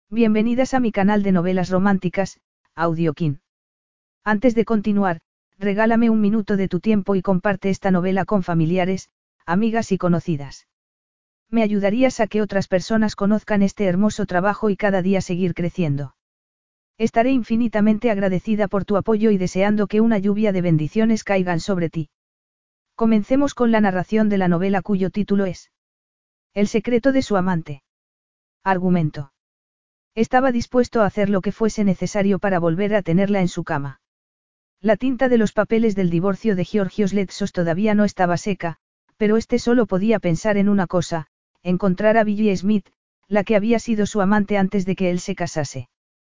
Bienvenidas a mi canal de novelas románticas, Audiokin. Antes de continuar, regálame un minuto de tu tiempo y comparte esta novela con familiares, amigas y conocidas. Me ayudarías a que otras personas conozcan este hermoso trabajo y cada día seguir creciendo. Estaré infinitamente agradecida por tu apoyo y deseando que una lluvia de bendiciones caigan sobre ti. Comencemos con la narración de la novela cuyo título es El secreto de su amante. Argumento. Estaba dispuesto a hacer lo que fuese necesario para volver a tenerla en su cama. La tinta de los papeles del divorcio de Georgios Letsos todavía no estaba seca, pero este solo podía pensar en una cosa, encontrar a Billie Smith, la que había sido su amante antes de que él se casase.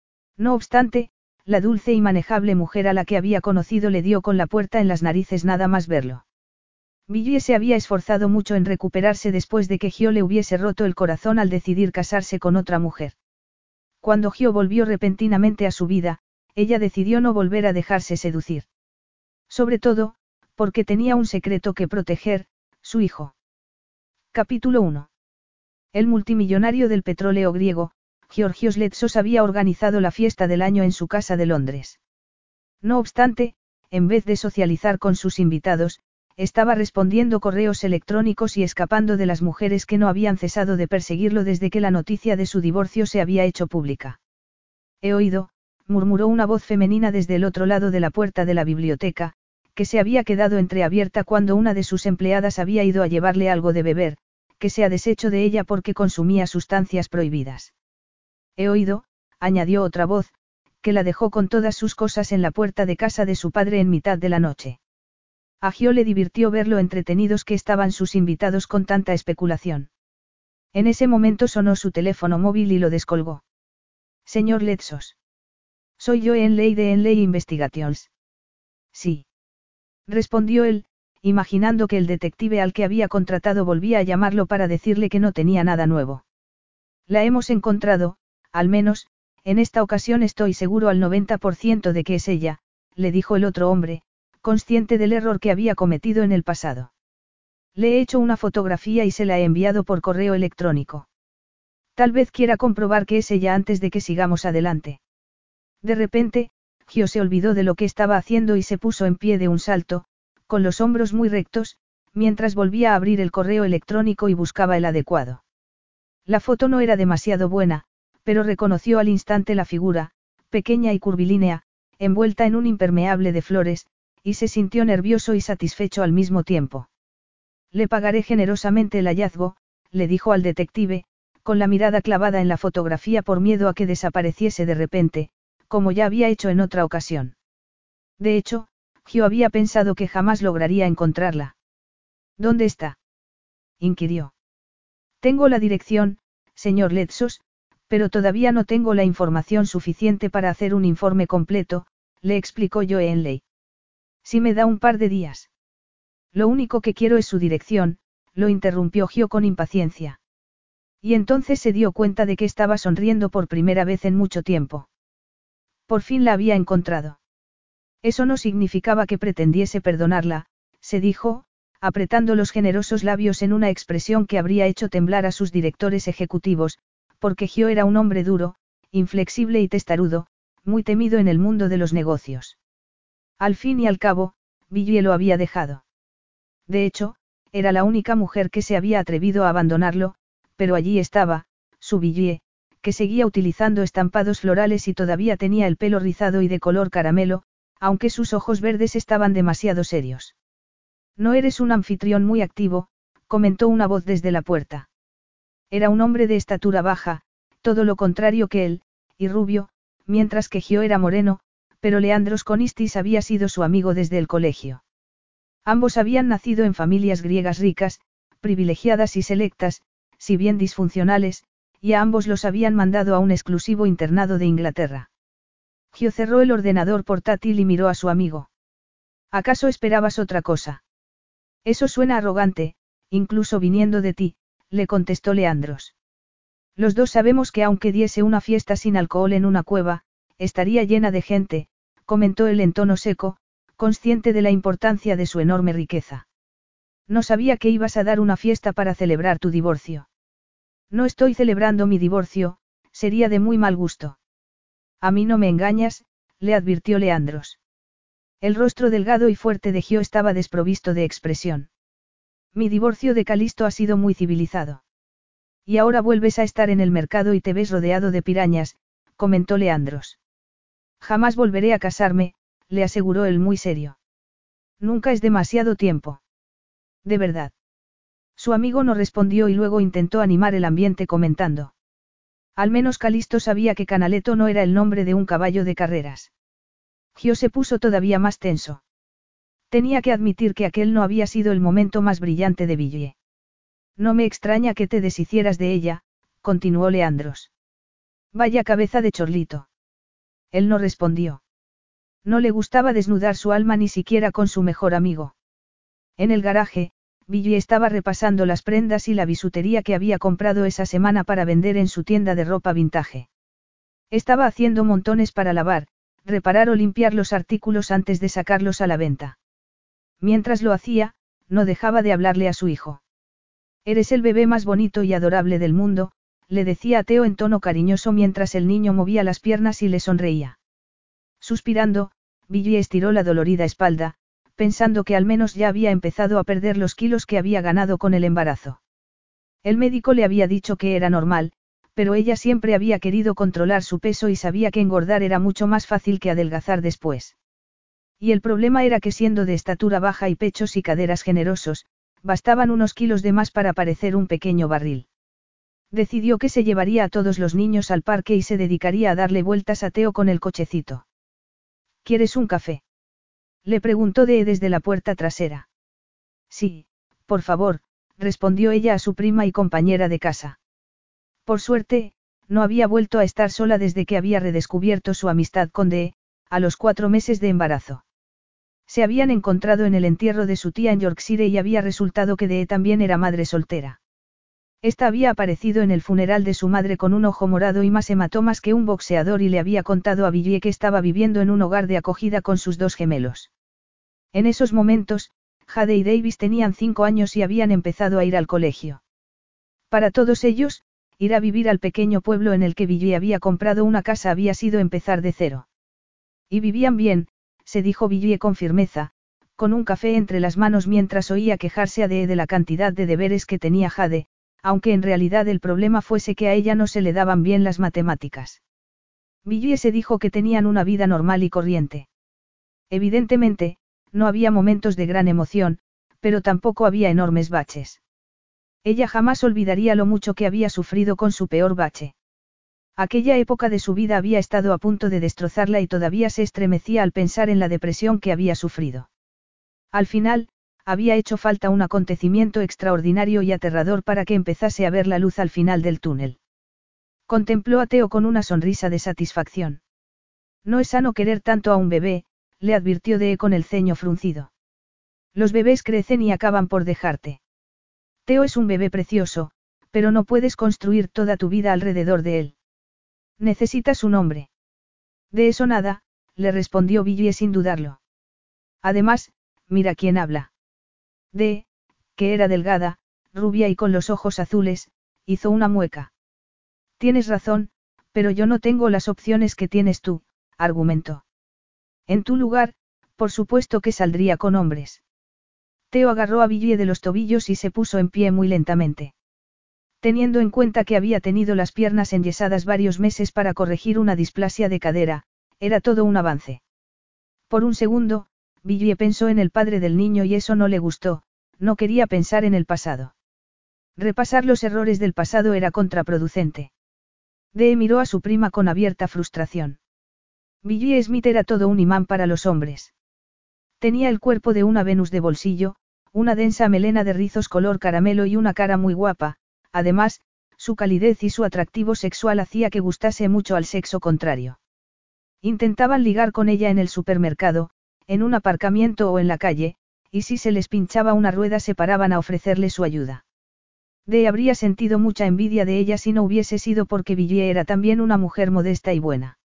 No obstante, la dulce y manejable mujer a la que había conocido le dio con la puerta en las narices nada más verlo. Billie se había esforzado mucho en recuperarse después de que Gio le hubiese roto el corazón al decidir casarse con otra mujer. Cuando Gio volvió repentinamente a su vida, ella decidió no volver a dejarse seducir. Sobre todo, porque tenía un secreto que proteger, su hijo. Capítulo 1. El multimillonario del petróleo griego, Georgios Letsos había organizado la fiesta del año en su casa de Londres. No obstante, en vez de socializar con sus invitados, estaba respondiendo correos electrónicos y escapando de las mujeres que no habían cesado de perseguirlo desde que la noticia de su divorcio se había hecho pública. He oído, murmuró una voz femenina desde el otro lado de la puerta de la biblioteca, que se había quedado entreabierta cuando una de sus empleadas había ido a llevarle algo de beber, que se ha deshecho de ella porque consumía sustancias prohibidas. He oído, añadió otra voz, que la dejó con todas sus cosas en la puerta de casa de su padre en mitad de la noche. A Gio le divirtió ver lo entretenidos que estaban sus invitados con tanta especulación. En ese momento sonó su teléfono móvil y lo descolgó. Señor Letsos. Soy yo Henley de Henley Investigations. Sí. Respondió él, imaginando que el detective al que había contratado volvía a llamarlo para decirle que no tenía nada nuevo. La hemos encontrado, al menos, en esta ocasión estoy seguro al 90% de que es ella, le dijo el otro hombre, consciente del error que había cometido en el pasado. Le he hecho una fotografía y se la he enviado por correo electrónico. Tal vez quiera comprobar que es ella antes de que sigamos adelante. De repente, Gio se olvidó de lo que estaba haciendo y se puso en pie de un salto, con los hombros muy rectos, mientras volvía a abrir el correo electrónico y buscaba el adecuado. La foto no era demasiado buena, pero reconoció al instante la figura, pequeña y curvilínea, envuelta en un impermeable de flores, y se sintió nervioso y satisfecho al mismo tiempo. Le pagaré generosamente el hallazgo, le dijo al detective, con la mirada clavada en la fotografía por miedo a que desapareciese de repente, como ya había hecho en otra ocasión. De hecho, Gio había pensado que jamás lograría encontrarla. ¿Dónde está?, inquirió. Tengo la dirección, señor Letsos, pero todavía no tengo la información suficiente para hacer un informe completo, le explicó Joe Henley. Si me da un par de días. Lo único que quiero es su dirección, lo interrumpió Gio con impaciencia. Y entonces se dio cuenta de que estaba sonriendo por primera vez en mucho tiempo. Por fin la había encontrado. Eso no significaba que pretendiese perdonarla, se dijo, apretando los generosos labios en una expresión que habría hecho temblar a sus directores ejecutivos, porque Gio era un hombre duro, inflexible y testarudo, muy temido en el mundo de los negocios. Al fin y al cabo, Billie lo había dejado. De hecho, era la única mujer que se había atrevido a abandonarlo, pero allí estaba, su Billie, que seguía utilizando estampados florales y todavía tenía el pelo rizado y de color caramelo, aunque sus ojos verdes estaban demasiado serios. No eres un anfitrión muy activo, comentó una voz desde la puerta. Era un hombre de estatura baja, todo lo contrario que él, y rubio, mientras que Gio era moreno, pero Leandros Konistis había sido su amigo desde el colegio. Ambos habían nacido en familias griegas ricas, privilegiadas y selectas, si bien disfuncionales, y a ambos los habían mandado a un exclusivo internado de Inglaterra. Gio cerró el ordenador portátil y miró a su amigo. ¿Acaso esperabas otra cosa? Eso suena arrogante, incluso viniendo de ti, le contestó Leandros. Los dos sabemos que aunque diese una fiesta sin alcohol en una cueva, estaría llena de gente, comentó él en tono seco, consciente de la importancia de su enorme riqueza. No sabía que ibas a dar una fiesta para celebrar tu divorcio. No estoy celebrando mi divorcio, Sería de muy mal gusto. A mí no me engañas, le advirtió Leandros. El rostro delgado y fuerte de Gio estaba desprovisto de expresión. Mi divorcio de Calisto ha sido muy civilizado. Y ahora vuelves a estar en el mercado y te ves rodeado de pirañas, comentó Leandros. Jamás volveré a casarme, le aseguró él muy serio. Nunca es demasiado tiempo. De verdad. Su amigo no respondió y luego intentó animar el ambiente comentando. Al menos Calisto sabía que Canaletto no era el nombre de un caballo de carreras. Gio se puso todavía más tenso. Tenía que admitir que aquel no había sido el momento más brillante de Villiers. No me extraña que te deshicieras de ella, continuó Leandros. Vaya cabeza de chorlito. Él no respondió. No le gustaba desnudar su alma ni siquiera con su mejor amigo. En el garaje, Villiers estaba repasando las prendas y la bisutería que había comprado esa semana para vender en su tienda de ropa vintage. Estaba haciendo montones para lavar, reparar o limpiar los artículos antes de sacarlos a la venta. Mientras lo hacía, no dejaba de hablarle a su hijo. Eres el bebé más bonito y adorable del mundo, le decía a Theo en tono cariñoso mientras el niño movía las piernas y le sonreía. Suspirando, Villiers estiró la dolorida espalda, pensando que al menos ya había empezado a perder los kilos que había ganado con el embarazo. El médico le había dicho que era normal, pero ella siempre había querido controlar su peso y sabía que engordar era mucho más fácil que adelgazar después. Y el problema era que siendo de estatura baja y pechos y caderas generosos, bastaban unos kilos de más para parecer un pequeño barril. Decidió que se llevaría a todos los niños al parque y se dedicaría a darle vueltas a Theo con el cochecito. ¿Quieres un café? Le preguntó desde la puerta trasera. Sí, por favor, respondió ella a su prima y compañera de casa. Por suerte, no había vuelto a estar sola desde que había redescubierto su amistad con Dee, a los 4 meses de embarazo. Se habían encontrado en el entierro de su tía en Yorkshire y había resultado que Dee también era madre soltera. Esta había aparecido en el funeral de su madre con un ojo morado y más hematomas que un boxeador y le había contado a Villiers que estaba viviendo en un hogar de acogida con sus 2 gemelos. En esos momentos, Jade y Davis tenían 5 años y habían empezado a ir al colegio. Para todos ellos, ir a vivir al pequeño pueblo en el que Villiers había comprado una casa había sido empezar de cero. Y vivían bien, se dijo Villiers con firmeza, con un café entre las manos mientras oía quejarse a Dee de la cantidad de deberes que tenía Jade, aunque en realidad el problema fuese que a ella no se le daban bien las matemáticas. Villiers se dijo que tenían una vida normal y corriente. Evidentemente, no había momentos de gran emoción, pero tampoco había enormes baches. Ella jamás olvidaría lo mucho que había sufrido con su peor bache. Aquella época de su vida había estado a punto de destrozarla y todavía se estremecía al pensar en la depresión que había sufrido. Al final, había hecho falta un acontecimiento extraordinario y aterrador para que empezase a ver la luz al final del túnel. Contempló a Theo con una sonrisa de satisfacción. No es sano querer tanto a un bebé, le advirtió Dee con el ceño fruncido. Los bebés crecen y acaban por dejarte. Theo es un bebé precioso, pero no puedes construir toda tu vida alrededor de él. Necesitas un hombre. De eso nada, le respondió Villiers sin dudarlo. Además, mira quién habla. Dee, que era delgada, rubia y con los ojos azules, hizo una mueca. Tienes razón, pero yo no tengo las opciones que tienes tú, argumentó. En tu lugar, por supuesto que saldría con hombres. Theo agarró a Villiers de los tobillos y se puso en pie muy lentamente. Teniendo en cuenta que había tenido las piernas enyesadas varios meses para corregir una displasia de cadera, era todo un avance. Por un segundo, Villiers pensó en el padre del niño y eso no le gustó, no quería pensar en el pasado. Repasar los errores del pasado era contraproducente. Dee miró a su prima con abierta frustración. Villiers Smith era todo un imán para los hombres. Tenía el cuerpo de una Venus de bolsillo, una densa melena de rizos color caramelo y una cara muy guapa, además, su calidez y su atractivo sexual hacía que gustase mucho al sexo contrario. Intentaban ligar con ella en el supermercado, en un aparcamiento o en la calle, y si se les pinchaba una rueda se paraban a ofrecerle su ayuda. Dee habría sentido mucha envidia de ella si no hubiese sido porque Villiers era también una mujer modesta y buena.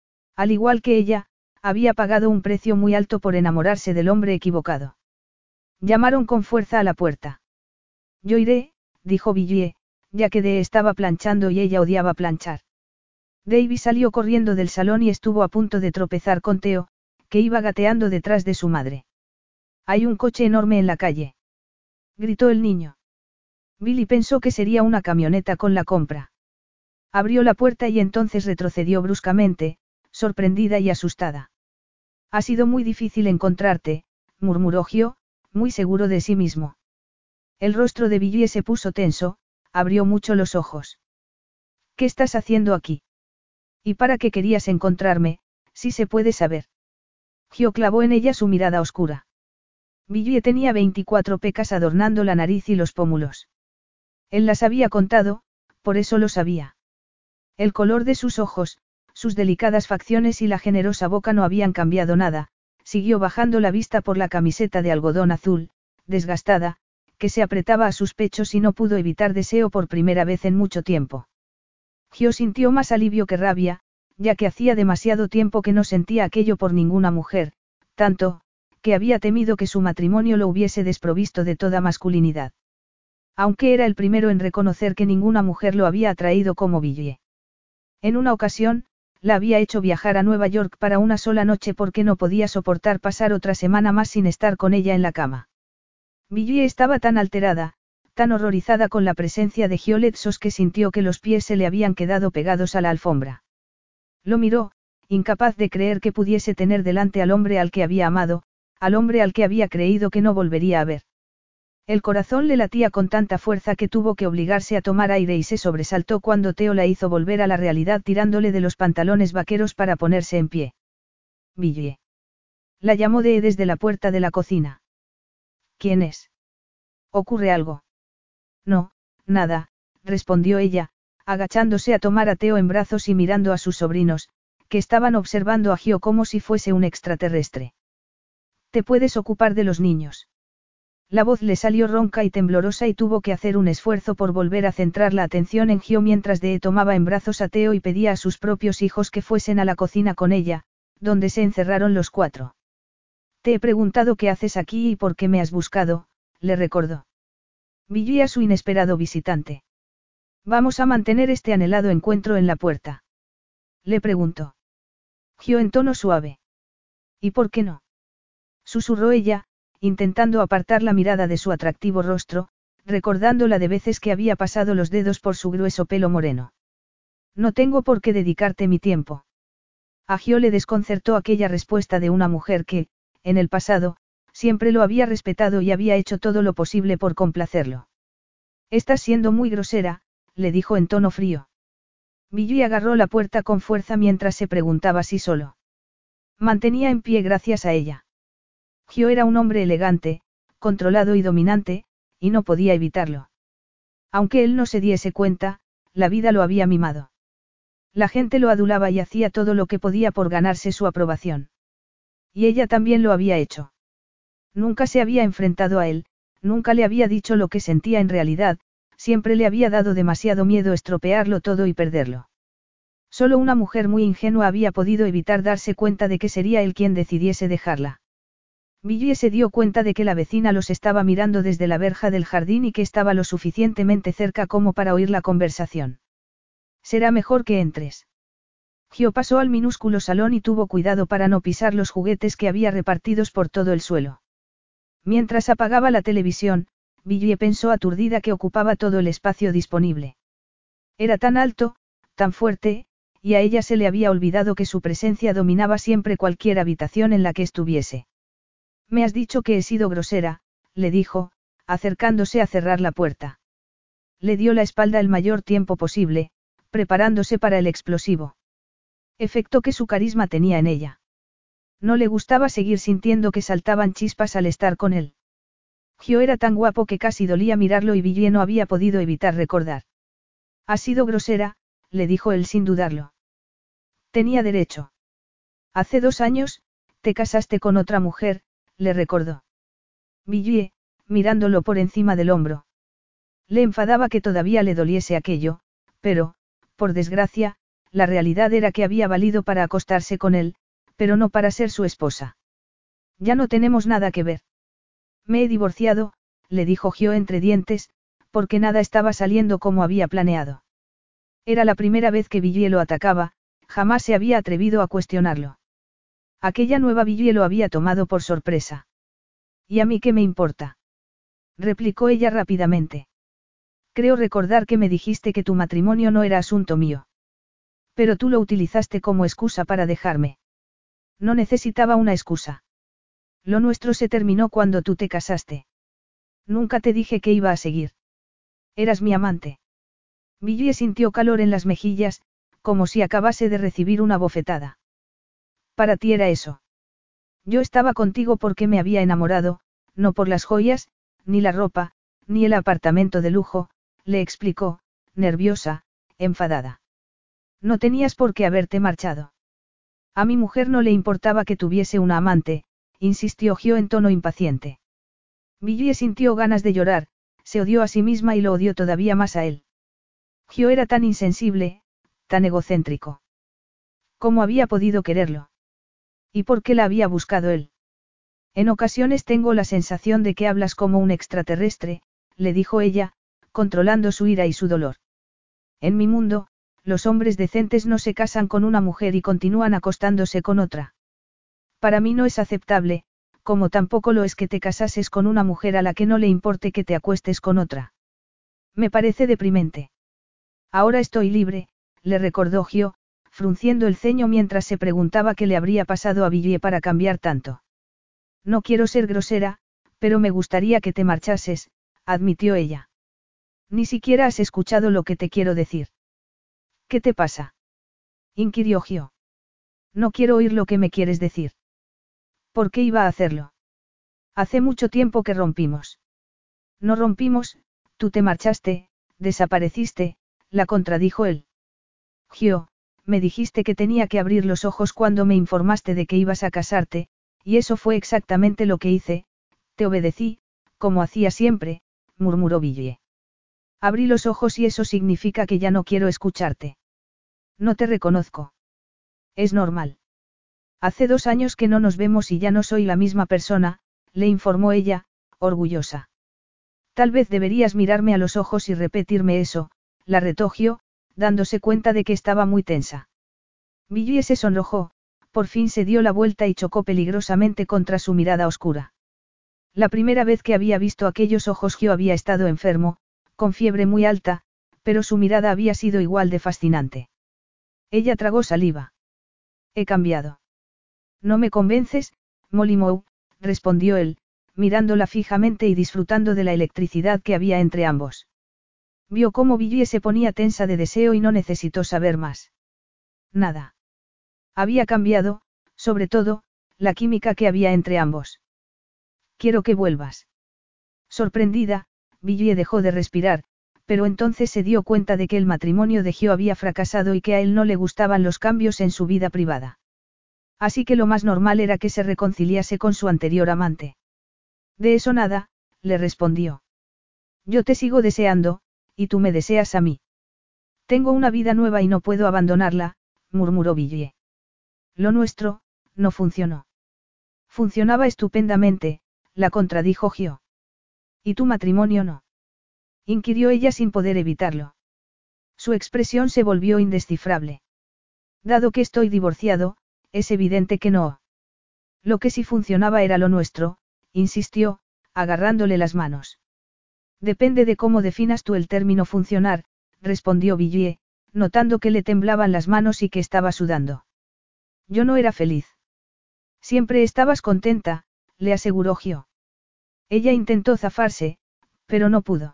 Al igual que ella, había pagado un precio muy alto por enamorarse del hombre equivocado. Llamaron con fuerza a la puerta. Yo iré, dijo Villiers, ya que Dee estaba planchando y ella odiaba planchar. Davy salió corriendo del salón y estuvo a punto de tropezar con Theo, que iba gateando detrás de su madre. Hay un coche enorme en la calle. Gritó el niño. Billy pensó que sería una camioneta con la compra. Abrió la puerta y entonces retrocedió bruscamente, sorprendida y asustada. Ha sido muy difícil encontrarte, murmuró Gio, muy seguro de sí mismo. El rostro de Billy se puso tenso, abrió mucho los ojos. ¿Qué estás haciendo aquí? ¿Y para qué querías encontrarme, si se puede saber? Gio clavó en ella su mirada oscura. Billy tenía 24 pecas adornando la nariz y los pómulos. Él las había contado, por eso lo sabía. El color de sus ojos, sus delicadas facciones y la generosa boca no habían cambiado nada, siguió bajando la vista por la camiseta de algodón azul, desgastada, que se apretaba a sus pechos y no pudo evitar deseo por primera vez en mucho tiempo. Gio sintió más alivio que rabia, ya que hacía demasiado tiempo que no sentía aquello por ninguna mujer, tanto, que había temido que su matrimonio lo hubiese desprovisto de toda masculinidad. Aunque era el primero en reconocer que ninguna mujer lo había atraído como Billie. En una ocasión, la había hecho viajar a Nueva York para una sola noche porque no podía soportar pasar otra semana más sin estar con ella en la cama. Billie estaba tan alterada, tan horrorizada con la presencia de Hiolet Sos que sintió que los pies se le habían quedado pegados a la alfombra. Lo miró, incapaz de creer que pudiese tener delante al hombre al que había amado, al hombre al que había creído que no volvería a ver. El corazón le latía con tanta fuerza que tuvo que obligarse a tomar aire y se sobresaltó cuando Theo la hizo volver a la realidad tirándole de los pantalones vaqueros para ponerse en pie. Billie. La llamó desde la puerta de la cocina. ¿Quién es? ¿Ocurre algo? No, nada, respondió ella, agachándose a tomar a Theo en brazos y mirando a sus sobrinos, que estaban observando a Gio como si fuese un extraterrestre. ¿Te puedes ocupar de los niños? La voz le salió ronca y temblorosa y tuvo que hacer un esfuerzo por volver a centrar la atención en Gio mientras tomaba en brazos a Theo y pedía a sus propios hijos que fuesen a la cocina con ella, donde se encerraron los cuatro. Te he preguntado qué haces aquí y por qué me has buscado, le recordó. Vi a su inesperado visitante. ¿Vamos a mantener este anhelado encuentro en la puerta? Le preguntó. Gio en tono suave. ¿Y por qué no? Susurró ella, intentando apartar la mirada de su atractivo rostro, recordando la de veces que había pasado los dedos por su grueso pelo moreno. No tengo por qué dedicarte mi tiempo. A Gio le desconcertó aquella respuesta de una mujer que, en el pasado, siempre lo había respetado y había hecho todo lo posible por complacerlo. Estás siendo muy grosera, le dijo en tono frío. Billy agarró la puerta con fuerza mientras se preguntaba si solo mantenía en pie gracias a ella. Gio era un hombre elegante, controlado y dominante, y no podía evitarlo. Aunque él no se diese cuenta, la vida lo había mimado. La gente lo adulaba y hacía todo lo que podía por ganarse su aprobación. Y ella también lo había hecho. Nunca se había enfrentado a él, nunca le había dicho lo que sentía en realidad, siempre le había dado demasiado miedo estropearlo todo y perderlo. Solo una mujer muy ingenua había podido evitar darse cuenta de que sería él quien decidiese dejarla. Billy se dio cuenta de que la vecina los estaba mirando desde la verja del jardín y que estaba lo suficientemente cerca como para oír la conversación. Será mejor que entres. Gio pasó al minúsculo salón y tuvo cuidado para no pisar los juguetes que había repartidos por todo el suelo. Mientras apagaba la televisión, Billy pensó aturdida que ocupaba todo el espacio disponible. Era tan alto, tan fuerte, y a ella se le había olvidado que su presencia dominaba siempre cualquier habitación en la que estuviese. Me has dicho que he sido grosera, le dijo, acercándose a cerrar la puerta. Le dio la espalda el mayor tiempo posible, preparándose para el explosivo. Efecto que su carisma tenía en ella. No le gustaba seguir sintiendo que saltaban chispas al estar con él. Gio era tan guapo que casi dolía mirarlo y Billie no había podido evitar recordar. Has sido grosera, le dijo él sin dudarlo. Tenía derecho. Hace 2 años, te casaste con otra mujer, le recordó. Billie, mirándolo por encima del hombro. Le enfadaba que todavía le doliese aquello, pero, por desgracia, la realidad era que había valido para acostarse con él, pero no para ser su esposa. Ya no tenemos nada que ver. Me he divorciado, le dijo Gio entre dientes, porque nada estaba saliendo como había planeado. Era la primera vez que Villiers lo atacaba, jamás se había atrevido a cuestionarlo. Aquella nueva Villiers lo había tomado por sorpresa. ¿Y a mí qué me importa? Replicó ella rápidamente. Creo recordar que me dijiste que tu matrimonio no era asunto mío. Pero tú lo utilizaste como excusa para dejarme. No necesitaba una excusa. Lo nuestro se terminó cuando tú te casaste. Nunca te dije que iba a seguir. Eras mi amante. Villiers sintió calor en las mejillas, como si acabase de recibir una bofetada. Para ti era eso. Yo estaba contigo porque me había enamorado, no por las joyas, ni la ropa, ni el apartamento de lujo, le explicó, nerviosa, enfadada. No tenías por qué haberte marchado. A mi mujer no le importaba que tuviese una amante, insistió Gio en tono impaciente. Villiers sintió ganas de llorar, se odió a sí misma y lo odió todavía más a él. Gio era tan insensible, tan egocéntrico. ¿Cómo había podido quererlo? ¿Y por qué la había buscado él? En ocasiones tengo la sensación de que hablas como un extraterrestre, le dijo ella, controlando su ira y su dolor. En mi mundo, los hombres decentes no se casan con una mujer y continúan acostándose con otra. Para mí no es aceptable, como tampoco lo es que te casases con una mujer a la que no le importe que te acuestes con otra. Me parece deprimente. Ahora estoy libre, le recordó Gio, frunciendo el ceño mientras se preguntaba qué le habría pasado a Villiers para cambiar tanto. No quiero ser grosera, pero me gustaría que te marchases, admitió ella. Ni siquiera has escuchado lo que te quiero decir. ¿Qué te pasa? Inquirió Gio. No quiero oír lo que me quieres decir. ¿Por qué iba a hacerlo? Hace mucho tiempo que rompimos. No rompimos, tú te marchaste, desapareciste, la contradijo él. Gio, me dijiste que tenía que abrir los ojos cuando me informaste de que ibas a casarte, y eso fue exactamente lo que hice, te obedecí, como hacía siempre, murmuró Villiers. Abrí los ojos y eso significa que ya no quiero escucharte. No te reconozco. Es normal. Hace 2 años que no nos vemos y ya no soy la misma persona, le informó ella, orgullosa. Tal vez deberías mirarme a los ojos y repetirme eso, la retó Gio, dándose cuenta de que estaba muy tensa. Villiers se sonrojó, por fin se dio la vuelta y chocó peligrosamente contra su mirada oscura. La primera vez que había visto aquellos ojos Gio había estado enfermo, con fiebre muy alta, pero su mirada había sido igual de fascinante. Ella tragó saliva. He cambiado. No me convences, Molly Moe, respondió él, mirándola fijamente y disfrutando de la electricidad que había entre ambos. Vio cómo Villiers se ponía tensa de deseo y no necesitó saber más. Nada. Había cambiado, sobre todo, la química que había entre ambos. Quiero que vuelvas. Sorprendida, Villiers dejó de respirar, pero entonces se dio cuenta de que el matrimonio de Gio había fracasado y que a él no le gustaban los cambios en su vida privada. Así que lo más normal era que se reconciliase con su anterior amante. De eso nada, le respondió. Yo te sigo deseando, y tú me deseas a mí. Tengo una vida nueva y no puedo abandonarla, murmuró Villiers. Lo nuestro, no funcionó. Funcionaba estupendamente, la contradijo Gio. ¿Y tu matrimonio no? Inquirió ella sin poder evitarlo. Su expresión se volvió indescifrable. Dado que estoy divorciado, es evidente que no. Lo que sí funcionaba era lo nuestro, insistió, agarrándole las manos. Depende de cómo definas tú el término funcionar, respondió Villiers, notando que le temblaban las manos y que estaba sudando. Yo no era feliz. Siempre estabas contenta, le aseguró Gio. Ella intentó zafarse, pero no pudo.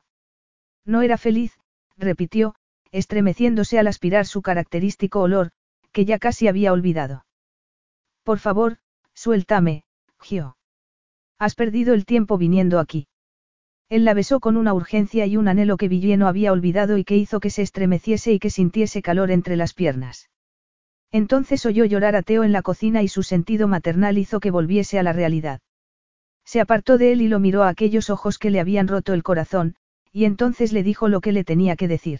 No era feliz, repitió, estremeciéndose al aspirar su característico olor, que ya casi había olvidado. Por favor, suéltame, Gio. Has perdido el tiempo viniendo aquí. Él la besó con una urgencia y un anhelo que Villiers no había olvidado y que hizo que se estremeciese y que sintiese calor entre las piernas. Entonces oyó llorar a Theo en la cocina y su sentido maternal hizo que volviese a la realidad. Se apartó de él y lo miró a aquellos ojos que le habían roto el corazón, y entonces le dijo lo que le tenía que decir.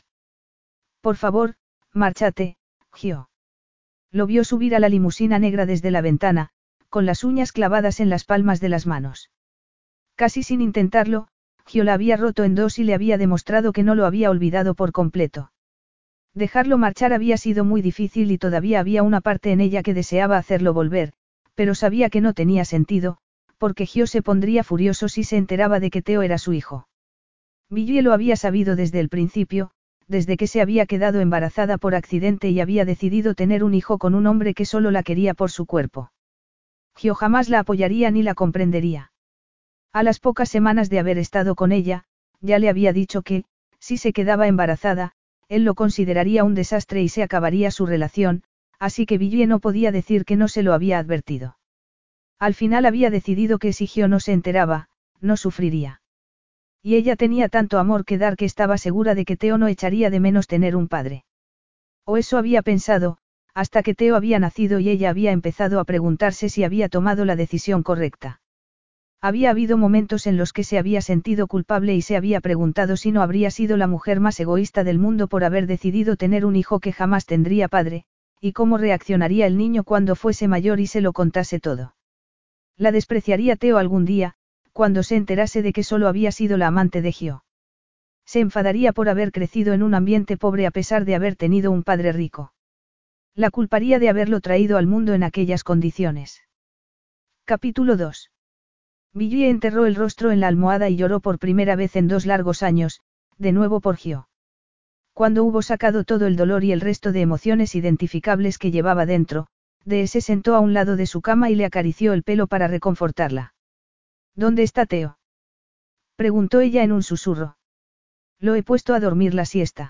Por favor, márchate, Gio. Lo vio subir a la limusina negra desde la ventana, con las uñas clavadas en las palmas de las manos. Casi sin intentarlo, Gio la había roto en dos y le había demostrado que no lo había olvidado por completo. Dejarlo marchar había sido muy difícil y todavía había una parte en ella que deseaba hacerlo volver, pero sabía que no tenía sentido, porque Gio se pondría furioso si se enteraba de que Theo era su hijo. Villie lo había sabido desde el principio, desde que se había quedado embarazada por accidente y había decidido tener un hijo con un hombre que solo la quería por su cuerpo. Gio jamás la apoyaría ni la comprendería. A las pocas semanas de haber estado con ella, ya le había dicho que, si se quedaba embarazada, él lo consideraría un desastre y se acabaría su relación, así que Villie no podía decir que no se lo había advertido. Al final había decidido que si Gio no se enteraba, no sufriría. Y ella tenía tanto amor que dar que estaba segura de que Theo no echaría de menos tener un padre. O eso había pensado, hasta que Theo había nacido y ella había empezado a preguntarse si había tomado la decisión correcta. Había habido momentos en los que se había sentido culpable y se había preguntado si no habría sido la mujer más egoísta del mundo por haber decidido tener un hijo que jamás tendría padre, y cómo reaccionaría el niño cuando fuese mayor y se lo contase todo. La despreciaría Theo algún día, cuando se enterase de que solo había sido la amante de Gio. Se enfadaría por haber crecido en un ambiente pobre a pesar de haber tenido un padre rico. La culparía de haberlo traído al mundo en aquellas condiciones. Capítulo 2. Villie enterró el rostro en la almohada y lloró por primera vez en 2 largos años, de nuevo por Gio. Cuando hubo sacado todo el dolor y el resto de emociones identificables que llevaba dentro, se sentó a un lado de su cama y le acarició el pelo para reconfortarla. ¿Dónde está Theo?, preguntó ella en un susurro. Lo he puesto a dormir la siesta.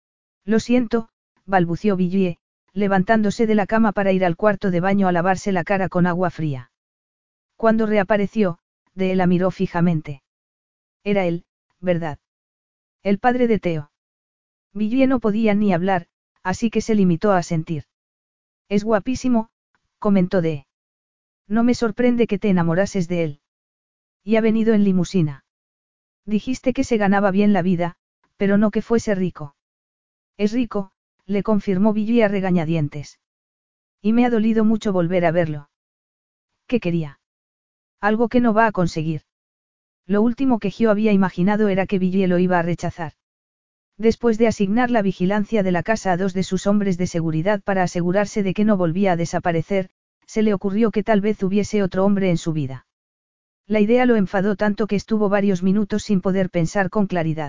Lo siento, balbució Villie, levantándose de la cama para ir al cuarto de baño a lavarse la cara con agua fría. Cuando reapareció, él la miró fijamente. Era él, ¿verdad? El padre de Theo. Villie no podía ni hablar, así que se limitó a asentir. Es guapísimo, comentó de. No me sorprende que te enamorases de él. Y ha venido en limusina. Dijiste que se ganaba bien la vida, pero no que fuese rico. Es rico, le confirmó Villie a regañadientes. Y me ha dolido mucho volver a verlo. ¿Qué quería? Algo que no va a conseguir. Lo último que Gio había imaginado era que Villie lo iba a rechazar. Después de asignar la vigilancia de la casa a 2 de sus hombres de seguridad para asegurarse de que no volvía a desaparecer, se le ocurrió que tal vez hubiese otro hombre en su vida. La idea lo enfadó tanto que estuvo varios minutos sin poder pensar con claridad.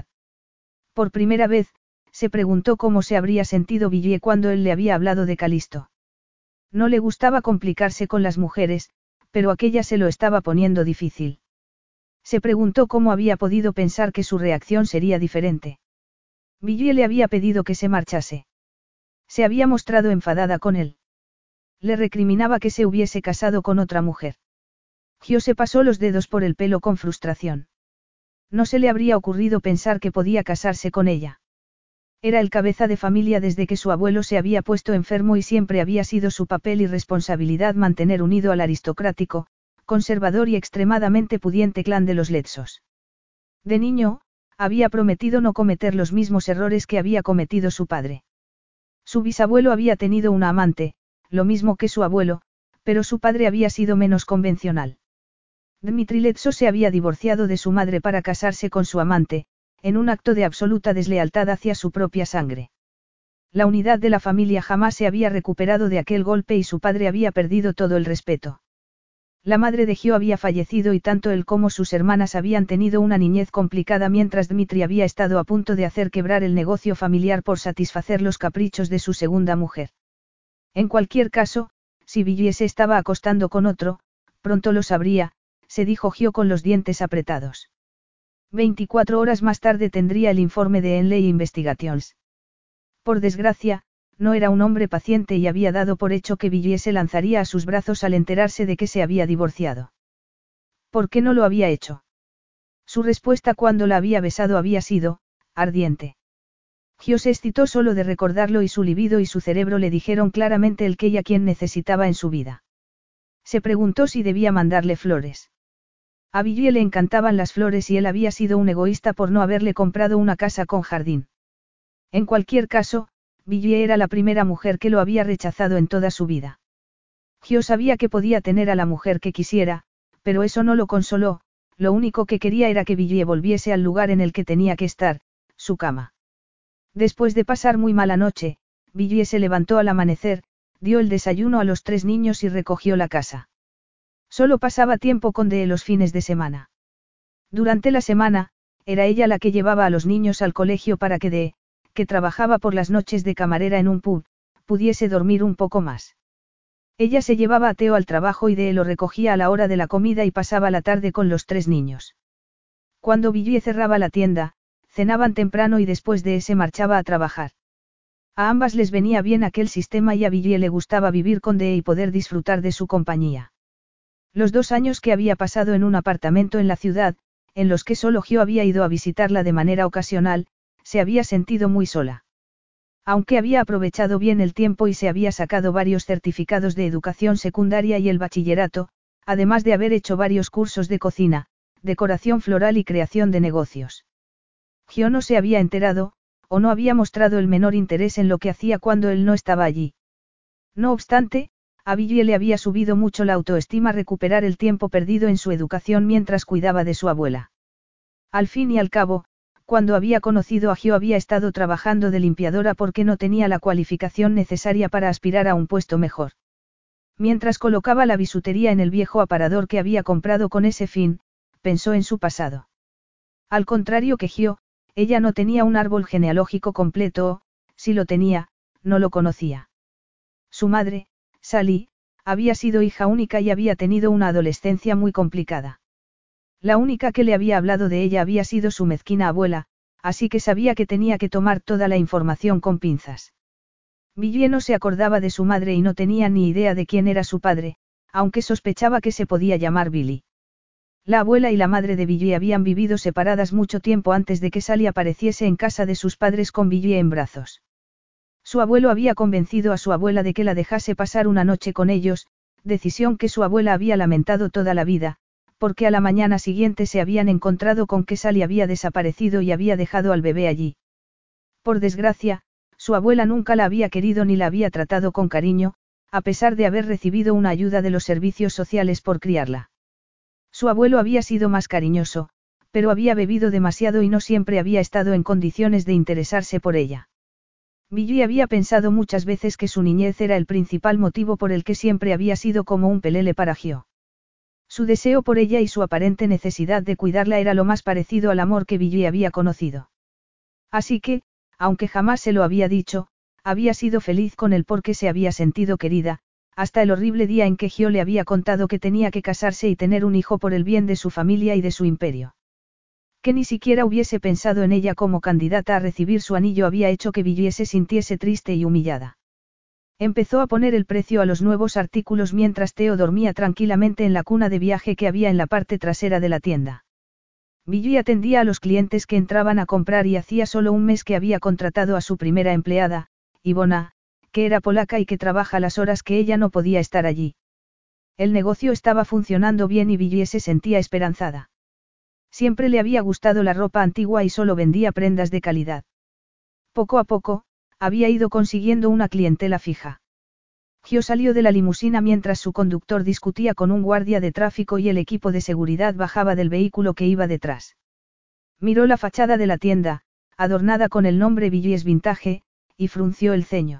Por primera vez, se preguntó cómo se habría sentido Villie cuando él le había hablado de Calisto. No le gustaba complicarse con las mujeres, pero aquella se lo estaba poniendo difícil. Se preguntó cómo había podido pensar que su reacción sería diferente. Villie le había pedido que se marchase. Se había mostrado enfadada con él. Le recriminaba que se hubiese casado con otra mujer. Gio se pasó los dedos por el pelo con frustración. No se le habría ocurrido pensar que podía casarse con ella. Era el cabeza de familia desde que su abuelo se había puesto enfermo y siempre había sido su papel y responsabilidad mantener unido al aristocrático, conservador y extremadamente pudiente clan de los Letsos. De niño, había prometido no cometer los mismos errores que había cometido su padre. Su bisabuelo había tenido una amante, lo mismo que su abuelo, pero su padre había sido menos convencional. Dmitri Letso se había divorciado de su madre para casarse con su amante, en un acto de absoluta deslealtad hacia su propia sangre. La unidad de la familia jamás se había recuperado de aquel golpe y su padre había perdido todo el respeto. La madre de Gio había fallecido y tanto él como sus hermanas habían tenido una niñez complicada mientras Dmitri había estado a punto de hacer quebrar el negocio familiar por satisfacer los caprichos de su segunda mujer. En cualquier caso, si Villie se estaba acostando con otro, pronto lo sabría, se dijo Gio con los dientes apretados. 24 horas más tarde tendría el informe de Henley Investigations. Por desgracia, no era un hombre paciente y había dado por hecho que Villie se lanzaría a sus brazos al enterarse de que se había divorciado. ¿Por qué no lo había hecho? Su respuesta cuando la había besado había sido, ardiente. Gio se excitó solo de recordarlo y su libido y su cerebro le dijeron claramente el que y a quien necesitaba en su vida. Se preguntó si debía mandarle flores. A Villie le encantaban las flores y él había sido un egoísta por no haberle comprado una casa con jardín. En cualquier caso, Villie era la primera mujer que lo había rechazado en toda su vida. Gio sabía que podía tener a la mujer que quisiera, pero eso no lo consoló, lo único que quería era que Villie volviese al lugar en el que tenía que estar, su cama. Después de pasar muy mala noche, Villiers se levantó al amanecer, dio el desayuno a los 3 niños y recogió la casa. Solo pasaba tiempo con Dee los fines de semana. Durante la semana, era ella la que llevaba a los niños al colegio para que Dee, que trabajaba por las noches de camarera en un pub, pudiese dormir un poco más. Ella se llevaba a Theo al trabajo y Dee lo recogía a la hora de la comida y pasaba la tarde con los 3 niños. Cuando Villiers cerraba la tienda, cenaban temprano y después de ese marchaba a trabajar. A ambas les venía bien aquel sistema y a Villiers le gustaba vivir con Dee y poder disfrutar de su compañía. Los 2 años que había pasado en un apartamento en la ciudad, en los que solo Gio había ido a visitarla de manera ocasional, se había sentido muy sola. Aunque había aprovechado bien el tiempo y se había sacado varios certificados de educación secundaria y el bachillerato, además de haber hecho varios cursos de cocina, decoración floral y creación de negocios. Gio no se había enterado, o no había mostrado el menor interés en lo que hacía cuando él no estaba allí. No obstante, a Villiers le había subido mucho la autoestima recuperar el tiempo perdido en su educación mientras cuidaba de su abuela. Al fin y al cabo, cuando había conocido a Gio había estado trabajando de limpiadora porque no tenía la cualificación necesaria para aspirar a un puesto mejor. Mientras colocaba la bisutería en el viejo aparador que había comprado con ese fin, pensó en su pasado. Al contrario que Gio, ella no tenía un árbol genealógico completo o, si lo tenía, no lo conocía. Su madre, Sally, había sido hija única y había tenido una adolescencia muy complicada. La única que le había hablado de ella había sido su mezquina abuela, así que sabía que tenía que tomar toda la información con pinzas. Villiers no se acordaba de su madre y no tenía ni idea de quién era su padre, aunque sospechaba que se podía llamar Billy. La abuela y la madre de Villiers habían vivido separadas mucho tiempo antes de que Sally apareciese en casa de sus padres con Villiers en brazos. Su abuelo había convencido a su abuela de que la dejase pasar una noche con ellos, decisión que su abuela había lamentado toda la vida, porque a la mañana siguiente se habían encontrado con que Sally había desaparecido y había dejado al bebé allí. Por desgracia, su abuela nunca la había querido ni la había tratado con cariño, a pesar de haber recibido una ayuda de los servicios sociales por criarla. Su abuelo había sido más cariñoso, pero había bebido demasiado y no siempre había estado en condiciones de interesarse por ella. Villiers había pensado muchas veces que su niñez era el principal motivo por el que siempre había sido como un pelele para Gio. Su deseo por ella y su aparente necesidad de cuidarla era lo más parecido al amor que Villiers había conocido. Así que, aunque jamás se lo había dicho, había sido feliz con él porque se había sentido querida, hasta el horrible día en que Gio le había contado que tenía que casarse y tener un hijo por el bien de su familia y de su imperio. Que ni siquiera hubiese pensado en ella como candidata a recibir su anillo había hecho que Villiers se sintiese triste y humillada. Empezó a poner el precio a los nuevos artículos mientras Theo dormía tranquilamente en la cuna de viaje que había en la parte trasera de la tienda. Villiers atendía a los clientes que entraban a comprar y hacía solo un mes que había contratado a su primera empleada, Ivona, que era polaca y que trabaja las horas que ella no podía estar allí. El negocio estaba funcionando bien y Villiers se sentía esperanzada. Siempre le había gustado la ropa antigua y solo vendía prendas de calidad. Poco a poco, había ido consiguiendo una clientela fija. Gio salió de la limusina mientras su conductor discutía con un guardia de tráfico y el equipo de seguridad bajaba del vehículo que iba detrás. Miró la fachada de la tienda, adornada con el nombre Villiers Vintage, y frunció el ceño.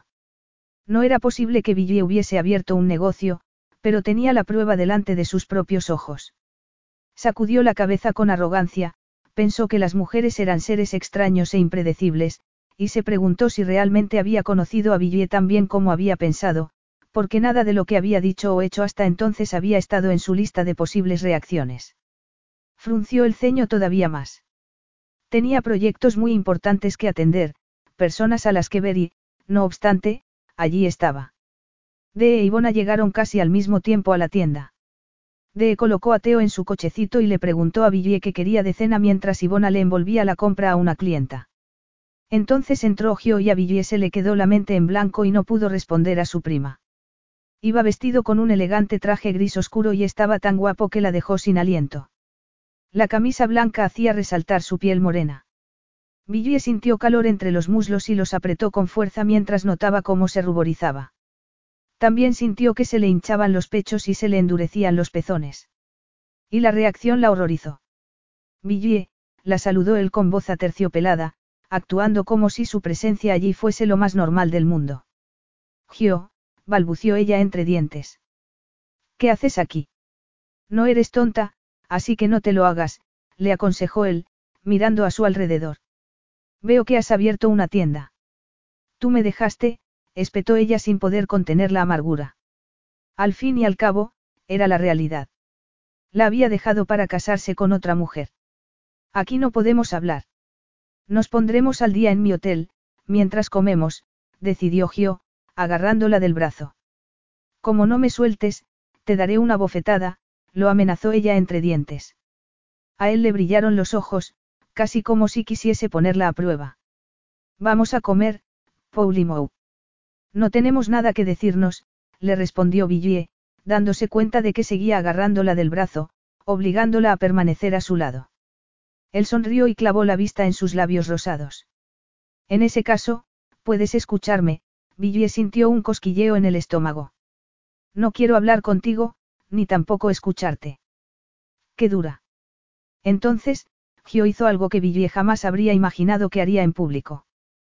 No era posible que Villiers hubiese abierto un negocio, pero tenía la prueba delante de sus propios ojos. Sacudió la cabeza con arrogancia, pensó que las mujeres eran seres extraños e impredecibles, y se preguntó si realmente había conocido a Villiers tan bien como había pensado, porque nada de lo que había dicho o hecho hasta entonces había estado en su lista de posibles reacciones. Frunció el ceño todavía más. Tenía proyectos muy importantes que atender, personas a las que ver y, no obstante, allí estaba. Dee e Ivona llegaron casi al mismo tiempo a la tienda. Dee colocó a Theo en su cochecito y le preguntó a Villiers qué quería de cena mientras Ivona le envolvía la compra a una clienta. Entonces entró Gio y a Villiers se le quedó la mente en blanco y no pudo responder a su prima. Iba vestido con un elegante traje gris oscuro y estaba tan guapo que la dejó sin aliento. La camisa blanca hacía resaltar su piel morena. Villiers sintió calor entre los muslos y los apretó con fuerza mientras notaba cómo se ruborizaba. También sintió que se le hinchaban los pechos y se le endurecían los pezones. Y la reacción la horrorizó. Villiers, la saludó él con voz aterciopelada, actuando como si su presencia allí fuese lo más normal del mundo. Gio, balbució ella entre dientes. ¿Qué haces aquí? No eres tonta, así que no te lo hagas, le aconsejó él, mirando a su alrededor. Veo que has abierto una tienda. Tú me dejaste, espetó ella sin poder contener la amargura. Al fin y al cabo, era la realidad. La había dejado para casarse con otra mujer. Aquí no podemos hablar. Nos pondremos al día en mi hotel, mientras comemos, decidió Gio, agarrándola del brazo. Como no me sueltes, te daré una bofetada, lo amenazó ella entre dientes. A él le brillaron los ojos, casi como si quisiese ponerla a prueba. Vamos a comer, Poulimou. No tenemos nada que decirnos, le respondió Villiers, dándose cuenta de que seguía agarrándola del brazo, obligándola a permanecer a su lado. Él sonrió y clavó la vista en sus labios rosados. En ese caso, puedes escucharme, Villiers sintió un cosquilleo en el estómago. No quiero hablar contigo, ni tampoco escucharte. Qué dura. Entonces, Gio hizo algo que Villiers jamás habría imaginado que haría en público.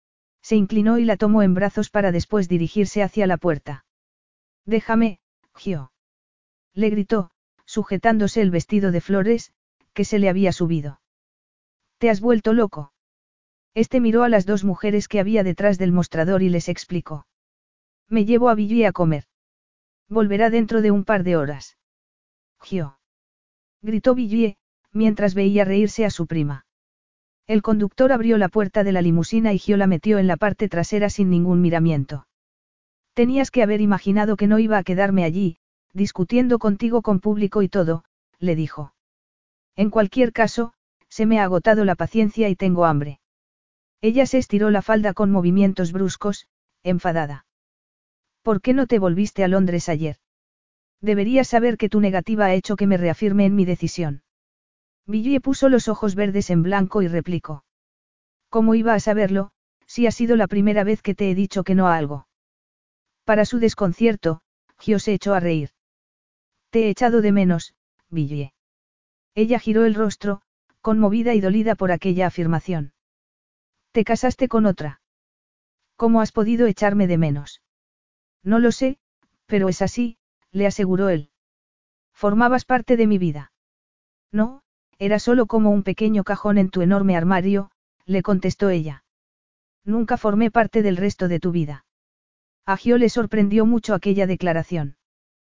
Se inclinó y la tomó en brazos para después dirigirse hacia la puerta. Déjame, Gio. Le gritó, sujetándose el vestido de flores, que se le había subido. ¿Te has vuelto loco? Este miró a las dos mujeres que había detrás del mostrador y les explicó. Me llevo a Villiers a comer. Volverá dentro de un par de horas. Gio. Gritó Villiers, mientras veía reírse a su prima. El conductor abrió la puerta de la limusina y Gio la metió en la parte trasera sin ningún miramiento. Tenías que haber imaginado que no iba a quedarme allí, discutiendo contigo con público y todo, le dijo. En cualquier caso, se me ha agotado la paciencia y tengo hambre. Ella se estiró la falda con movimientos bruscos, enfadada. ¿Por qué no te volviste a Londres ayer? Deberías saber que tu negativa ha hecho que me reafirme en mi decisión. Villiers puso los ojos verdes en blanco y replicó. ¿Cómo iba a saberlo, si ha sido la primera vez que te he dicho que no a algo? Para su desconcierto, Gio se echó a reír. Te he echado de menos, Villiers. Ella giró el rostro, conmovida y dolida por aquella afirmación. ¿Te casaste con otra? ¿Cómo has podido echarme de menos? No lo sé, pero es así, le aseguró él. Formabas parte de mi vida. No, era solo como un pequeño cajón en tu enorme armario, le contestó ella. Nunca formé parte del resto de tu vida. A Gio le sorprendió mucho aquella declaración.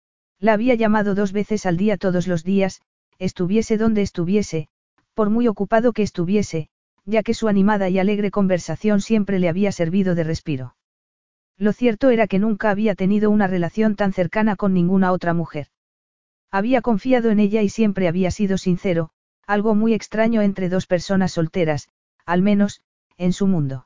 La había llamado 2 veces al día todos los días, estuviese donde estuviese, por muy ocupado que estuviese, ya que su animada y alegre conversación siempre le había servido de respiro. Lo cierto era que nunca había tenido una relación tan cercana con ninguna otra mujer. Había confiado en ella y siempre había sido sincero, algo muy extraño entre dos personas solteras, al menos, en su mundo.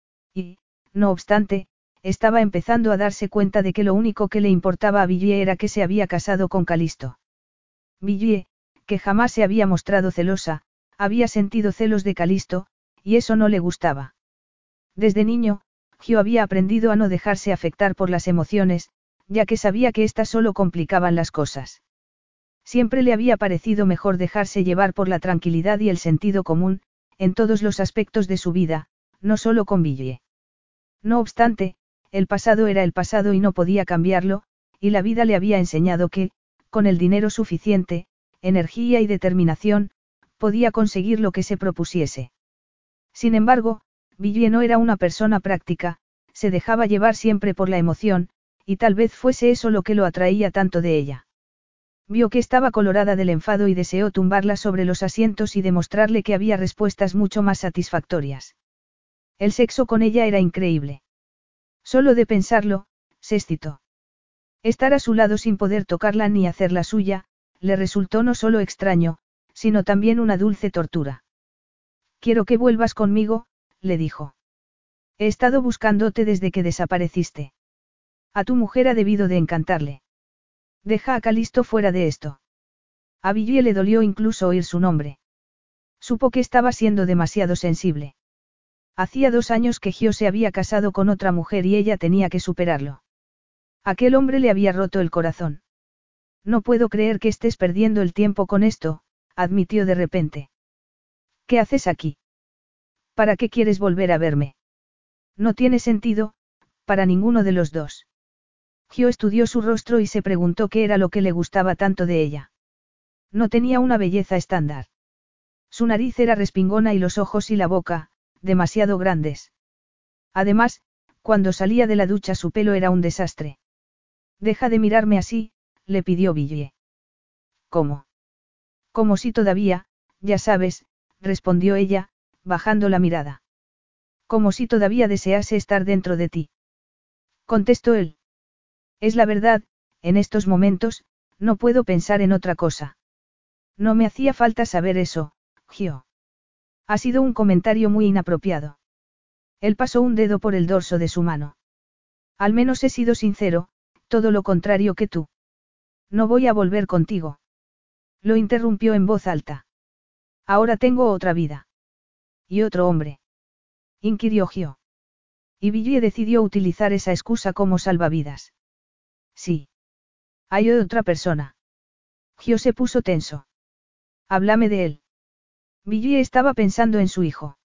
Y, no obstante, estaba empezando a darse cuenta de que lo único que le importaba a Villiers era que se había casado con Calisto. Villiers, que jamás se había mostrado celosa, había sentido celos de Calisto, y eso no le gustaba. Desde niño, Gio había aprendido a no dejarse afectar por las emociones, ya que sabía que éstas solo complicaban las cosas. Siempre le había parecido mejor dejarse llevar por la tranquilidad y el sentido común, en todos los aspectos de su vida, no solo con Villiers. No obstante, el pasado era el pasado y no podía cambiarlo, y la vida le había enseñado que, con el dinero suficiente, energía y determinación, podía conseguir lo que se propusiese. Sin embargo, Villiers no era una persona práctica, se dejaba llevar siempre por la emoción, y tal vez fuese eso lo que lo atraía tanto de ella. Vio que estaba colorada del enfado y deseó tumbarla sobre los asientos y demostrarle que había respuestas mucho más satisfactorias. El sexo con ella era increíble. Solo de pensarlo, se excitó. Estar a su lado sin poder tocarla ni hacerla suya, le resultó no solo extraño, sino también una dulce tortura. Quiero que vuelvas conmigo, le dijo. He estado buscándote desde que desapareciste. A tu mujer ha debido de encantarle. Deja a Calisto fuera de esto. A Villiers le dolió incluso oír su nombre. Supo que estaba siendo demasiado sensible. Hacía 2 años que Gio se había casado con otra mujer y ella tenía que superarlo. Aquel hombre le había roto el corazón. No puedo creer que estés perdiendo el tiempo con esto, admitió de repente. ¿Qué haces aquí? ¿Para qué quieres volver a verme? No tiene sentido, para ninguno de los dos. Gio estudió su rostro y se preguntó qué era lo que le gustaba tanto de ella. No tenía una belleza estándar. Su nariz era respingona y los ojos y la boca, demasiado grandes. Además, cuando salía de la ducha su pelo era un desastre. Deja de mirarme así, le pidió Villiers. ¿Cómo? Como si todavía, ya sabes, respondió ella, bajando la mirada. Como si todavía desease estar dentro de ti. Contestó él. Es la verdad, en estos momentos, no puedo pensar en otra cosa. No me hacía falta saber eso, Gio. Ha sido un comentario muy inapropiado. Él pasó un dedo por el dorso de su mano. Al menos he sido sincero, todo lo contrario que tú. No voy a volver contigo. Lo interrumpió en voz alta. Ahora tengo otra vida. ¿Y otro hombre? Inquirió Gio. Y Villiers decidió utilizar esa excusa como salvavidas. Sí. Hay otra persona. Gio se puso tenso. Háblame de él. Villiers estaba pensando en su hijo.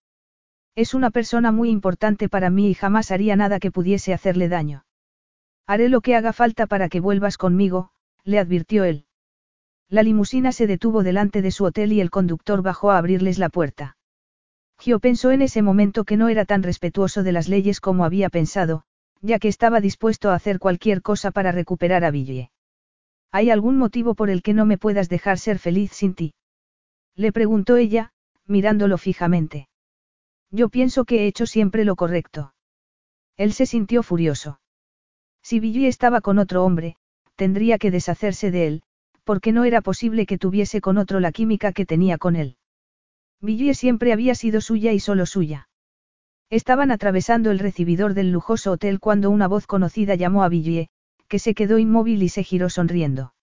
Es una persona muy importante para mí y jamás haría nada que pudiese hacerle daño. Haré lo que haga falta para que vuelvas conmigo, le advirtió él. La limusina se detuvo delante de su hotel y el conductor bajó a abrirles la puerta. Gio pensó en ese momento que no era tan respetuoso de las leyes como había pensado, ya que estaba dispuesto a hacer cualquier cosa para recuperar a Villiers. ¿Hay algún motivo por el que no me puedas dejar ser feliz sin ti? Le preguntó ella, mirándolo fijamente. Yo pienso que he hecho siempre lo correcto. Él se sintió furioso. Si Villiers estaba con otro hombre, tendría que deshacerse de él, porque no era posible que tuviese con otro la química que tenía con él. Villiers siempre había sido suya y solo suya. Estaban atravesando el recibidor del lujoso hotel cuando una voz conocida llamó a Villiers, que se quedó inmóvil y se giró sonriendo.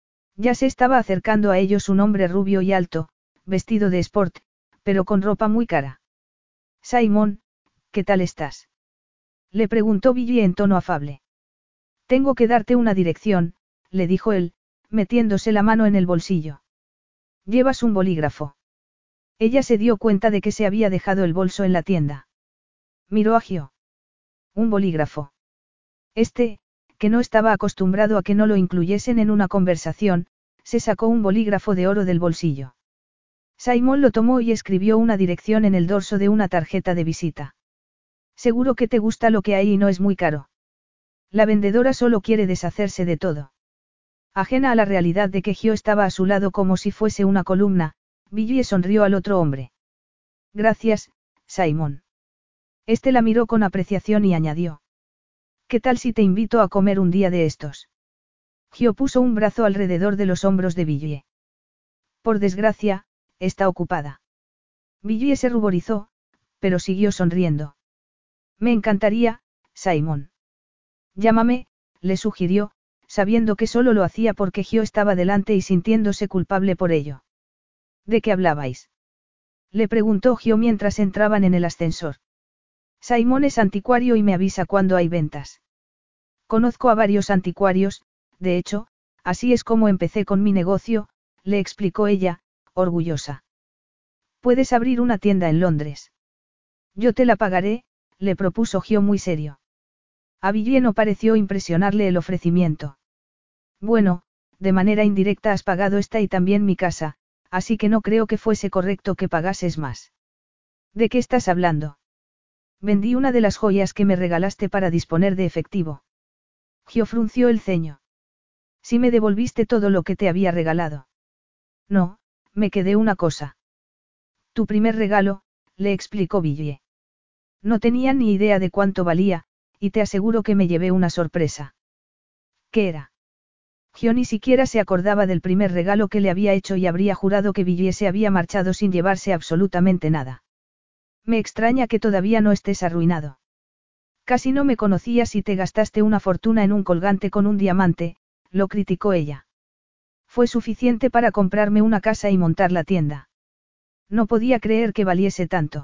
Ya se estaba acercando a ellos un hombre rubio y alto, vestido de sport, pero con ropa muy cara. Simon, ¿qué tal estás? Le preguntó Villiers en tono afable. Tengo que darte una dirección, le dijo él, metiéndose la mano en el bolsillo. ¿Llevas un bolígrafo? Ella se dio cuenta de que se había dejado el bolso en la tienda. Miró a Gio. Un bolígrafo. Que no estaba acostumbrado a que no lo incluyesen en una conversación, se sacó un bolígrafo de oro del bolsillo. Simon lo tomó y escribió una dirección en el dorso de una tarjeta de visita. Seguro que te gusta lo que hay y no es muy caro. La vendedora solo quiere deshacerse de todo. Ajena a la realidad de que Gio estaba a su lado como si fuese una columna, Villiers sonrió al otro hombre. Gracias, Simon. Este la miró con apreciación y añadió. ¿Qué tal si te invito a comer un día de estos? Gio puso un brazo alrededor de los hombros de Villiers. Por desgracia, está ocupada. Villiers se ruborizó, pero siguió sonriendo. Me encantaría, Simon. Llámame, le sugirió, sabiendo que solo lo hacía porque Gio estaba delante y sintiéndose culpable por ello. ¿De qué hablabais? Le preguntó Gio mientras entraban en el ascensor. Simon es anticuario y me avisa cuando hay ventas. Conozco a varios anticuarios, de hecho, así es como empecé con mi negocio, le explicó ella, orgullosa. Puedes abrir una tienda en Londres. Yo te la pagaré, le propuso Gio muy serio. A Villiers no pareció impresionarle el ofrecimiento. Bueno, de manera indirecta has pagado esta y también mi casa, así que no creo que fuese correcto que pagases más. ¿De qué estás hablando? Vendí una de las joyas que me regalaste para disponer de efectivo. Gio frunció el ceño. Si me devolviste todo lo que te había regalado. No, me quedé una cosa. Tu primer regalo, le explicó Villiers. No tenía ni idea de cuánto valía, y te aseguro que me llevé una sorpresa. ¿Qué era? Gio ni siquiera se acordaba del primer regalo que le había hecho y habría jurado que Villiers se había marchado sin llevarse absolutamente nada. Me extraña que todavía no estés arruinado. Casi no me conocías y te gastaste una fortuna en un colgante con un diamante, lo criticó ella. Fue suficiente para comprarme una casa y montar la tienda. No podía creer que valiese tanto.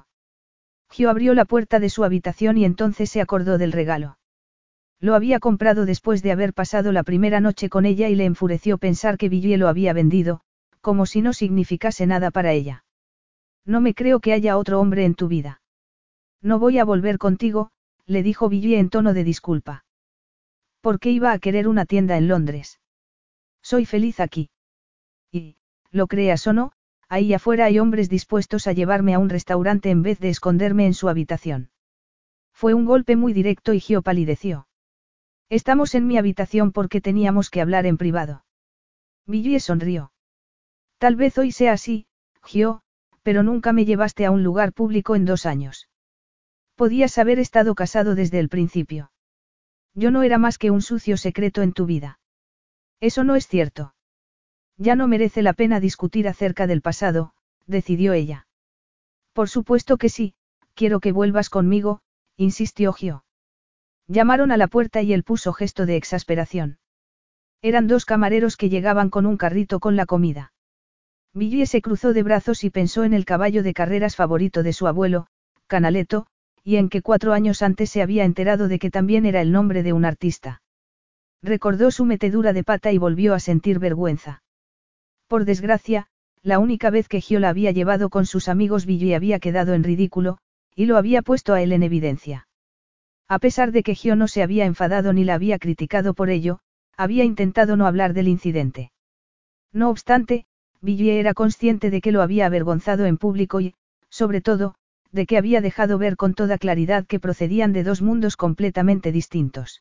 Gio abrió la puerta de su habitación y entonces se acordó del regalo. Lo había comprado después de haber pasado la primera noche con ella y le enfureció pensar que Villiers lo había vendido, como si no significase nada para ella. No me creo que haya otro hombre en tu vida. No voy a volver contigo, le dijo Billie en tono de disculpa. ¿Por qué iba a querer una tienda en Londres? Soy feliz aquí. Y, lo creas o no, ahí afuera hay hombres dispuestos a llevarme a un restaurante en vez de esconderme en su habitación. Fue un golpe muy directo y Gio palideció. Estamos en mi habitación porque teníamos que hablar en privado. Billie sonrió. Tal vez hoy sea así, Gio, pero nunca me llevaste a un lugar público en 2 años. Podías haber estado casado desde el principio. Yo no era más que un sucio secreto en tu vida. Eso no es cierto. Ya no merece la pena discutir acerca del pasado, decidió ella. Por supuesto que sí, quiero que vuelvas conmigo, insistió Gio. Llamaron a la puerta y él puso gesto de exasperación. Eran 2 camareros que llegaban con un carrito con la comida. Billie se cruzó de brazos y pensó en el caballo de carreras favorito de su abuelo, Canaletto, y en que 4 años antes se había enterado de que también era el nombre de un artista. Recordó su metedura de pata y volvió a sentir vergüenza. Por desgracia, la única vez que Gio la había llevado con sus amigos Billie había quedado en ridículo, y lo había puesto a él en evidencia. A pesar de que Gio no se había enfadado ni la había criticado por ello, había intentado no hablar del incidente. No obstante, Billie era consciente de que lo había avergonzado en público y, sobre todo, de que había dejado ver con toda claridad que procedían de 2 mundos completamente distintos.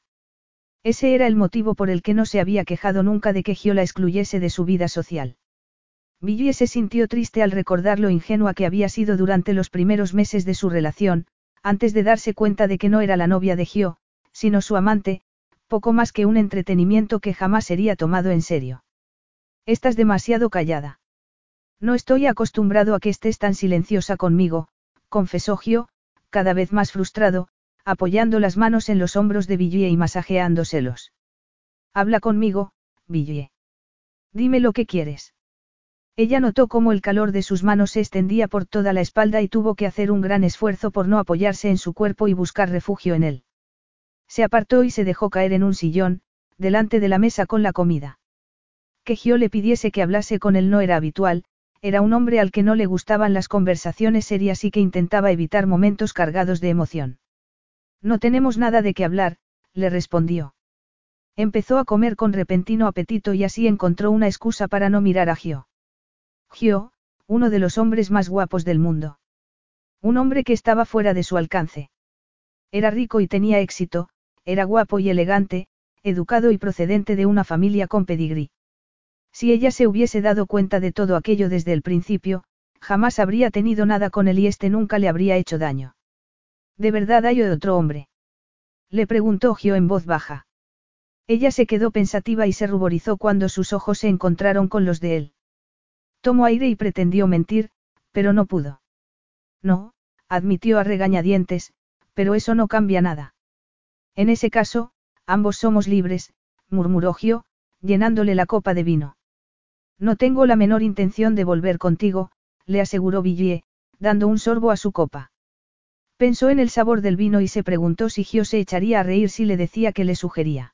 Ese era el motivo por el que no se había quejado nunca de que Gio la excluyese de su vida social. Billie se sintió triste al recordar lo ingenua que había sido durante los primeros meses de su relación, antes de darse cuenta de que no era la novia de Gio, sino su amante, poco más que un entretenimiento que jamás sería tomado en serio. Estás demasiado callada. No estoy acostumbrado a que estés tan silenciosa conmigo, confesó Gio, cada vez más frustrado, apoyando las manos en los hombros de Billie y masajeándoselos. Habla conmigo, Billie. Dime lo que quieres. Ella notó cómo el calor de sus manos se extendía por toda la espalda y tuvo que hacer un gran esfuerzo por no apoyarse en su cuerpo y buscar refugio en él. Se apartó y se dejó caer en un sillón, delante de la mesa con la comida. Que Gio le pidiese que hablase con él no era habitual, era un hombre al que no le gustaban las conversaciones serias y que intentaba evitar momentos cargados de emoción. No tenemos nada de qué hablar, le respondió. Empezó a comer con repentino apetito y así encontró una excusa para no mirar a Gio. Gio, uno de los hombres más guapos del mundo. Un hombre que estaba fuera de su alcance. Era rico y tenía éxito, era guapo y elegante, educado y procedente de una familia con pedigrí. Si ella se hubiese dado cuenta de todo aquello desde el principio, jamás habría tenido nada con él y este nunca le habría hecho daño. ¿De verdad hay otro hombre? Le preguntó Gio en voz baja. Ella se quedó pensativa y se ruborizó cuando sus ojos se encontraron con los de él. Tomó aire y pretendió mentir, pero no pudo. No, admitió a regañadientes, pero eso no cambia nada. En ese caso, ambos somos libres, murmuró Gio, llenándole la copa de vino. No tengo la menor intención de volver contigo, le aseguró Billie, dando un sorbo a su copa. Pensó en el sabor del vino y se preguntó si Gio se echaría a reír si le decía que le sugería.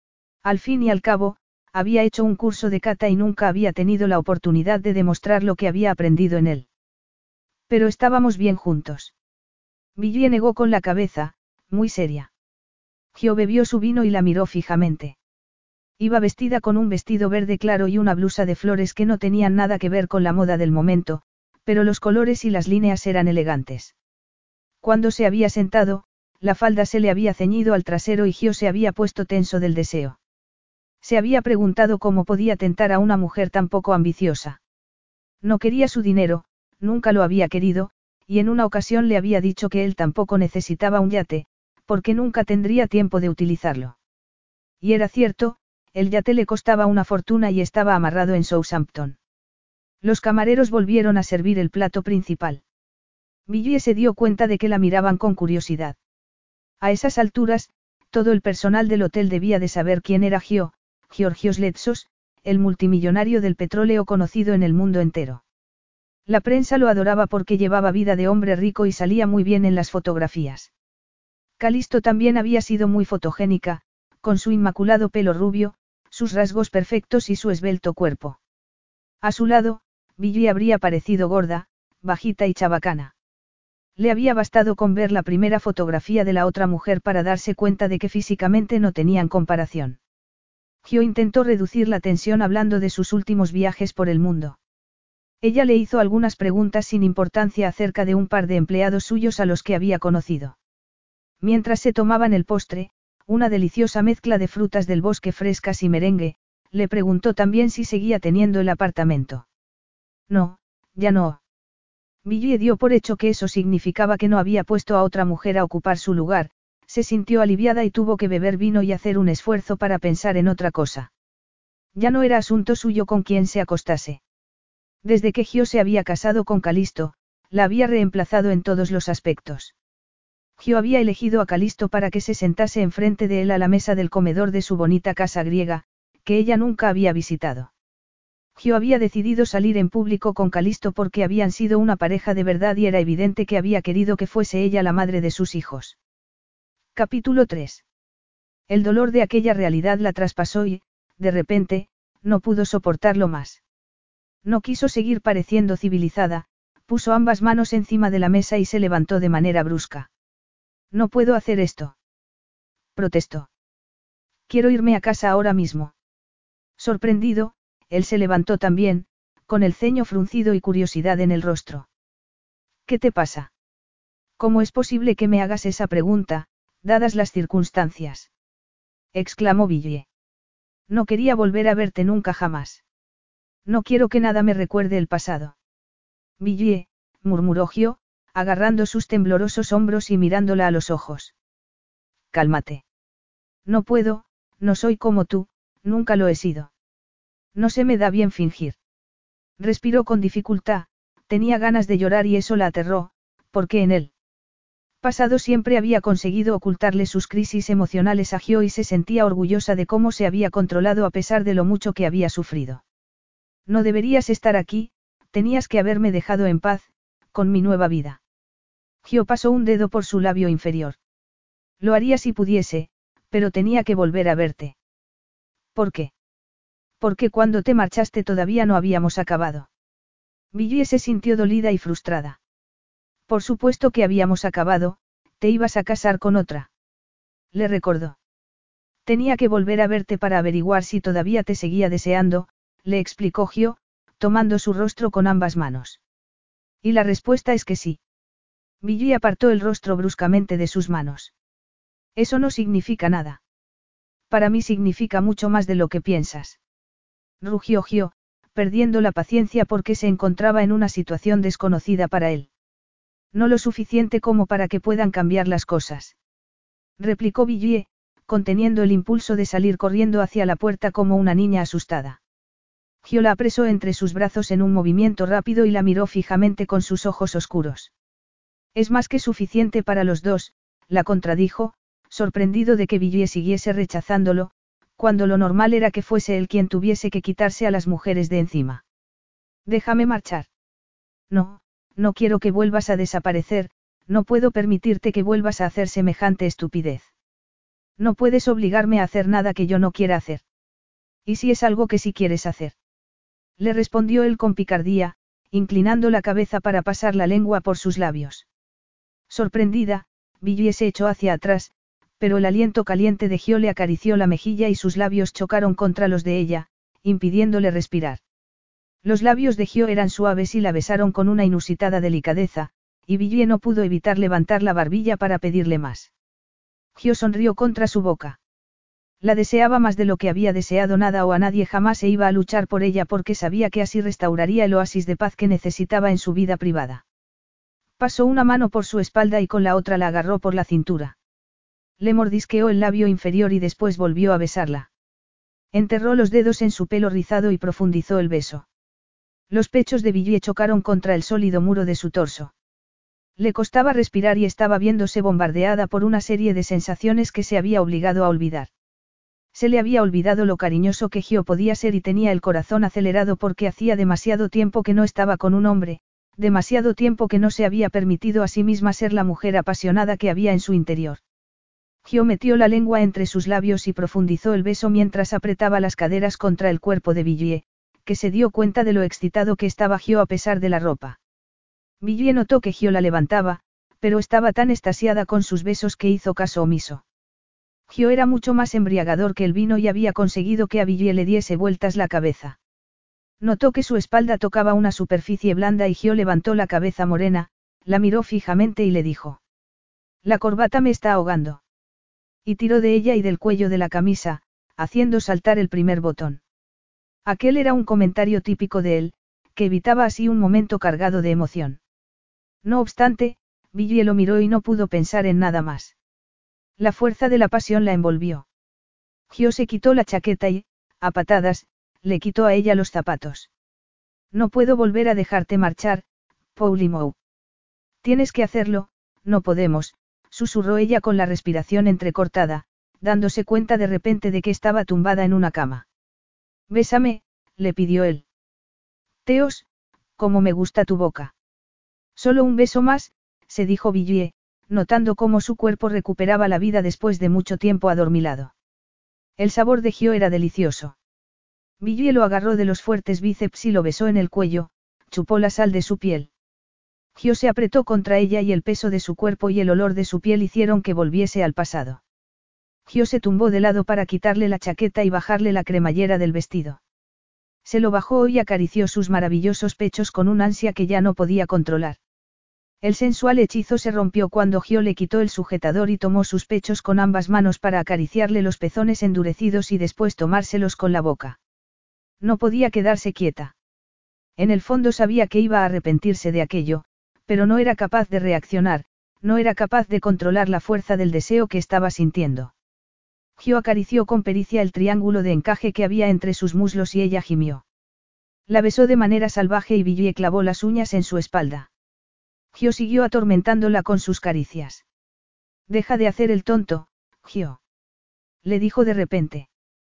Al fin y al cabo, había hecho un curso de cata y nunca había tenido la oportunidad de demostrar lo que había aprendido en él. Pero estábamos bien juntos. Billie negó con la cabeza, muy seria. Gio bebió su vino y la miró fijamente. Iba vestida con un vestido verde claro y una blusa de flores que no tenían nada que ver con la moda del momento, pero los colores y las líneas eran elegantes. Cuando se había sentado, la falda se le había ceñido al trasero y Gio se había puesto tenso del deseo. Se había preguntado cómo podía tentar a una mujer tan poco ambiciosa. No quería su dinero, nunca lo había querido, y en una ocasión le había dicho que él tampoco necesitaba un yate, porque nunca tendría tiempo de utilizarlo. Y era cierto, el yate le costaba una fortuna y estaba amarrado en Southampton. Los camareros volvieron a servir el plato principal. Billie se dio cuenta de que la miraban con curiosidad. A esas alturas, todo el personal del hotel debía de saber quién era Gio, Georgios Letsos, el multimillonario del petróleo conocido en el mundo entero. La prensa lo adoraba porque llevaba vida de hombre rico y salía muy bien en las fotografías. Calisto también había sido muy fotogénica, con su inmaculado pelo rubio, sus rasgos perfectos y su esbelto cuerpo. A su lado, Billie habría parecido gorda, bajita y chabacana. Le había bastado con ver la primera fotografía de la otra mujer para darse cuenta de que físicamente no tenían comparación. Gio intentó reducir la tensión hablando de sus últimos viajes por el mundo. Ella le hizo algunas preguntas sin importancia acerca de un par de empleados suyos a los que había conocido. Mientras se tomaban el postre, una deliciosa mezcla de frutas del bosque frescas y merengue, le preguntó también si seguía teniendo el apartamento. No, ya no. Villiers dio por hecho que eso significaba que no había puesto a otra mujer a ocupar su lugar, se sintió aliviada y tuvo que beber vino y hacer un esfuerzo para pensar en otra cosa. Ya no era asunto suyo con quien se acostase. Desde que Gio se había casado con Calisto, la había reemplazado en todos los aspectos. Gio había elegido a Calisto para que se sentase enfrente de él a la mesa del comedor de su bonita casa griega, que ella nunca había visitado. Gio había decidido salir en público con Calisto porque habían sido una pareja de verdad y era evidente que había querido que fuese ella la madre de sus hijos. Capítulo 3. El dolor de aquella realidad la traspasó y, de repente, no pudo soportarlo más. No quiso seguir pareciendo civilizada, puso ambas manos encima de la mesa y se levantó de manera brusca. No puedo hacer esto. Protestó. Quiero irme a casa ahora mismo. Sorprendido, él se levantó también, con el ceño fruncido y curiosidad en el rostro. ¿Qué te pasa? ¿Cómo es posible que me hagas esa pregunta, dadas las circunstancias? Exclamó Villiers. No quería volver a verte nunca jamás. No quiero que nada me recuerde el pasado. Villiers, murmuró Gio, agarrando sus temblorosos hombros y mirándola a los ojos. Cálmate. No puedo, no soy como tú, nunca lo he sido. No se me da bien fingir. Respiró con dificultad, tenía ganas de llorar y eso la aterró, porque en él pasado siempre había conseguido ocultarle sus crisis emocionales a Gio y se sentía orgullosa de cómo se había controlado a pesar de lo mucho que había sufrido. No deberías estar aquí, tenías que haberme dejado en paz, con mi nueva vida. Gio pasó un dedo por su labio inferior. Lo haría si pudiese, pero tenía que volver a verte. ¿Por qué? Porque cuando te marchaste todavía no habíamos acabado. Villiers se sintió dolida y frustrada. Por supuesto que habíamos acabado, te ibas a casar con otra. Le recordó. Tenía que volver a verte para averiguar si todavía te seguía deseando, le explicó Gio, tomando su rostro con ambas manos. Y la respuesta es que sí. Villiers apartó el rostro bruscamente de sus manos. Eso no significa nada. Para mí significa mucho más de lo que piensas. Rugió Gio, perdiendo la paciencia porque se encontraba en una situación desconocida para él. No lo suficiente como para que puedan cambiar las cosas. Replicó Villiers, conteniendo el impulso de salir corriendo hacia la puerta como una niña asustada. Gio la apresó entre sus brazos en un movimiento rápido y la miró fijamente con sus ojos oscuros. Es más que suficiente para los dos, la contradijo, sorprendido de que Villiers siguiese rechazándolo, cuando lo normal era que fuese él quien tuviese que quitarse a las mujeres de encima. Déjame marchar. No, no quiero que vuelvas a desaparecer, no puedo permitirte que vuelvas a hacer semejante estupidez. No puedes obligarme a hacer nada que yo no quiera hacer. ¿Y si es algo que sí quieres hacer? Le respondió él con picardía, inclinando la cabeza para pasar la lengua por sus labios. Sorprendida, Villiers se echó hacia atrás, pero el aliento caliente de Gio le acarició la mejilla y sus labios chocaron contra los de ella, impidiéndole respirar. Los labios de Gio eran suaves y la besaron con una inusitada delicadeza, y Villiers no pudo evitar levantar la barbilla para pedirle más. Gio sonrió contra su boca. La deseaba más de lo que había deseado nada o a nadie jamás e iba a luchar por ella porque sabía que así restauraría el oasis de paz que necesitaba en su vida privada. Pasó una mano por su espalda y con la otra la agarró por la cintura. Le mordisqueó el labio inferior y después volvió a besarla. Enterró los dedos en su pelo rizado y profundizó el beso. Los pechos de Villiers chocaron contra el sólido muro de su torso. Le costaba respirar y estaba viéndose bombardeada por una serie de sensaciones que se había obligado a olvidar. Se le había olvidado lo cariñoso que Gio podía ser y tenía el corazón acelerado porque hacía demasiado tiempo que no estaba con un hombre, demasiado tiempo que no se había permitido a sí misma ser la mujer apasionada que había en su interior. Gio metió la lengua entre sus labios y profundizó el beso mientras apretaba las caderas contra el cuerpo de Villiers, que se dio cuenta de lo excitado que estaba Gio a pesar de la ropa. Villiers notó que Gio la levantaba, pero estaba tan extasiada con sus besos que hizo caso omiso. Gio era mucho más embriagador que el vino y había conseguido que a Villiers le diese vueltas la cabeza. Notó que su espalda tocaba una superficie blanda y Gio levantó la cabeza morena, la miró fijamente y le dijo: La corbata me está ahogando. Y tiró de ella y del cuello de la camisa, haciendo saltar el primer botón. Aquel era un comentario típico de él, que evitaba así un momento cargado de emoción. No obstante, Villiers lo miró y no pudo pensar en nada más. La fuerza de la pasión la envolvió. Gio se quitó la chaqueta y, a patadas, le quitó a ella los zapatos. No puedo volver a dejarte marchar, Poulimou. Tienes que hacerlo, no podemos, susurró ella con la respiración entrecortada, dándose cuenta de repente de que estaba tumbada en una cama. Bésame, le pidió él. Teos, cómo me gusta tu boca. Solo un beso más, se dijo Villiers, notando cómo su cuerpo recuperaba la vida después de mucho tiempo adormilado. El sabor de Gio era delicioso. Villiers lo agarró de los fuertes bíceps y lo besó en el cuello, chupó la sal de su piel. Gio se apretó contra ella y el peso de su cuerpo y el olor de su piel hicieron que volviese al pasado. Gio se tumbó de lado para quitarle la chaqueta y bajarle la cremallera del vestido. Se lo bajó y acarició sus maravillosos pechos con un ansia que ya no podía controlar. El sensual hechizo se rompió cuando Gio le quitó el sujetador y tomó sus pechos con ambas manos para acariciarle los pezones endurecidos y después tomárselos con la boca. No podía quedarse quieta. En el fondo sabía que iba a arrepentirse de aquello, pero no era capaz de reaccionar, no era capaz de controlar la fuerza del deseo que estaba sintiendo. Gio acarició con pericia el triángulo de encaje que había entre sus muslos y ella gimió. La besó de manera salvaje y Villiers clavó las uñas en su espalda. Gio siguió atormentándola con sus caricias. Deja de hacer el tonto, Gio. Le dijo de repente.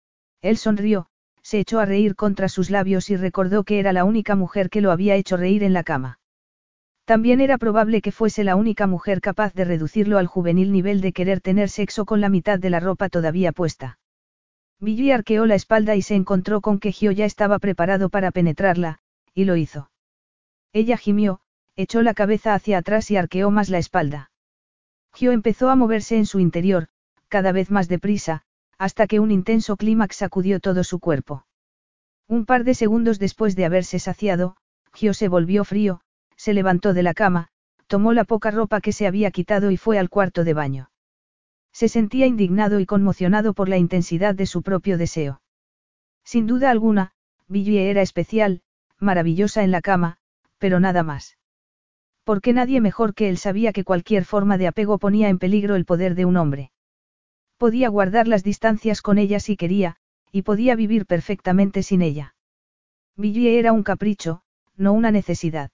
Él sonrió, se echó a reír contra sus labios y recordó que era la única mujer que lo había hecho reír en la cama. También era probable que fuese la única mujer capaz de reducirlo al juvenil nivel de querer tener sexo con la mitad de la ropa todavía puesta. Villiers arqueó la espalda y se encontró con que Gio ya estaba preparado para penetrarla, y lo hizo. Ella gimió, echó la cabeza hacia atrás y arqueó más la espalda. Gio empezó a moverse en su interior, cada vez más deprisa, hasta que un intenso clímax sacudió todo su cuerpo. Un par de segundos después de haberse saciado, Gio se volvió frío, se levantó de la cama, tomó la poca ropa que se había quitado y fue al cuarto de baño. Se sentía indignado y conmocionado por la intensidad de su propio deseo. Sin duda alguna, Villiers era especial, maravillosa en la cama, pero nada más. Porque nadie mejor que él sabía que cualquier forma de apego ponía en peligro el poder de un hombre. Podía guardar las distancias con ella si quería, y podía vivir perfectamente sin ella. Villiers era un capricho, no una necesidad.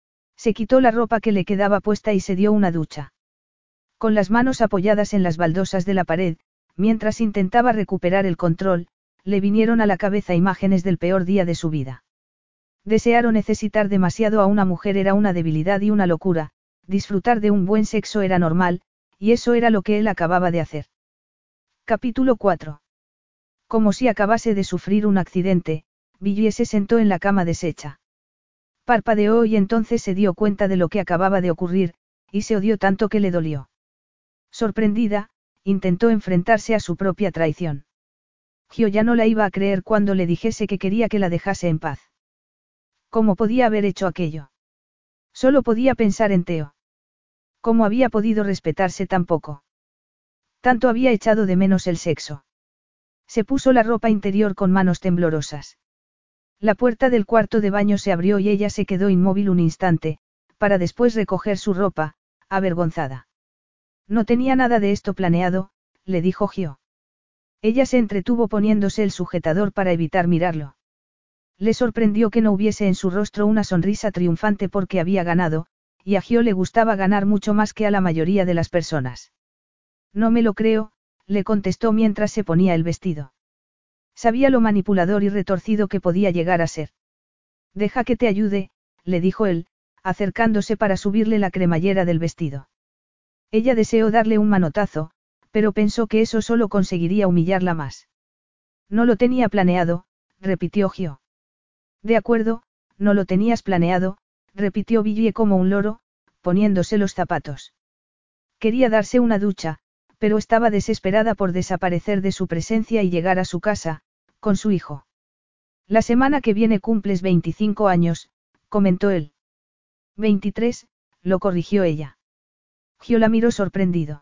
Se quitó la ropa que le quedaba puesta y se dio una ducha. Con las manos apoyadas en las baldosas de la pared, mientras intentaba recuperar el control, le vinieron a la cabeza imágenes del peor día de su vida. Desear o necesitar demasiado a una mujer era una debilidad y una locura, disfrutar de un buen sexo era normal, y eso era lo que él acababa de hacer. Capítulo 4. Como si acabase de sufrir un accidente, Villiers se sentó en la cama deshecha. Parpadeó y entonces se dio cuenta de lo que acababa de ocurrir, y se odió tanto que le dolió. Sorprendida, intentó enfrentarse a su propia traición. Gio ya no la iba a creer cuando le dijese que quería que la dejase en paz. ¿Cómo podía haber hecho aquello? Solo podía pensar en Theo. ¿Cómo había podido respetarse tan poco? Tanto había echado de menos el sexo. Se puso la ropa interior con manos temblorosas. La puerta del cuarto de baño se abrió y ella se quedó inmóvil un instante, para después recoger su ropa, avergonzada. No tenía nada de esto planeado, le dijo Gio. Ella se entretuvo poniéndose el sujetador para evitar mirarlo. Le sorprendió que no hubiese en su rostro una sonrisa triunfante porque había ganado, y a Gio le gustaba ganar mucho más que a la mayoría de las personas. No me lo creo, le contestó mientras se ponía el vestido. Sabía lo manipulador y retorcido que podía llegar a ser. Deja que te ayude, le dijo él, acercándose para subirle la cremallera del vestido. Ella deseó darle un manotazo, pero pensó que eso solo conseguiría humillarla más. No lo tenía planeado, repitió Gio. De acuerdo, no lo tenías planeado, repitió Villiers como un loro, poniéndose los zapatos. Quería darse una ducha, pero estaba desesperada por desaparecer de su presencia y llegar a su casa, con su hijo. La semana que viene cumples 25 años, comentó él. 23, lo corrigió ella. Gio la miró sorprendido.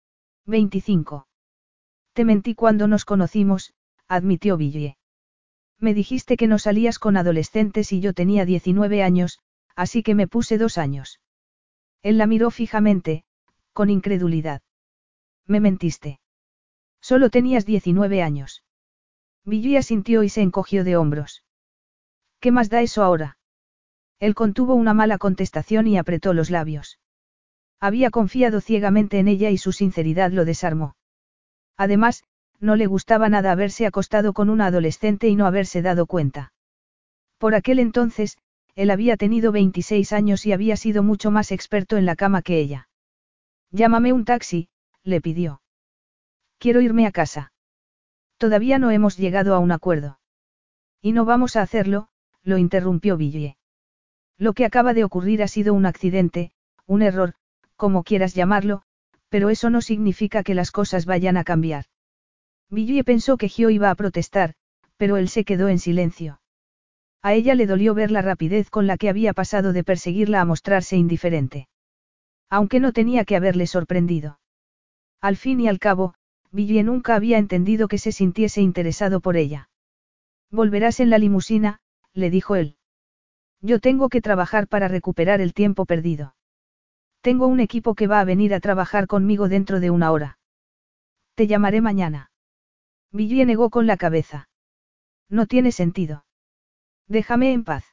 25. Te mentí cuando nos conocimos, admitió Villiers. Me dijiste que no salías con adolescentes y yo tenía 19 años, así que me puse 2 años. Él la miró fijamente, con incredulidad. Me mentiste. Solo tenías 19 años. Villiers asintió y se encogió de hombros. ¿Qué más da eso ahora? Él contuvo una mala contestación y apretó los labios. Había confiado ciegamente en ella y su sinceridad lo desarmó. Además, no le gustaba nada haberse acostado con una adolescente y no haberse dado cuenta. Por aquel entonces, él había tenido 26 años y había sido mucho más experto en la cama que ella. Llámame un taxi, le pidió. Quiero irme a casa. Todavía no hemos llegado a un acuerdo. Y no vamos a hacerlo, lo interrumpió Villiers. Lo que acaba de ocurrir ha sido un accidente, un error, como quieras llamarlo, pero eso no significa que las cosas vayan a cambiar. Villiers pensó que Gio iba a protestar, pero él se quedó en silencio. A ella le dolió ver la rapidez con la que había pasado de perseguirla a mostrarse indiferente. Aunque no tenía que haberle sorprendido. Al fin y al cabo, Villiers nunca había entendido que se sintiese interesado por ella. Volverás en la limusina, le dijo él. Yo tengo que trabajar para recuperar el tiempo perdido. Tengo un equipo que va a venir a trabajar conmigo dentro de 1 hora. Te llamaré mañana. Villiers negó con la cabeza. No tiene sentido. Déjame en paz.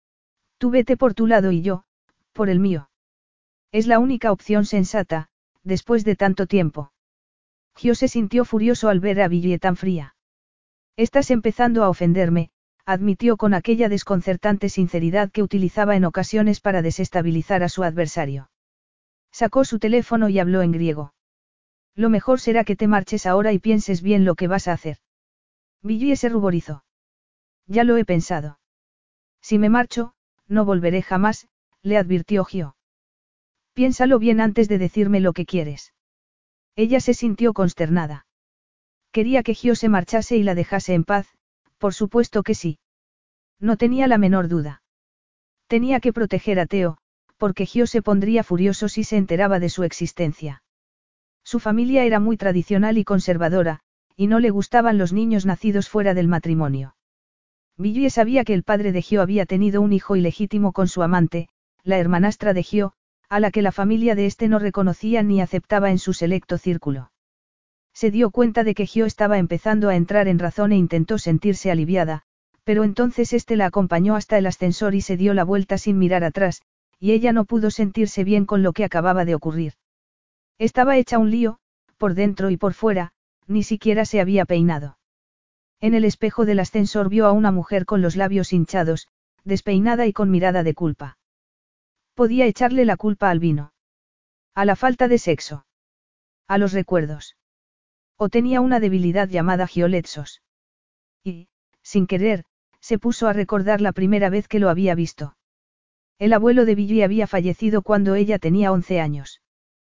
Tú vete por tu lado y yo, por el mío. Es la única opción sensata, después de tanto tiempo. Gio se sintió furioso al ver a Villiers tan fría. Estás empezando a ofenderme, admitió con aquella desconcertante sinceridad que utilizaba en ocasiones para desestabilizar a su adversario. Sacó su teléfono y habló en griego. Lo mejor será que te marches ahora y pienses bien lo que vas a hacer. Villiers se ruborizó. Ya lo he pensado. Si me marcho, no volveré jamás, le advirtió Gio. Piénsalo bien antes de decirme lo que quieres. Ella se sintió consternada. Quería que Gio se marchase y la dejase en paz, por supuesto que sí. No tenía la menor duda. Tenía que proteger a Theo, porque Gio se pondría furioso si se enteraba de su existencia. Su familia era muy tradicional y conservadora, y no le gustaban los niños nacidos fuera del matrimonio. Villiers sabía que el padre de Gio había tenido un hijo ilegítimo con su amante, la hermanastra de Gio, a la que la familia de este no reconocía ni aceptaba en su selecto círculo. Se dio cuenta de que Gio estaba empezando a entrar en razón e intentó sentirse aliviada, pero entonces este la acompañó hasta el ascensor y se dio la vuelta sin mirar atrás, y ella no pudo sentirse bien con lo que acababa de ocurrir. Estaba hecha un lío, por dentro y por fuera, ni siquiera se había peinado. En el espejo del ascensor vio a una mujer con los labios hinchados, despeinada y con mirada de culpa. Podía echarle la culpa al vino. A la falta de sexo. A los recuerdos. O tenía una debilidad llamada Gioletsos. Y, sin querer, se puso a recordar la primera vez que lo había visto. El abuelo de Villiers había fallecido cuando ella tenía 11 años.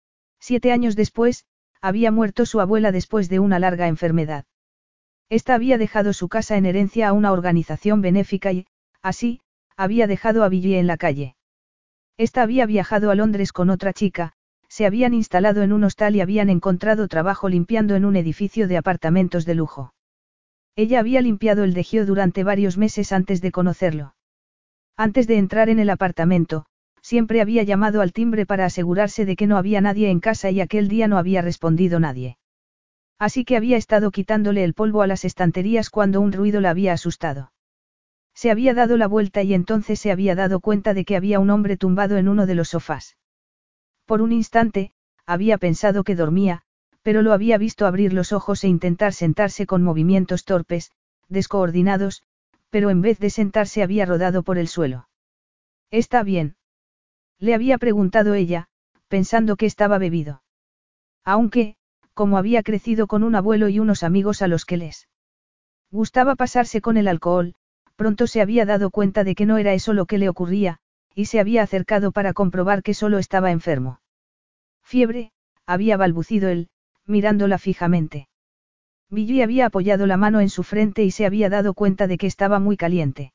7 años después, había muerto su abuela después de una larga enfermedad. Esta había dejado su casa en herencia a una organización benéfica y, así, había dejado a Villiers en la calle. Esta había viajado a Londres con otra chica, se habían instalado en un hostal y habían encontrado trabajo limpiando en un edificio de apartamentos de lujo. Ella había limpiado el de Gio durante varios meses antes de conocerlo. Antes de entrar en el apartamento, siempre había llamado al timbre para asegurarse de que no había nadie en casa y aquel día no había respondido nadie. Así que había estado quitándole el polvo a las estanterías cuando un ruido la había asustado. Se había dado la vuelta y entonces se había dado cuenta de que había un hombre tumbado en uno de los sofás. Por un instante, había pensado que dormía, pero lo había visto abrir los ojos e intentar sentarse con movimientos torpes, descoordinados, pero en vez de sentarse había rodado por el suelo. ¿Está bien?, le había preguntado ella, pensando que estaba bebido. Aunque, como había crecido con un abuelo y unos amigos a los que les gustaba pasarse con el alcohol, pronto se había dado cuenta de que no era eso lo que le ocurría, y se había acercado para comprobar que solo estaba enfermo. Fiebre, había balbucido él, mirándola fijamente. Billy había apoyado la mano en su frente y se había dado cuenta de que estaba muy caliente.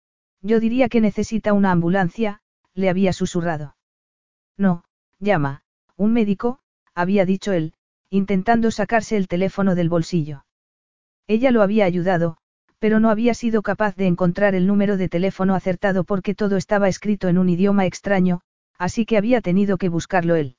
Yo diría que necesita una ambulancia, le había susurrado. No, llama, un médico, había dicho él, intentando sacarse el teléfono del bolsillo. Ella lo había ayudado, pero no había sido capaz de encontrar el número de teléfono acertado porque todo estaba escrito en un idioma extraño, así que había tenido que buscarlo él.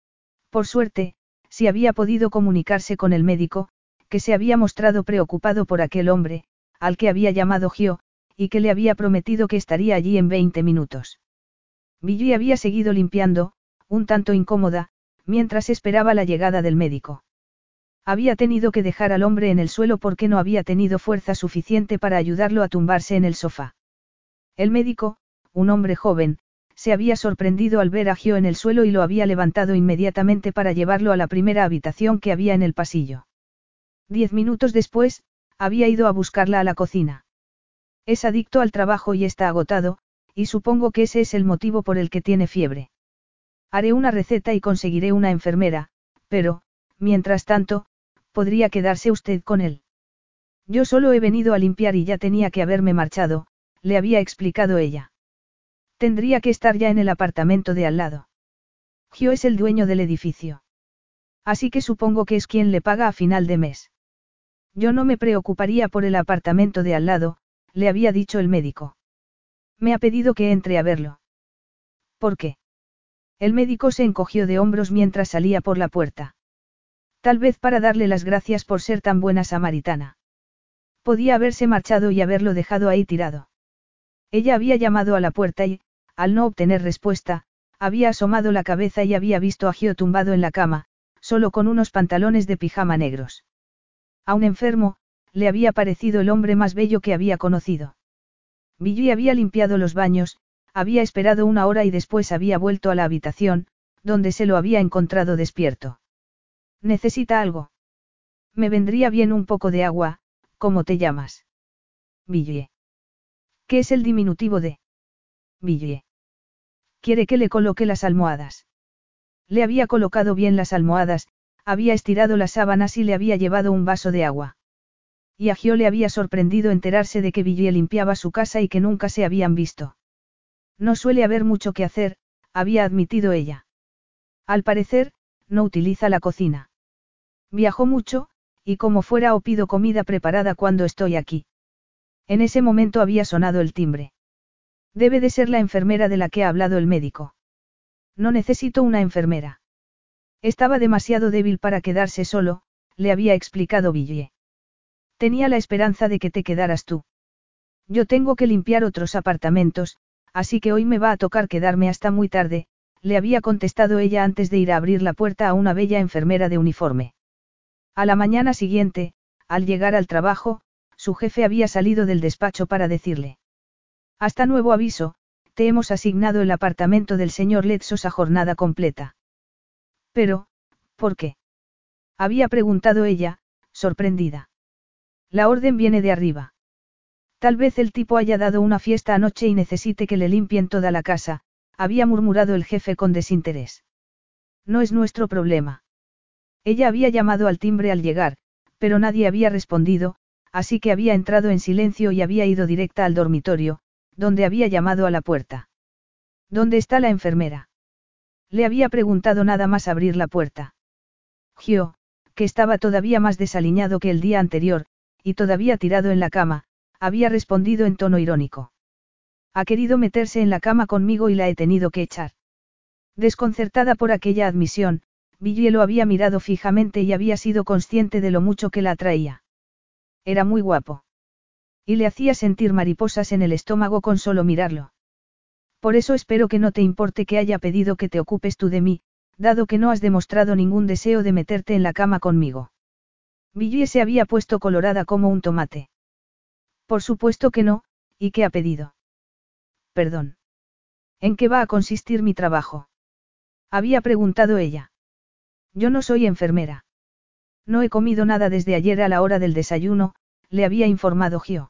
Por suerte, sí había podido comunicarse con el médico, que se había mostrado preocupado por aquel hombre, al que había llamado Gio, y que le había prometido que estaría allí en 20 minutos. Billy había seguido limpiando, un tanto incómoda, mientras esperaba la llegada del médico. Había tenido que dejar al hombre en el suelo porque no había tenido fuerza suficiente para ayudarlo a tumbarse en el sofá. El médico, un hombre joven, se había sorprendido al ver a Gio en el suelo y lo había levantado inmediatamente para llevarlo a la primera habitación que había en el pasillo. 10 minutos después, había ido a buscarla a la cocina. Es adicto al trabajo y está agotado, y supongo que ese es el motivo por el que tiene fiebre. Haré una receta y conseguiré una enfermera, pero, mientras tanto, podría quedarse usted con él. Yo solo he venido a limpiar y ya tenía que haberme marchado, le había explicado ella. Tendría que estar ya en el apartamento de al lado. Gio es el dueño del edificio. Así que supongo que es quien le paga a final de mes. Yo no me preocuparía por el apartamento de al lado, le había dicho el médico. Me ha pedido que entre a verlo. ¿Por qué? El médico se encogió de hombros mientras salía por la puerta. Tal vez para darle las gracias por ser tan buena samaritana. Podía haberse marchado y haberlo dejado ahí tirado. Ella había llamado a la puerta y, al no obtener respuesta, había asomado la cabeza y había visto a Gio tumbado en la cama, solo con unos pantalones de pijama negros. A un enfermo, le había parecido el hombre más bello que había conocido. Billy había limpiado los baños, había esperado una hora y después había vuelto a la habitación, donde se lo había encontrado despierto. ¿Necesita algo? Me vendría bien un poco de agua, ¿cómo te llamas? Billy. ¿Qué es el diminutivo de? Billy. ¿Quiere que le coloque las almohadas? Le había colocado bien las almohadas, había estirado las sábanas y le había llevado un vaso de agua. Y a Gio le había sorprendido enterarse de que Billy limpiaba su casa y que nunca se habían visto. No suele haber mucho que hacer, había admitido ella. Al parecer, no utiliza la cocina. Viajó mucho, y como fuera o pido comida preparada cuando estoy aquí. En ese momento había sonado el timbre. Debe de ser la enfermera de la que ha hablado el médico. No necesito una enfermera. Estaba demasiado débil para quedarse solo, le había explicado Billy. Tenía la esperanza de que te quedaras tú. Yo tengo que limpiar otros apartamentos, así que hoy me va a tocar quedarme hasta muy tarde, le había contestado ella antes de ir a abrir la puerta a una bella enfermera de uniforme. A la mañana siguiente, al llegar al trabajo, su jefe había salido del despacho para decirle. Hasta nuevo aviso, te hemos asignado el apartamento del señor Letsos a jornada completa. Pero, ¿por qué? Había preguntado ella, sorprendida. La orden viene de arriba. Tal vez el tipo haya dado una fiesta anoche y necesite que le limpien toda la casa, había murmurado el jefe con desinterés. No es nuestro problema. Ella había llamado al timbre al llegar, pero nadie había respondido, así que había entrado en silencio y había ido directa al dormitorio, donde había llamado a la puerta. ¿Dónde está la enfermera? Le había preguntado nada más abrir la puerta. Gio, que estaba todavía más desaliñado que el día anterior, y todavía tirado en la cama, había respondido en tono irónico. Ha querido meterse en la cama conmigo y la he tenido que echar. Desconcertada por aquella admisión, Billy lo había mirado fijamente y había sido consciente de lo mucho que la atraía. Era muy guapo. Y le hacía sentir mariposas en el estómago con solo mirarlo. Por eso espero que no te importe que haya pedido que te ocupes tú de mí, dado que no has demostrado ningún deseo de meterte en la cama conmigo. Billy se había puesto colorada como un tomate. Por supuesto que no, ¿y qué ha pedido? Perdón. ¿En qué va a consistir mi trabajo? Había preguntado ella. Yo no soy enfermera. No he comido nada desde ayer a la hora del desayuno, le había informado Gio.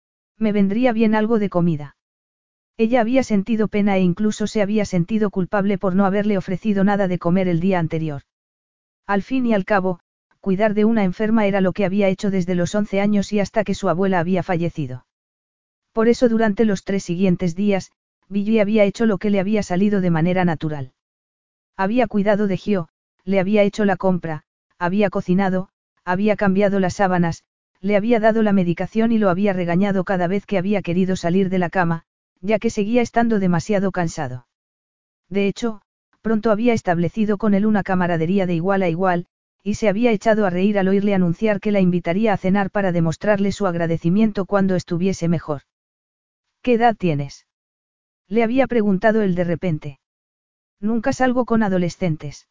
Me vendría bien algo de comida. Ella había sentido pena e incluso se había sentido culpable por no haberle ofrecido nada de comer el día anterior. Al fin y al cabo, cuidar de una enferma era lo que había hecho desde los 11 años y hasta que su abuela había fallecido. Por eso durante los 3 siguientes días, Billy había hecho lo que le había salido de manera natural. Había cuidado de Gio, le había hecho la compra, había cocinado, había cambiado las sábanas, le había dado la medicación y lo había regañado cada vez que había querido salir de la cama, ya que seguía estando demasiado cansado. De hecho, pronto había establecido con él una camaradería de igual a igual, y se había echado a reír al oírle anunciar que la invitaría a cenar para demostrarle su agradecimiento cuando estuviese mejor. ¿Qué edad tienes? Le había preguntado él de repente. Nunca salgo con adolescentes.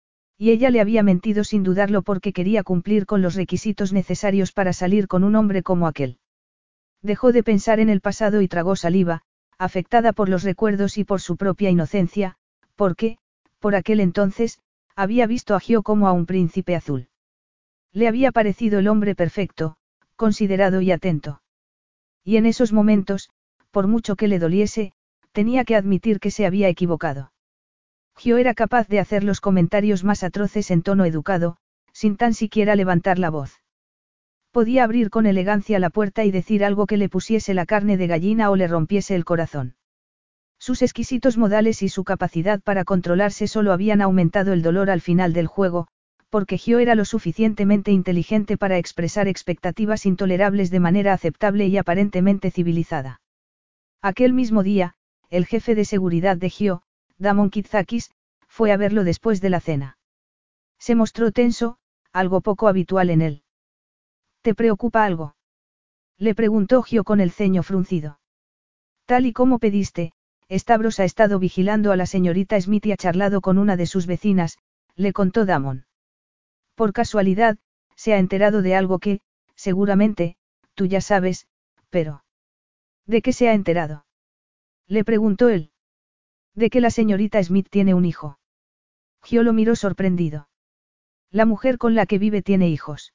Y ella le había mentido sin dudarlo porque quería cumplir con los requisitos necesarios para salir con un hombre como aquel. Dejó de pensar en el pasado y tragó saliva, afectada por los recuerdos y por su propia inocencia, porque, por aquel entonces, había visto a Gio como a un príncipe azul. Le había parecido el hombre perfecto, considerado y atento. Y en esos momentos, por mucho que le doliese, tenía que admitir que se había equivocado. Gio era capaz de hacer los comentarios más atroces en tono educado, sin tan siquiera levantar la voz. Podía abrir con elegancia la puerta y decir algo que le pusiese la carne de gallina o le rompiese el corazón. Sus exquisitos modales y su capacidad para controlarse solo habían aumentado el dolor al final del juego, porque Gio era lo suficientemente inteligente para expresar expectativas intolerables de manera aceptable y aparentemente civilizada. Aquel mismo día, el jefe de seguridad de Gio, Damon Kitsakis, fue a verlo después de la cena. Se mostró tenso, algo poco habitual en él. ¿Te preocupa algo? Le preguntó Gio con el ceño fruncido. Tal y como pediste, Stavros ha estado vigilando a la señorita Smith y ha charlado con una de sus vecinas, le contó Damon. Por casualidad, se ha enterado de algo que, seguramente, tú ya sabes, pero... ¿De qué se ha enterado? Le preguntó él. De que la señorita Smith tiene un hijo. Gio lo miró sorprendido. La mujer con la que vive tiene hijos.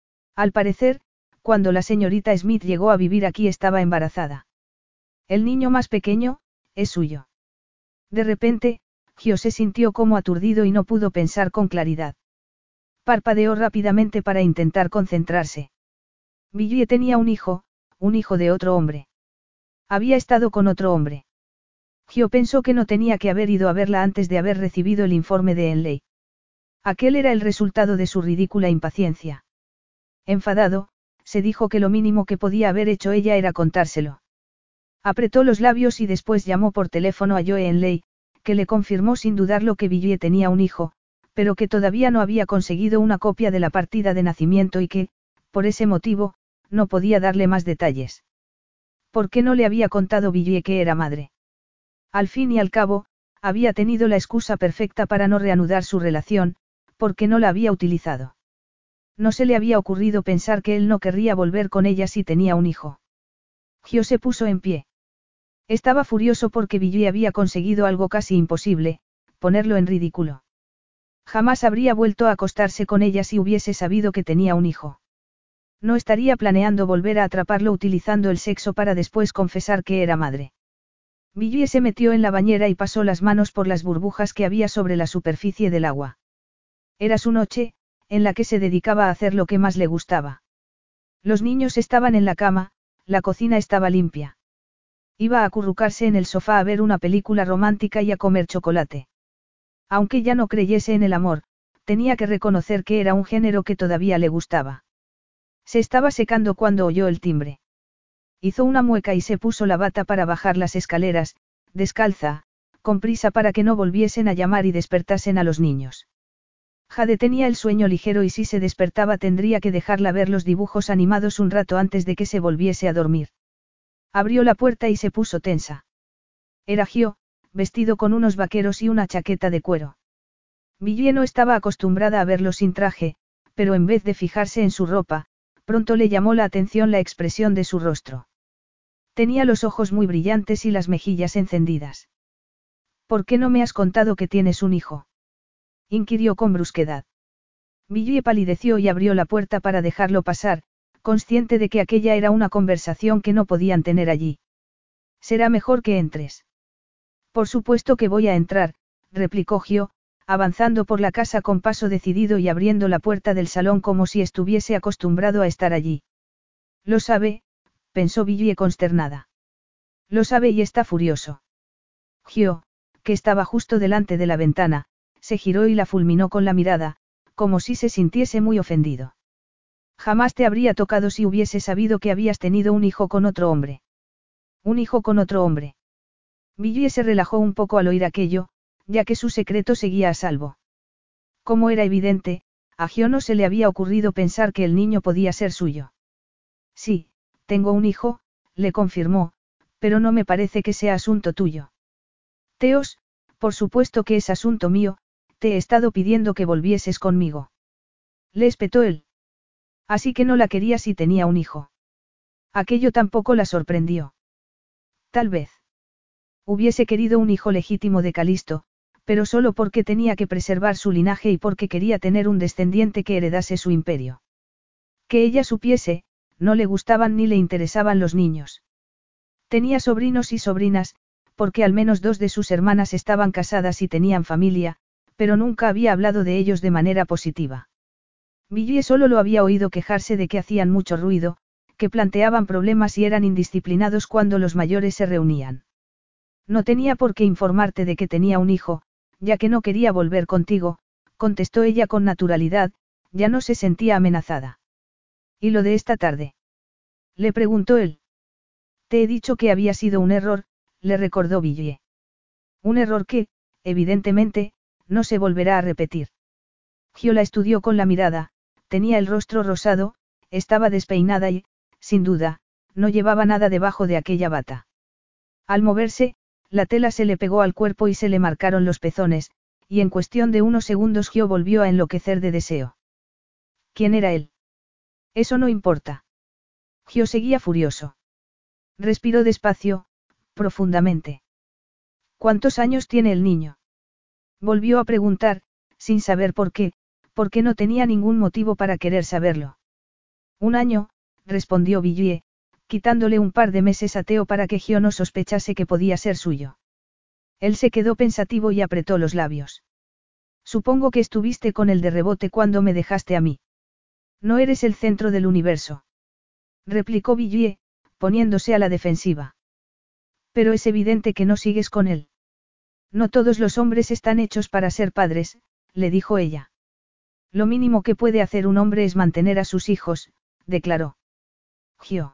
Al parecer, cuando la señorita Smith llegó a vivir aquí estaba embarazada. El niño más pequeño, es suyo. De repente, Gio se sintió como aturdido y no pudo pensar con claridad. Parpadeó rápidamente para intentar concentrarse. Billy tenía un hijo de otro hombre. Había estado con otro hombre. Gio pensó que no tenía que haber ido a verla antes de haber recibido el informe de Henley. Aquel era el resultado de su ridícula impaciencia. Enfadado, se dijo que lo mínimo que podía haber hecho ella era contárselo. Apretó los labios y después llamó por teléfono a Joe Henley, que le confirmó sin dudarlo que Billy tenía un hijo, pero que todavía no había conseguido una copia de la partida de nacimiento y que, por ese motivo, no podía darle más detalles. ¿Por qué no le había contado Billy que era madre? Al fin y al cabo, había tenido la excusa perfecta para no reanudar su relación, porque no la había utilizado. No se le había ocurrido pensar que él no querría volver con ella si tenía un hijo. Gio se puso en pie. Estaba furioso porque Billy había conseguido algo casi imposible, ponerlo en ridículo. Jamás habría vuelto a acostarse con ella si hubiese sabido que tenía un hijo. No estaría planeando volver a atraparlo utilizando el sexo para después confesar que era madre. Billy se metió en la bañera y pasó las manos por las burbujas que había sobre la superficie del agua. Era su noche, en la que se dedicaba a hacer lo que más le gustaba. Los niños estaban en la cama, la cocina estaba limpia. Iba a acurrucarse en el sofá a ver una película romántica y a comer chocolate. Aunque ya no creyese en el amor, tenía que reconocer que era un género que todavía le gustaba. Se estaba secando cuando oyó el timbre. Hizo una mueca y se puso la bata para bajar las escaleras, descalza, con prisa para que no volviesen a llamar y despertasen a los niños. Jade tenía el sueño ligero y si se despertaba tendría que dejarla ver los dibujos animados un rato antes de que se volviese a dormir. Abrió la puerta y se puso tensa. Era Gio, vestido con unos vaqueros y una chaqueta de cuero. Billy no estaba acostumbrada a verlo sin traje, pero en vez de fijarse en su ropa, pronto le llamó la atención la expresión de su rostro. Tenía los ojos muy brillantes y las mejillas encendidas. ¿Por qué no me has contado que tienes un hijo?, inquirió con brusquedad. Billy palideció y abrió la puerta para dejarlo pasar, consciente de que aquella era una conversación que no podían tener allí. Será mejor que entres. Por supuesto que voy a entrar, replicó Gio, avanzando por la casa con paso decidido y abriendo la puerta del salón como si estuviese acostumbrado a estar allí. Lo sabe, pensó Villie consternada. Lo sabe y está furioso. Gio, que estaba justo delante de la ventana, se giró y la fulminó con la mirada, como si se sintiese muy ofendido. Jamás te habría tocado si hubiese sabido que habías tenido un hijo con otro hombre. Un hijo con otro hombre. Villie se relajó un poco al oír aquello, ya que su secreto seguía a salvo. Como era evidente, a Gio no se le había ocurrido pensar que el niño podía ser suyo. Sí, tengo un hijo, le confirmó, pero no me parece que sea asunto tuyo. Teos, por supuesto que es asunto mío, te he estado pidiendo que volvieses conmigo. Le espetó él. Así que no la quería si tenía un hijo. Aquello tampoco la sorprendió. Tal vez. Hubiese querido un hijo legítimo de Calisto, pero solo porque tenía que preservar su linaje y porque quería tener un descendiente que heredase su imperio. Que ella supiese, no le gustaban ni le interesaban los niños. Tenía sobrinos y sobrinas, porque al menos 2 de sus hermanas estaban casadas y tenían familia, pero nunca había hablado de ellos de manera positiva. Villie solo lo había oído quejarse de que hacían mucho ruido, que planteaban problemas y eran indisciplinados cuando los mayores se reunían. No tenía por qué informarte de que tenía un hijo, ya que no quería volver contigo, contestó ella con naturalidad, ya no se sentía amenazada. ¿Y lo de esta tarde? Le preguntó él. Te he dicho que había sido un error, le recordó Villie. Un error que, evidentemente, no se volverá a repetir. Gio la estudió con la mirada, tenía el rostro rosado, estaba despeinada y, sin duda, no llevaba nada debajo de aquella bata. Al moverse, la tela se le pegó al cuerpo y se le marcaron los pezones, y en cuestión de unos segundos Gio volvió a enloquecer de deseo. ¿Quién era él? Eso no importa. Gio seguía furioso. Respiró despacio, profundamente. ¿Cuántos años tiene el niño? Volvió a preguntar, sin saber por qué, porque no tenía ningún motivo para querer saberlo. 1 año, respondió Villie, quitándole un par de meses a Teo para que Gio no sospechase que podía ser suyo. Él se quedó pensativo y apretó los labios. Supongo que estuviste con él de rebote cuando me dejaste a mí. No eres el centro del universo. Replicó Villie, poniéndose a la defensiva. Pero es evidente que no sigues con él. No todos los hombres están hechos para ser padres, le dijo ella. Lo mínimo que puede hacer un hombre es mantener a sus hijos, declaró. Gio.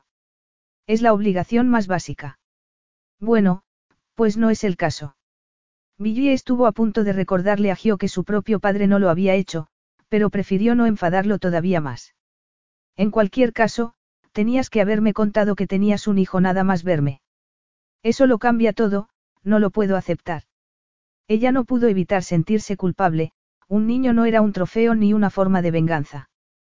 Es la obligación más básica. Bueno, pues no es el caso. Villie estuvo a punto de recordarle a Gio que su propio padre no lo había hecho, pero prefirió no enfadarlo todavía más. En cualquier caso, tenías que haberme contado que tenías un hijo nada más verme. Eso lo cambia todo, no lo puedo aceptar. Ella no pudo evitar sentirse culpable, un niño no era un trofeo ni una forma de venganza.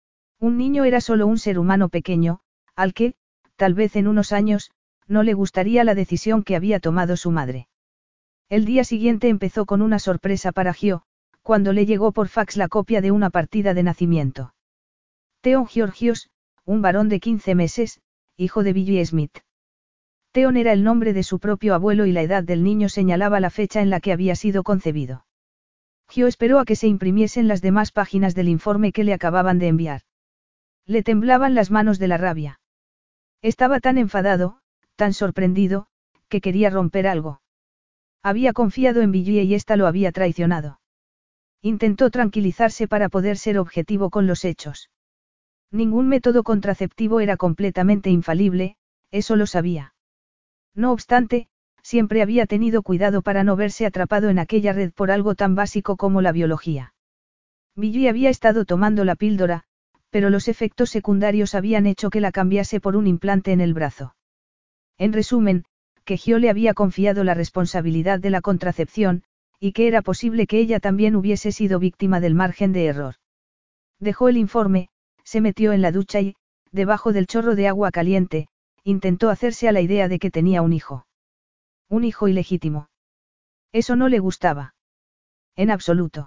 Un niño era solo un ser humano pequeño, al que, tal vez en unos años, no le gustaría la decisión que había tomado su madre. El día siguiente empezó con una sorpresa para Gio, cuando le llegó por fax la copia de una partida de nacimiento. Theon Georgios, un varón de 15 meses, hijo de Villie Smith. Theon era el nombre de su propio abuelo y la edad del niño señalaba la fecha en la que había sido concebido. Gio esperó a que se imprimiesen las demás páginas del informe que le acababan de enviar. Le temblaban las manos de la rabia. Estaba tan enfadado, tan sorprendido, que quería romper algo. Había confiado en Villie y ésta lo había traicionado. Intentó tranquilizarse para poder ser objetivo con los hechos. Ningún método contraceptivo era completamente infalible, eso lo sabía. No obstante, siempre había tenido cuidado para no verse atrapado en aquella red por algo tan básico como la biología. Villie había estado tomando la píldora, pero los efectos secundarios habían hecho que la cambiase por un implante en el brazo. En resumen, que Gio le había confiado la responsabilidad de la contracepción, y que era posible que ella también hubiese sido víctima del margen de error. Dejó el informe, se metió en la ducha y, debajo del chorro de agua caliente, intentó hacerse a la idea de que tenía un hijo. Un hijo ilegítimo. Eso no le gustaba. En absoluto.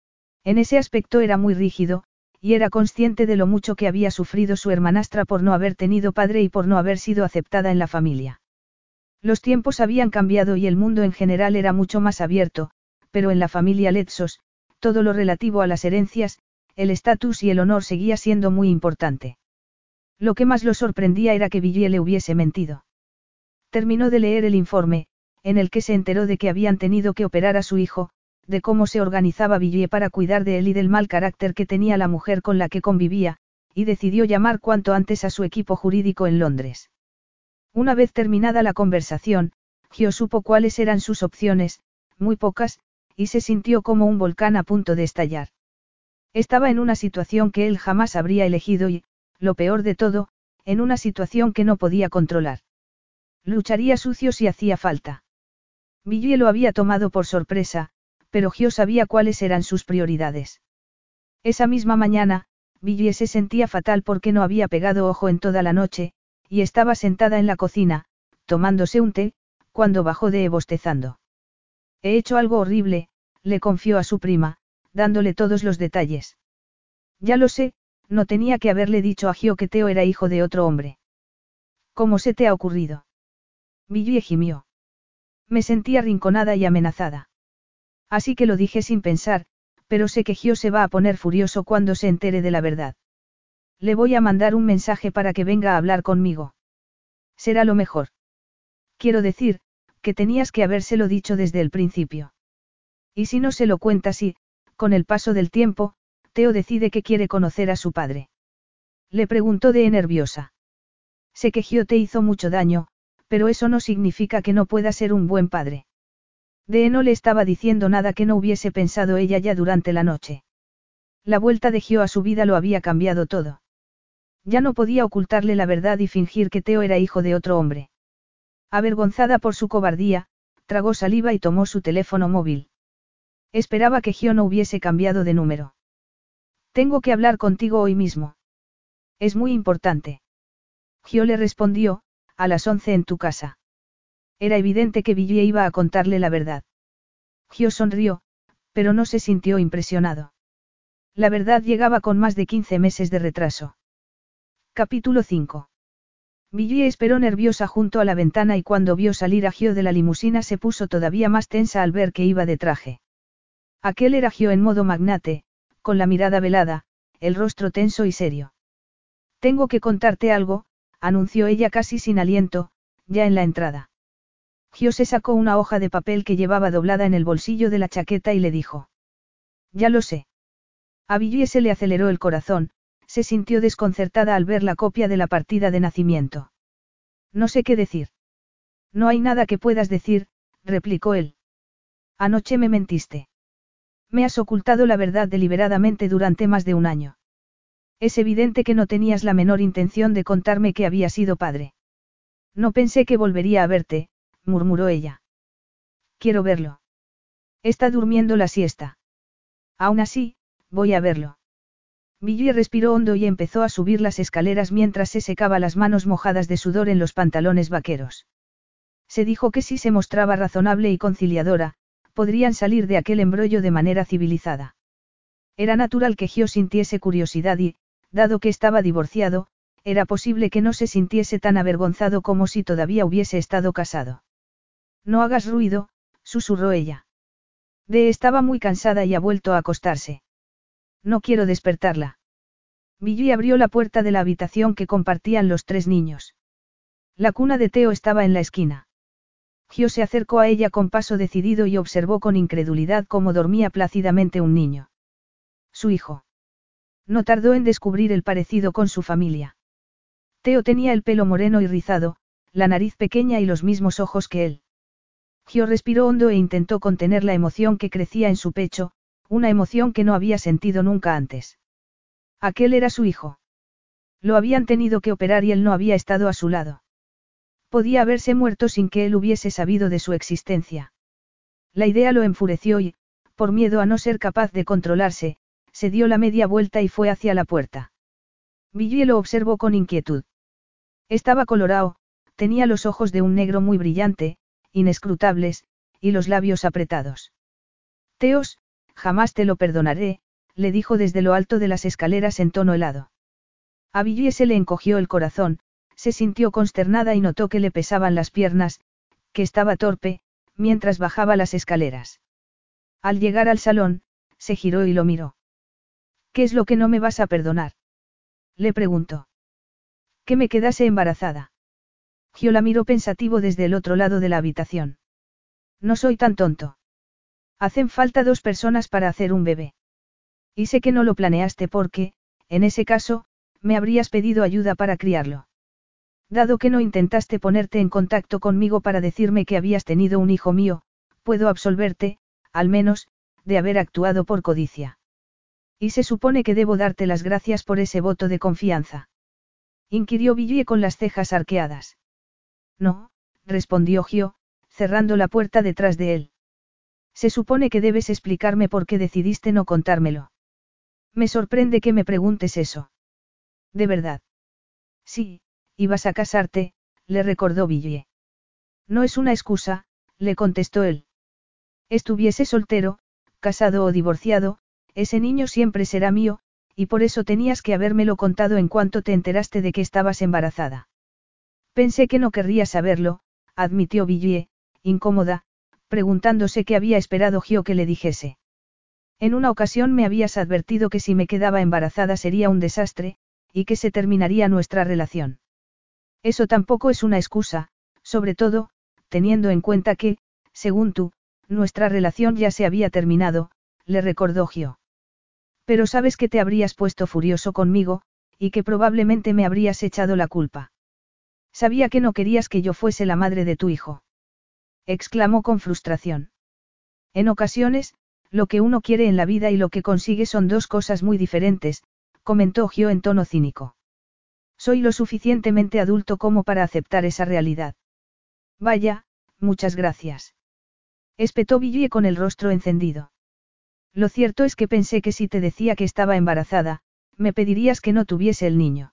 En ese aspecto era muy rígido, y era consciente de lo mucho que había sufrido su hermanastra por no haber tenido padre y por no haber sido aceptada en la familia. Los tiempos habían cambiado y el mundo en general era mucho más abierto, pero en la familia Letsos, todo lo relativo a las herencias, el estatus y el honor seguía siendo muy importante. Lo que más lo sorprendía era que Villiers le hubiese mentido. Terminó de leer el informe, en el que se enteró de que habían tenido que operar a su hijo, de cómo se organizaba Villiers para cuidar de él y del mal carácter que tenía la mujer con la que convivía, y decidió llamar cuanto antes a su equipo jurídico en Londres. Una vez terminada la conversación, Gio supo cuáles eran sus opciones, muy pocas, y se sintió como un volcán a punto de estallar. Estaba en una situación que él jamás habría elegido y, lo peor de todo, en una situación que no podía controlar. Lucharía sucio si hacía falta. Villiers lo había tomado por sorpresa, pero Gio sabía cuáles eran sus prioridades. Esa misma mañana, Villiers se sentía fatal porque no había pegado ojo en toda la noche, y estaba sentada en la cocina, tomándose un té, cuando bajó de bostezando. He hecho algo horrible, le confió a su prima, dándole todos los detalles. Ya lo sé, no tenía que haberle dicho a Gio que Theo era hijo de otro hombre. ¿Cómo se te ha ocurrido? Villiers gimió. Me sentí arrinconada y amenazada. Así que lo dije sin pensar, pero sé que Gio se va a poner furioso cuando se entere de la verdad. Le voy a mandar un mensaje para que venga a hablar conmigo. Será lo mejor. Quiero decir, que tenías que habérselo dicho desde el principio. Y si no se lo cuentas y, con el paso del tiempo, Theo decide que quiere conocer a su padre. Le preguntó de nerviosa. Sé que Gio te hizo mucho daño, pero eso no significa que no pueda ser un buen padre. Dee no le estaba diciendo nada que no hubiese pensado ella ya durante la noche. La vuelta de Gio a su vida lo había cambiado todo. Ya no podía ocultarle la verdad y fingir que Theo era hijo de otro hombre. Avergonzada por su cobardía, tragó saliva y tomó su teléfono móvil. Esperaba que Gio no hubiese cambiado de número. Tengo que hablar contigo hoy mismo. Es muy importante. Gio le respondió, a las 11 en tu casa. Era evidente que Villiers iba a contarle la verdad. Gio sonrió, pero no se sintió impresionado. La verdad llegaba con más de 15 meses de retraso. Capítulo 5. Villiers esperó nerviosa junto a la ventana y cuando vio salir a Gio de la limusina se puso todavía más tensa al ver que iba de traje. Aquel era Gio en modo magnate, con la mirada velada, el rostro tenso y serio. Tengo que contarte algo, anunció ella casi sin aliento, ya en la entrada. Gio se sacó una hoja de papel que llevaba doblada en el bolsillo de la chaqueta y le dijo. Ya lo sé. A Villiers se le aceleró el corazón, se sintió desconcertada al ver la copia de la partida de nacimiento. No sé qué decir. No hay nada que puedas decir, replicó él. Anoche me mentiste. Me has ocultado la verdad deliberadamente durante más de un año. Es evidente que no tenías la menor intención de contarme que había sido padre. No pensé que volvería a verte, murmuró ella. Quiero verlo. Está durmiendo la siesta. Aún así, voy a verlo. Villiers respiró hondo y empezó a subir las escaleras mientras se secaba las manos mojadas de sudor en los pantalones vaqueros. Se dijo que si se mostraba razonable y conciliadora, podrían salir de aquel embrollo de manera civilizada. Era natural que Gio sintiese curiosidad y, dado que estaba divorciado, era posible que no se sintiese tan avergonzado como si todavía hubiese estado casado. No hagas ruido, susurró ella. Estaba muy cansada y ha vuelto a acostarse. No quiero despertarla. Villiers abrió la puerta de la habitación que compartían los tres niños. La cuna de Theo estaba en la esquina. Gio se acercó a ella con paso decidido y observó con incredulidad cómo dormía plácidamente un niño. Su hijo. No tardó en descubrir el parecido con su familia. Theo tenía el pelo moreno y rizado, la nariz pequeña y los mismos ojos que él. Gio respiró hondo e intentó contener la emoción que crecía en su pecho, una emoción que no había sentido nunca antes. Aquel era su hijo. Lo habían tenido que operar y él no había estado a su lado. Podía haberse muerto sin que él hubiese sabido de su existencia. La idea lo enfureció y, por miedo a no ser capaz de controlarse, se dio la media vuelta y fue hacia la puerta. Villiers lo observó con inquietud. Estaba colorado, tenía los ojos de un negro muy brillante, inescrutables, y los labios apretados. Teos, jamás te lo perdonaré, le dijo desde lo alto de las escaleras en tono helado. A Villiers se le encogió el corazón, se sintió consternada y notó que le pesaban las piernas, que estaba torpe, mientras bajaba las escaleras. Al llegar al salón, se giró y lo miró. ¿Qué es lo que no me vas a perdonar? Le preguntó. Que me quedase embarazada. Gio la miró pensativo desde el otro lado de la habitación. No soy tan tonto. Hacen falta 2 personas para hacer un bebé. Y sé que no lo planeaste porque, en ese caso, me habrías pedido ayuda para criarlo. Dado que no intentaste ponerte en contacto conmigo para decirme que habías tenido un hijo mío, puedo absolverte, al menos, de haber actuado por codicia. Y se supone que debo darte las gracias por ese voto de confianza. Inquirió Villiers con las cejas arqueadas. No, respondió Gio, cerrando la puerta detrás de él. Se supone que debes explicarme por qué decidiste no contármelo. Me sorprende que me preguntes eso. ¿De verdad? Sí, ibas a casarte, le recordó Villiers. No es una excusa, le contestó él. Estuviese soltero, casado o divorciado, ese niño siempre será mío, y por eso tenías que habérmelo contado en cuanto te enteraste de que estabas embarazada. Pensé que no querrías saberlo, admitió Villiers, incómoda, preguntándose qué había esperado Gio que le dijese. En una ocasión me habías advertido que si me quedaba embarazada sería un desastre, y que se terminaría nuestra relación. Eso tampoco es una excusa, sobre todo, teniendo en cuenta que, según tú, nuestra relación ya se había terminado, le recordó Gio. Pero sabes que te habrías puesto furioso conmigo, y que probablemente me habrías echado la culpa. Sabía que no querías que yo fuese la madre de tu hijo. Exclamó con frustración. En ocasiones, lo que uno quiere en la vida y lo que consigue son 2 cosas muy diferentes, comentó Gio en tono cínico. Soy lo suficientemente adulto como para aceptar esa realidad. Vaya, muchas gracias. Espetó Villiers con el rostro encendido. Lo cierto es que pensé que si te decía que estaba embarazada, me pedirías que no tuviese el niño.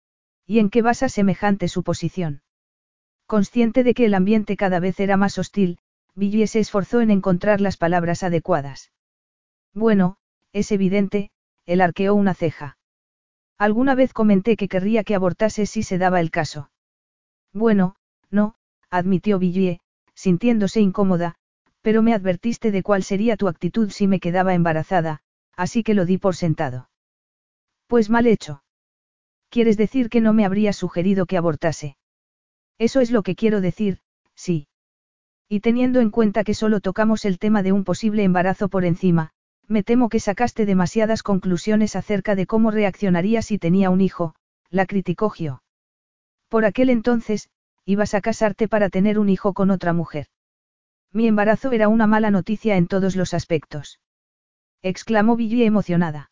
¿Y en qué basa semejante suposición? Consciente de que el ambiente cada vez era más hostil, Villiers se esforzó en encontrar las palabras adecuadas. Bueno, es evidente, él arqueó una ceja. Alguna vez comenté que querría que abortase si se daba el caso. Bueno, no, admitió Villiers, sintiéndose incómoda, pero me advertiste de cuál sería tu actitud si me quedaba embarazada, así que lo di por sentado. Pues mal hecho. ¿Quieres decir que no me habrías sugerido que abortase? Eso es lo que quiero decir, sí. Y teniendo en cuenta que solo tocamos el tema de un posible embarazo por encima, me temo que sacaste demasiadas conclusiones acerca de cómo reaccionaría si tenía un hijo, la criticó Gio. Por aquel entonces, ibas a casarte para tener un hijo con otra mujer. Mi embarazo era una mala noticia en todos los aspectos. Exclamó Villiers emocionada.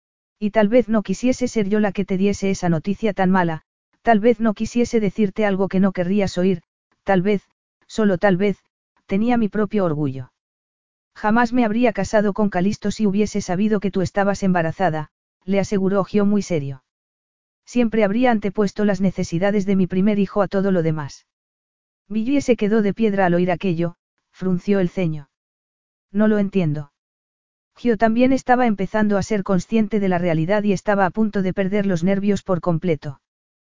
Y tal vez no quisiese ser yo la que te diese esa noticia tan mala, tal vez no quisiese decirte algo que no querrías oír, tal vez, solo tal vez, tenía mi propio orgullo. Jamás me habría casado con Calisto si hubiese sabido que tú estabas embarazada, le aseguró Gio muy serio. Siempre habría antepuesto las necesidades de mi primer hijo a todo lo demás. Villiers se quedó de piedra al oír aquello, frunció el ceño. No lo entiendo. Gio también estaba empezando a ser consciente de la realidad y estaba a punto de perder los nervios por completo.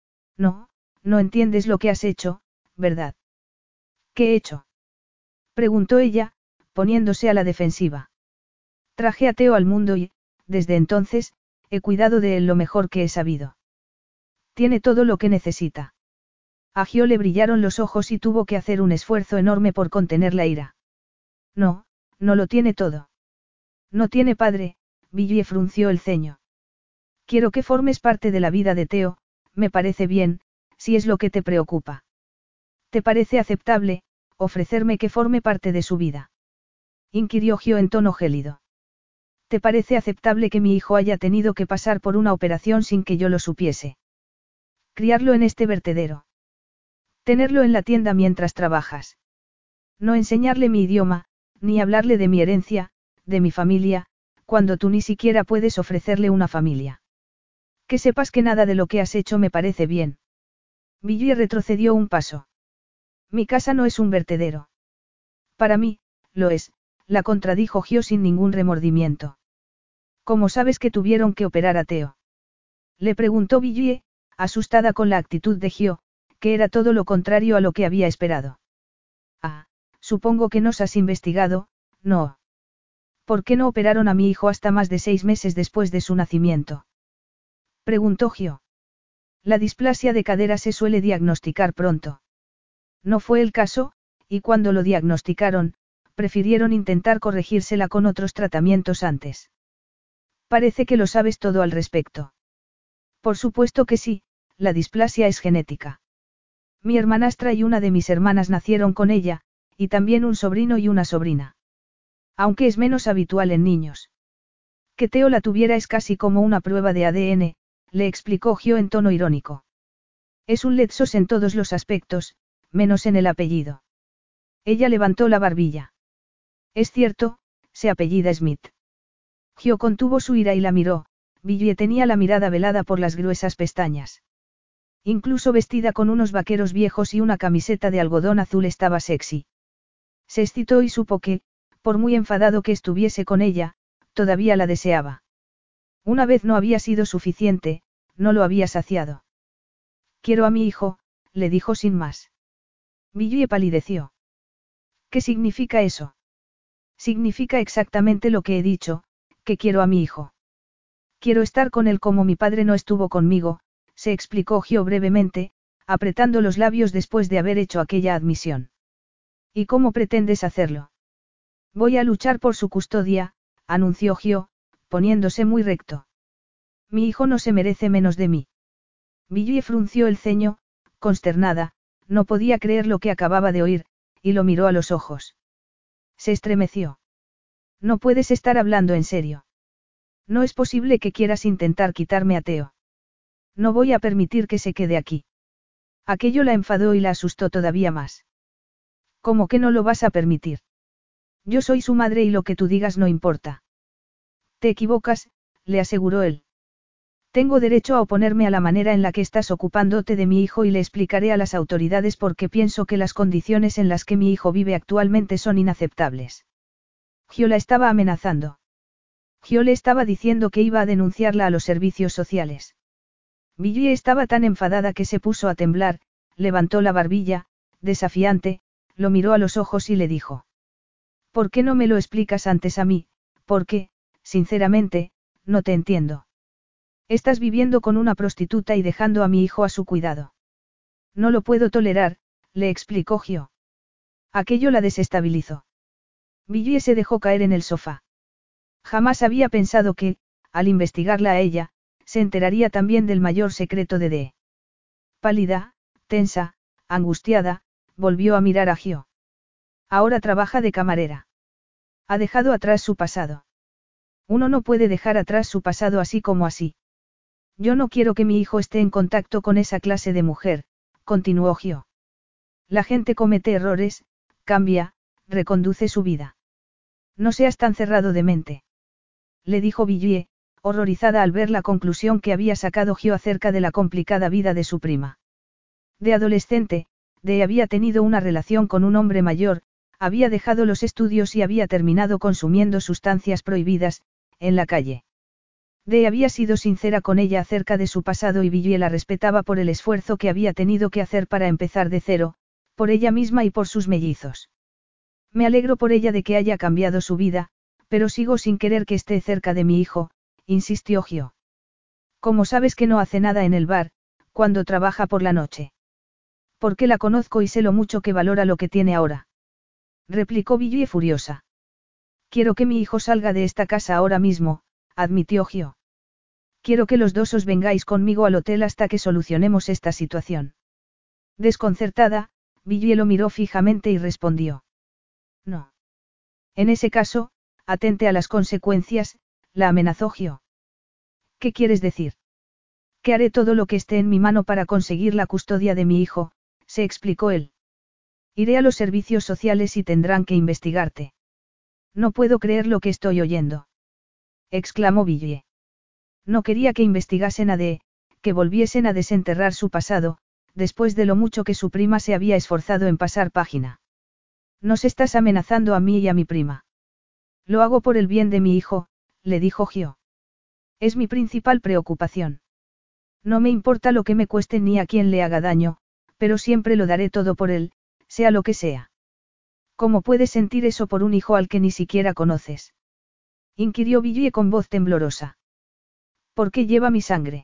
No, no entiendes lo que has hecho, ¿verdad? ¿Qué he hecho? Preguntó ella, poniéndose a la defensiva. Traje a Theo al mundo y, desde entonces, he cuidado de él lo mejor que he sabido. Tiene todo lo que necesita. A Gio le brillaron los ojos y tuvo que hacer un esfuerzo enorme por contener la ira. No, no lo tiene todo. No tiene padre, Villiers frunció el ceño. Quiero que formes parte de la vida de Theo, me parece bien, si es lo que te preocupa. ¿Te parece aceptable, ofrecerme que forme parte de su vida? Inquirió Gio en tono gélido. ¿Te parece aceptable que mi hijo haya tenido que pasar por una operación sin que yo lo supiese? Criarlo en este vertedero. Tenerlo en la tienda mientras trabajas. No enseñarle mi idioma, ni hablarle de mi herencia, de mi familia, cuando tú ni siquiera puedes ofrecerle una familia. Que sepas que nada de lo que has hecho me parece bien. Villiers retrocedió un paso. Mi casa no es un vertedero. Para mí, lo es, la contradijo Gio sin ningún remordimiento. ¿Cómo sabes que tuvieron que operar a Theo? Le preguntó Villiers, asustada con la actitud de Gio, que era todo lo contrario a lo que había esperado. Ah, supongo que nos has investigado, ¿no? ¿Por qué no operaron a mi hijo hasta más de 6 meses después de su nacimiento? Preguntó Gio. La displasia de cadera se suele diagnosticar pronto. No fue el caso, y cuando lo diagnosticaron, prefirieron intentar corregírsela con otros tratamientos antes. Parece que lo sabes todo al respecto. Por supuesto que sí, la displasia es genética. Mi hermanastra y una de mis hermanas nacieron con ella, y también un sobrino y una sobrina. Aunque es menos habitual en niños. Que Theo la tuviera es casi como una prueba de ADN, le explicó Gio en tono irónico. Es un Letsos en todos los aspectos, menos en el apellido. Ella levantó la barbilla. Es cierto, se apellida Smith. Gio contuvo su ira y la miró, Billie tenía la mirada velada por las gruesas pestañas. Incluso vestida con unos vaqueros viejos y una camiseta de algodón azul estaba sexy. Se excitó y supo que, por muy enfadado que estuviese con ella, todavía la deseaba. Una vez no había sido suficiente, no lo había saciado. Quiero a mi hijo, le dijo sin más. Billie palideció. ¿Qué significa eso? Significa exactamente lo que he dicho, que quiero a mi hijo. Quiero estar con él como mi padre no estuvo conmigo, se explicó Gio brevemente, apretando los labios después de haber hecho aquella admisión. ¿Y cómo pretendes hacerlo? Voy a luchar por su custodia, anunció Gio, poniéndose muy recto. Mi hijo no se merece menos de mí. Billie frunció el ceño, consternada, no podía creer lo que acababa de oír, y lo miró a los ojos. Se estremeció. No puedes estar hablando en serio. No es posible que quieras intentar quitarme a Theo. No voy a permitir que se quede aquí. Aquello la enfadó y la asustó todavía más. ¿Cómo que no lo vas a permitir? Yo soy su madre y lo que tú digas no importa. Te equivocas, le aseguró él. Tengo derecho a oponerme a la manera en la que estás ocupándote de mi hijo y le explicaré a las autoridades por qué pienso que las condiciones en las que mi hijo vive actualmente son inaceptables. Gio la estaba amenazando. Gio le estaba diciendo que iba a denunciarla a los servicios sociales. Billie estaba tan enfadada que se puso a temblar, levantó la barbilla, desafiante, lo miró a los ojos y le dijo. ¿Por qué no me lo explicas antes a mí? Porque, sinceramente, no te entiendo. Estás viviendo con una prostituta y dejando a mi hijo a su cuidado. No lo puedo tolerar, le explicó Gio. Aquello la desestabilizó. Billie se dejó caer en el sofá. Jamás había pensado que, al investigarla a ella, se enteraría también del mayor secreto de Dee. Pálida, tensa, angustiada, volvió a mirar a Gio. Ahora trabaja de camarera. Ha dejado atrás su pasado. Uno no puede dejar atrás su pasado así como así. Yo no quiero que mi hijo esté en contacto con esa clase de mujer, continuó Gio. La gente comete errores, cambia, reconduce su vida. No seas tan cerrado de mente. Le dijo Billie, horrorizada al ver la conclusión que había sacado Gio acerca de la complicada vida de su prima. De adolescente, Dee había tenido una relación con un hombre mayor, había dejado los estudios y había terminado consumiendo sustancias prohibidas, en la calle. Dee había sido sincera con ella acerca de su pasado y Billie la respetaba por el esfuerzo que había tenido que hacer para empezar de cero, por ella misma y por sus mellizos. Me alegro por ella de que haya cambiado su vida, pero sigo sin querer que esté cerca de mi hijo, insistió Gio. ¿Cómo sabes que no hace nada en el bar, cuando trabaja por la noche? Porque la conozco y sé lo mucho que valora lo que tiene ahora. Replicó Billie furiosa. Quiero que mi hijo salga de esta casa ahora mismo, admitió Gio. Quiero que los dos os vengáis conmigo al hotel hasta que solucionemos esta situación. Desconcertada, Billie lo miró fijamente y respondió. No. En ese caso, atente a las consecuencias, la amenazó Gio. ¿Qué quieres decir? Que haré todo lo que esté en mi mano para conseguir la custodia de mi hijo, se explicó él. Iré a los servicios sociales y tendrán que investigarte. No puedo creer lo que estoy oyendo. Exclamó Billie. No quería que investigasen a Dee, que volviesen a desenterrar su pasado, después de lo mucho que su prima se había esforzado en pasar página. Nos estás amenazando a mí y a mi prima. Lo hago por el bien de mi hijo, le dijo Gio. Es mi principal preocupación. No me importa lo que me cueste ni a quién le haga daño, pero siempre lo daré todo por él, sea lo que sea. ¿Cómo puedes sentir eso por un hijo al que ni siquiera conoces? Inquirió Billie con voz temblorosa. ¿Por qué lleva mi sangre?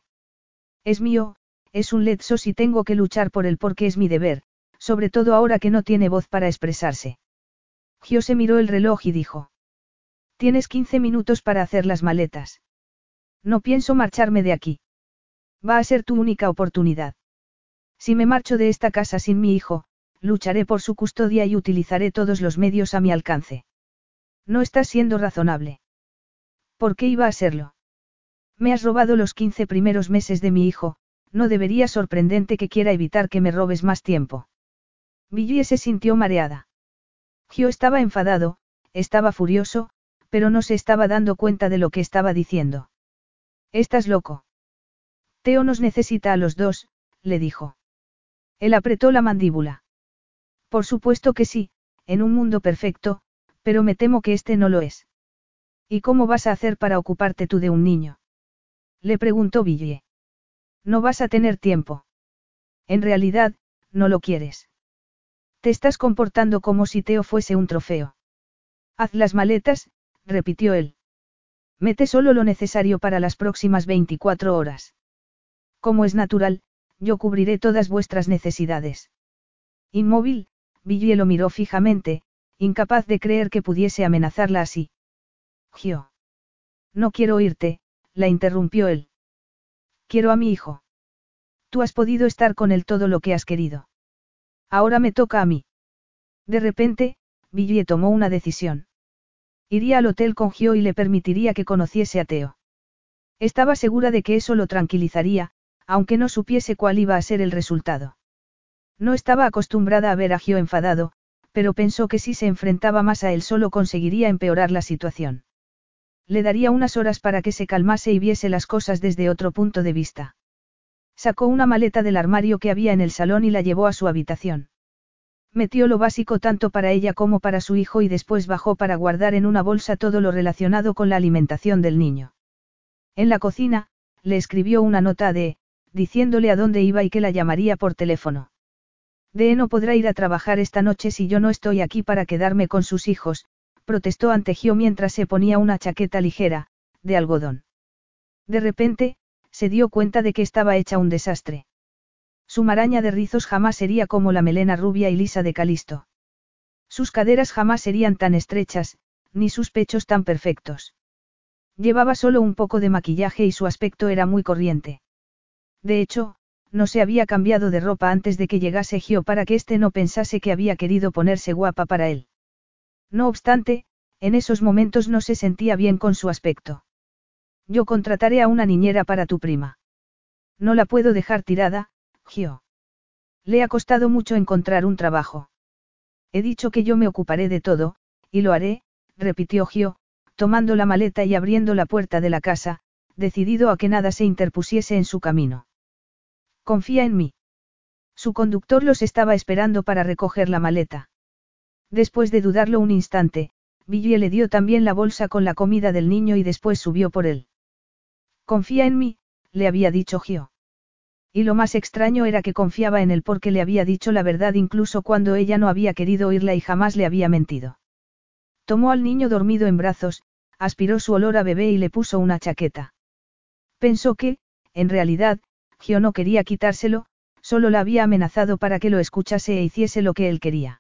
Es mío, es un Letsos y tengo que luchar por él porque es mi deber, sobre todo ahora que no tiene voz para expresarse. Gio se miró el reloj y dijo. Tienes 15 minutos para hacer las maletas. No pienso marcharme de aquí. Va a ser tu única oportunidad. Si me marcho de esta casa sin mi hijo, lucharé por su custodia y utilizaré todos los medios a mi alcance. No estás siendo razonable. ¿Por qué iba a serlo? Me has robado los 15 primeros meses de mi hijo, no debería sorprendente que quiera evitar que me robes más tiempo. Billie se sintió mareada. Gio estaba enfadado, estaba furioso, pero no se estaba dando cuenta de lo que estaba diciendo. ¿Estás loco? Theo nos necesita a los dos, le dijo. Él apretó la mandíbula. Por supuesto que sí, en un mundo perfecto, pero me temo que este no lo es. ¿Y cómo vas a hacer para ocuparte tú de un niño? Le preguntó Billie. No vas a tener tiempo. En realidad, no lo quieres. Te estás comportando como si Theo fuese un trofeo. Haz las maletas, repitió él. Mete solo lo necesario para las próximas 24 horas. Como es natural, yo cubriré todas vuestras necesidades. Inmóvil, Billie lo miró fijamente, incapaz de creer que pudiese amenazarla así. Gio. No quiero oírte, la interrumpió él. Quiero a mi hijo. Tú has podido estar con él todo lo que has querido. Ahora me toca a mí. De repente, Billie tomó una decisión. Iría al hotel con Gio y le permitiría que conociese a Theo. Estaba segura de que eso lo tranquilizaría, aunque no supiese cuál iba a ser el resultado. No estaba acostumbrada a ver a Gio enfadado, pero pensó que si se enfrentaba más a él solo conseguiría empeorar la situación. Le daría unas horas para que se calmase y viese las cosas desde otro punto de vista. Sacó una maleta del armario que había en el salón y la llevó a su habitación. Metió lo básico tanto para ella como para su hijo y después bajó para guardar en una bolsa todo lo relacionado con la alimentación del niño. En la cocina, le escribió una nota diciéndole a dónde iba y que la llamaría por teléfono. No podrá ir a trabajar esta noche si yo no estoy aquí para quedarme con sus hijos, protestó ante Gio mientras se ponía una chaqueta ligera, de algodón. De repente, se dio cuenta de que estaba hecha un desastre. Su maraña de rizos jamás sería como la melena rubia y lisa de Calisto. Sus caderas jamás serían tan estrechas, ni sus pechos tan perfectos. Llevaba solo un poco de maquillaje y su aspecto era muy corriente. De hecho, no se había cambiado de ropa antes de que llegase Gio para que éste no pensase que había querido ponerse guapa para él. No obstante, en esos momentos no se sentía bien con su aspecto. Yo contrataré a una niñera para tu prima. No la puedo dejar tirada, Gio. Le ha costado mucho encontrar un trabajo. He dicho que yo me ocuparé de todo, y lo haré, repitió Gio, tomando la maleta y abriendo la puerta de la casa, decidido a que nada se interpusiese en su camino. Confía en mí. Su conductor los estaba esperando para recoger la maleta. Después de dudarlo un instante, Billie le dio también la bolsa con la comida del niño y después subió por él. Confía en mí, le había dicho Gio. Y lo más extraño era que confiaba en él porque le había dicho la verdad incluso cuando ella no había querido oírla y jamás le había mentido. Tomó al niño dormido en brazos, aspiró su olor a bebé y le puso una chaqueta. Pensó que, en realidad, Gio no quería quitárselo, solo la había amenazado para que lo escuchase e hiciese lo que él quería.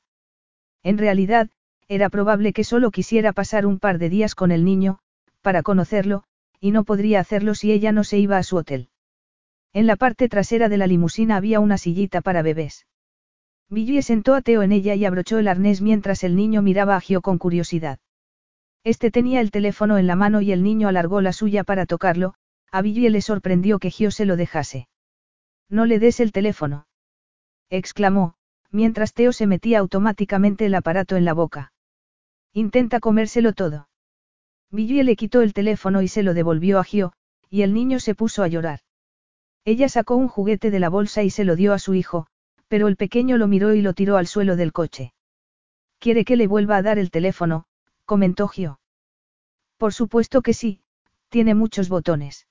En realidad, era probable que solo quisiera pasar un par de días con el niño, para conocerlo, y no podría hacerlo si ella no se iba a su hotel. En la parte trasera de la limusina había una sillita para bebés. Billie sentó a Theo en ella y abrochó el arnés mientras el niño miraba a Gio con curiosidad. Este tenía el teléfono en la mano y el niño alargó la suya para tocarlo. A Billie le sorprendió que Gio se lo dejase. No le des el teléfono, exclamó, mientras Theo se metía automáticamente el aparato en la boca. Intenta comérselo todo. Billie le quitó el teléfono y se lo devolvió a Gio, y el niño se puso a llorar. Ella sacó un juguete de la bolsa y se lo dio a su hijo, pero el pequeño lo miró y lo tiró al suelo del coche. ¿Quiere que le vuelva a dar el teléfono?, comentó Gio. Por supuesto que sí, tiene muchos botones.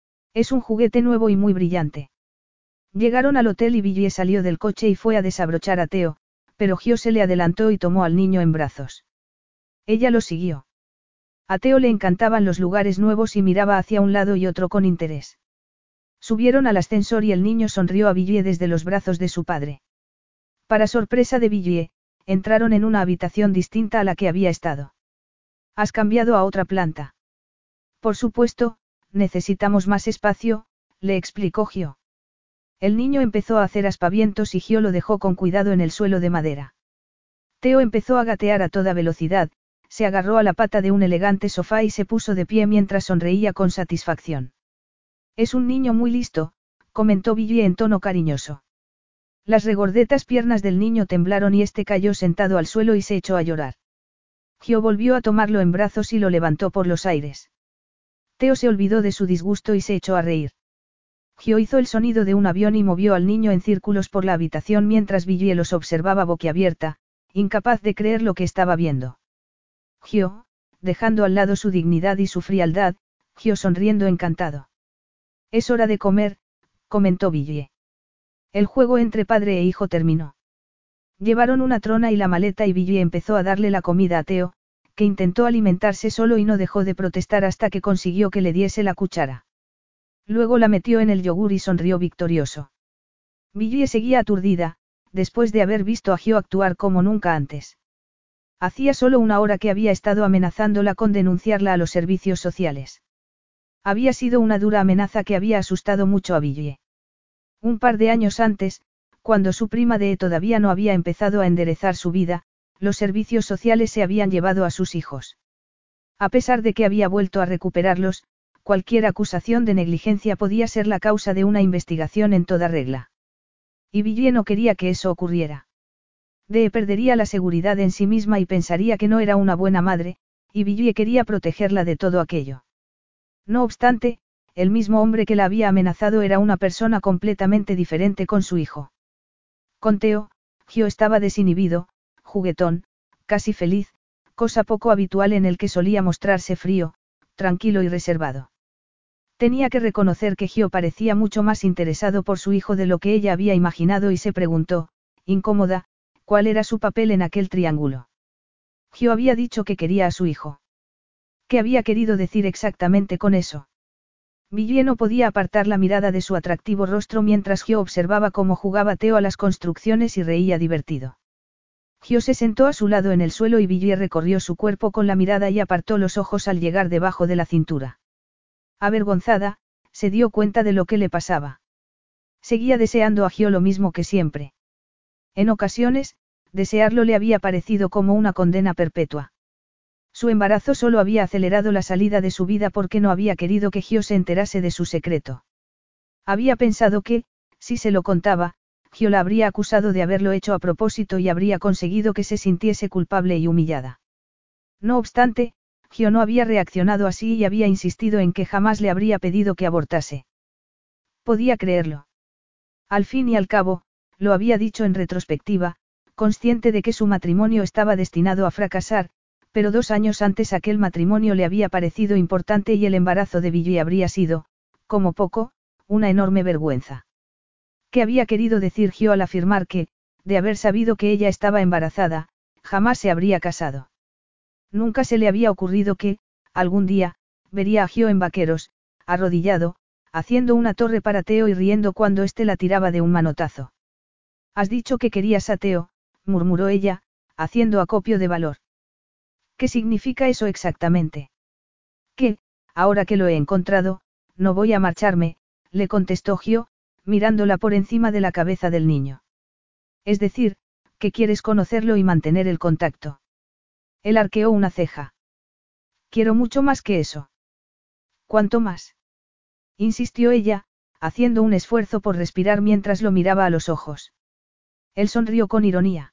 Es un juguete nuevo y muy brillante. Llegaron al hotel y Billie salió del coche y fue a desabrochar a Theo, pero Gio se le adelantó y tomó al niño en brazos. Ella lo siguió. A Theo le encantaban los lugares nuevos y miraba hacia un lado y otro con interés. Subieron al ascensor y el niño sonrió a Villiers desde los brazos de su padre. Para sorpresa de Villiers, entraron en una habitación distinta a la que había estado. ¿Has cambiado a otra planta? Por supuesto, necesitamos más espacio, le explicó Gio. El niño empezó a hacer aspavientos y Gio lo dejó con cuidado en el suelo de madera. Theo empezó a gatear a toda velocidad, se agarró a la pata de un elegante sofá y se puso de pie mientras sonreía con satisfacción. Es un niño muy listo, comentó Villiers en tono cariñoso. Las regordetas piernas del niño temblaron y este cayó sentado al suelo y se echó a llorar. Gio volvió a tomarlo en brazos y lo levantó por los aires. Theo se olvidó de su disgusto y se echó a reír. Gio hizo el sonido de un avión y movió al niño en círculos por la habitación mientras Villiers los observaba boquiabierta, incapaz de creer lo que estaba viendo. Gio, dejando al lado su dignidad y su frialdad, Gio sonriendo encantado. Es hora de comer, comentó Villiers. El juego entre padre e hijo terminó. Llevaron una trona y la maleta y Villiers empezó a darle la comida a Theo, que intentó alimentarse solo y no dejó de protestar hasta que consiguió que le diese la cuchara. Luego la metió en el yogur y sonrió victorioso. Villiers seguía aturdida, después de haber visto a Gio actuar como nunca antes. Hacía solo una hora que había estado amenazándola con denunciarla a los servicios sociales. Había sido una dura amenaza que había asustado mucho a Villiers. Un par de años antes, cuando su prima Dee todavía no había empezado a enderezar su vida, los servicios sociales se habían llevado a sus hijos. A pesar de que había vuelto a recuperarlos, cualquier acusación de negligencia podía ser la causa de una investigación en toda regla. Y Villiers no quería que eso ocurriera. Dee perdería la seguridad en sí misma y pensaría que no era una buena madre, y Villiers quería protegerla de todo aquello. No obstante, el mismo hombre que la había amenazado era una persona completamente diferente con su hijo. Con Theo, Gio estaba desinhibido, juguetón, casi feliz, cosa poco habitual en el que solía mostrarse frío, tranquilo y reservado. Tenía que reconocer que Gio parecía mucho más interesado por su hijo de lo que ella había imaginado y se preguntó, incómoda, cuál era su papel en aquel triángulo. Gio había dicho que quería a su hijo. ¿Qué había querido decir exactamente con eso? Villiers no podía apartar la mirada de su atractivo rostro mientras Gio observaba cómo jugaba Theo a las construcciones y reía divertido. Gio se sentó a su lado en el suelo y Villiers recorrió su cuerpo con la mirada y apartó los ojos al llegar debajo de la cintura. Avergonzada, se dio cuenta de lo que le pasaba. Seguía deseando a Gio lo mismo que siempre. En ocasiones, desearlo le había parecido como una condena perpetua. Su embarazo solo había acelerado la salida de su vida porque no había querido que Gio se enterase de su secreto. Había pensado que, si se lo contaba, Gio la habría acusado de haberlo hecho a propósito y habría conseguido que se sintiese culpable y humillada. No obstante, Gio no había reaccionado así y había insistido en que jamás le habría pedido que abortase. Podía creerlo. Al fin y al cabo, lo había dicho en retrospectiva, consciente de que su matrimonio estaba destinado a fracasar, pero 2 años antes aquel matrimonio le había parecido importante y el embarazo de Villiers habría sido, como poco, una enorme vergüenza. ¿Qué había querido decir Gio al afirmar que, de haber sabido que ella estaba embarazada, jamás se habría casado? Nunca se le había ocurrido que, algún día, vería a Gio en vaqueros, arrodillado, haciendo una torre para Theo y riendo cuando éste la tiraba de un manotazo. Has dicho que querías a Theo, murmuró ella, haciendo acopio de valor. ¿Qué significa eso exactamente? Que, ahora que lo he encontrado, no voy a marcharme, le contestó Gio, mirándola por encima de la cabeza del niño. Es decir, que quieres conocerlo y mantener el contacto. Él arqueó una ceja. Quiero mucho más que eso. ¿Cuánto más? Insistió ella, haciendo un esfuerzo por respirar mientras lo miraba a los ojos. Él sonrió con ironía.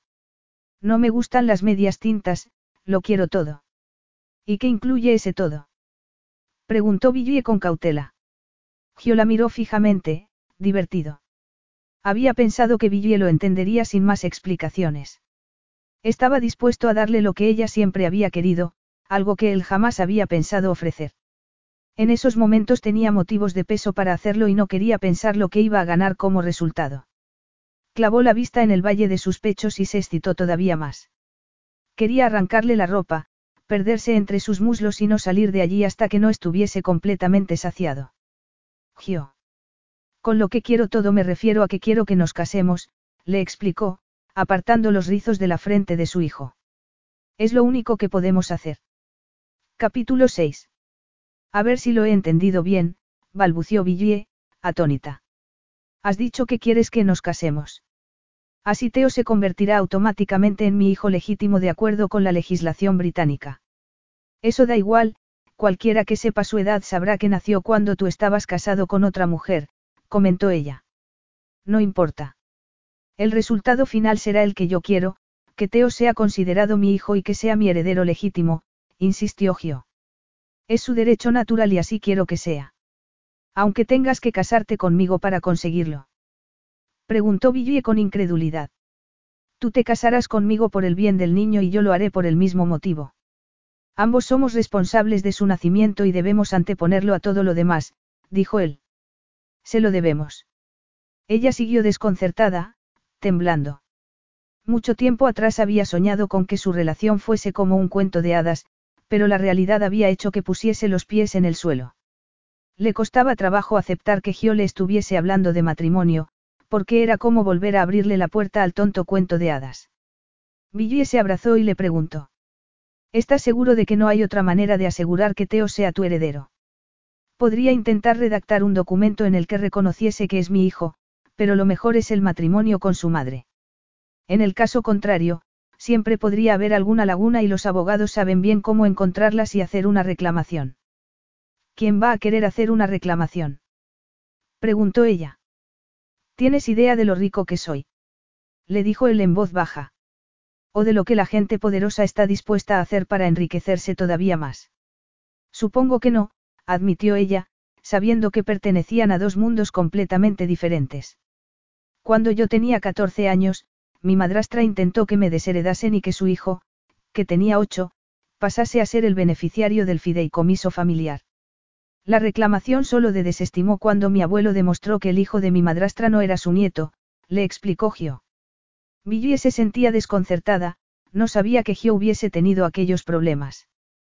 No me gustan las medias tintas, lo quiero todo. ¿Y qué incluye ese todo? Preguntó Villiers con cautela. Gio la miró fijamente, divertido. Había pensado que Villiers lo entendería sin más explicaciones. Estaba dispuesto a darle lo que ella siempre había querido, algo que él jamás había pensado ofrecer. En esos momentos tenía motivos de peso para hacerlo y no quería pensar lo que iba a ganar como resultado. Clavó la vista en el valle de sus pechos y se excitó todavía más. Quería arrancarle la ropa, perderse entre sus muslos y no salir de allí hasta que no estuviese completamente saciado. Gio. Con lo que quiero todo me refiero a que quiero que nos casemos, le explicó, apartando los rizos de la frente de su hijo. Es lo único que podemos hacer. Capítulo 6. A ver si lo he entendido bien, balbució Villiers, atónita. Has dicho que quieres que nos casemos. Así Theo se convertirá automáticamente en mi hijo legítimo de acuerdo con la legislación británica. Eso da igual, cualquiera que sepa su edad sabrá que nació cuando tú estabas casado con otra mujer, comentó ella. No importa. El resultado final será el que yo quiero, que Theo sea considerado mi hijo y que sea mi heredero legítimo, insistió Gio. Es su derecho natural y así quiero que sea. Aunque tengas que casarte conmigo para conseguirlo. Preguntó Villiers con incredulidad. Tú te casarás conmigo por el bien del niño y yo lo haré por el mismo motivo. Ambos somos responsables de su nacimiento y debemos anteponerlo a todo lo demás, dijo él. Se lo debemos. Ella siguió desconcertada, temblando. Mucho tiempo atrás había soñado con que su relación fuese como un cuento de hadas, pero la realidad había hecho que pusiese los pies en el suelo. Le costaba trabajo aceptar que Gio le estuviese hablando de matrimonio, porque era como volver a abrirle la puerta al tonto cuento de hadas. Villiers se abrazó y le preguntó. ¿Estás seguro de que no hay otra manera de asegurar que Theo sea tu heredero? Podría intentar redactar un documento en el que reconociese que es mi hijo, pero lo mejor es el matrimonio con su madre. En el caso contrario, siempre podría haber alguna laguna y los abogados saben bien cómo encontrarlas y hacer una reclamación. ¿Quién va a querer hacer una reclamación? Preguntó ella. ¿Tienes idea de lo rico que soy? Le dijo él en voz baja. O de lo que la gente poderosa está dispuesta a hacer para enriquecerse todavía más. Supongo que no, admitió ella, sabiendo que pertenecían a dos mundos completamente diferentes. Cuando yo tenía 14 años, mi madrastra intentó que me desheredasen y que su hijo, que tenía 8, pasase a ser el beneficiario del fideicomiso familiar. La reclamación solo de desestimó cuando mi abuelo demostró que el hijo de mi madrastra no era su nieto, le explicó Gio. Villiers se sentía desconcertada, no sabía que Gio hubiese tenido aquellos problemas.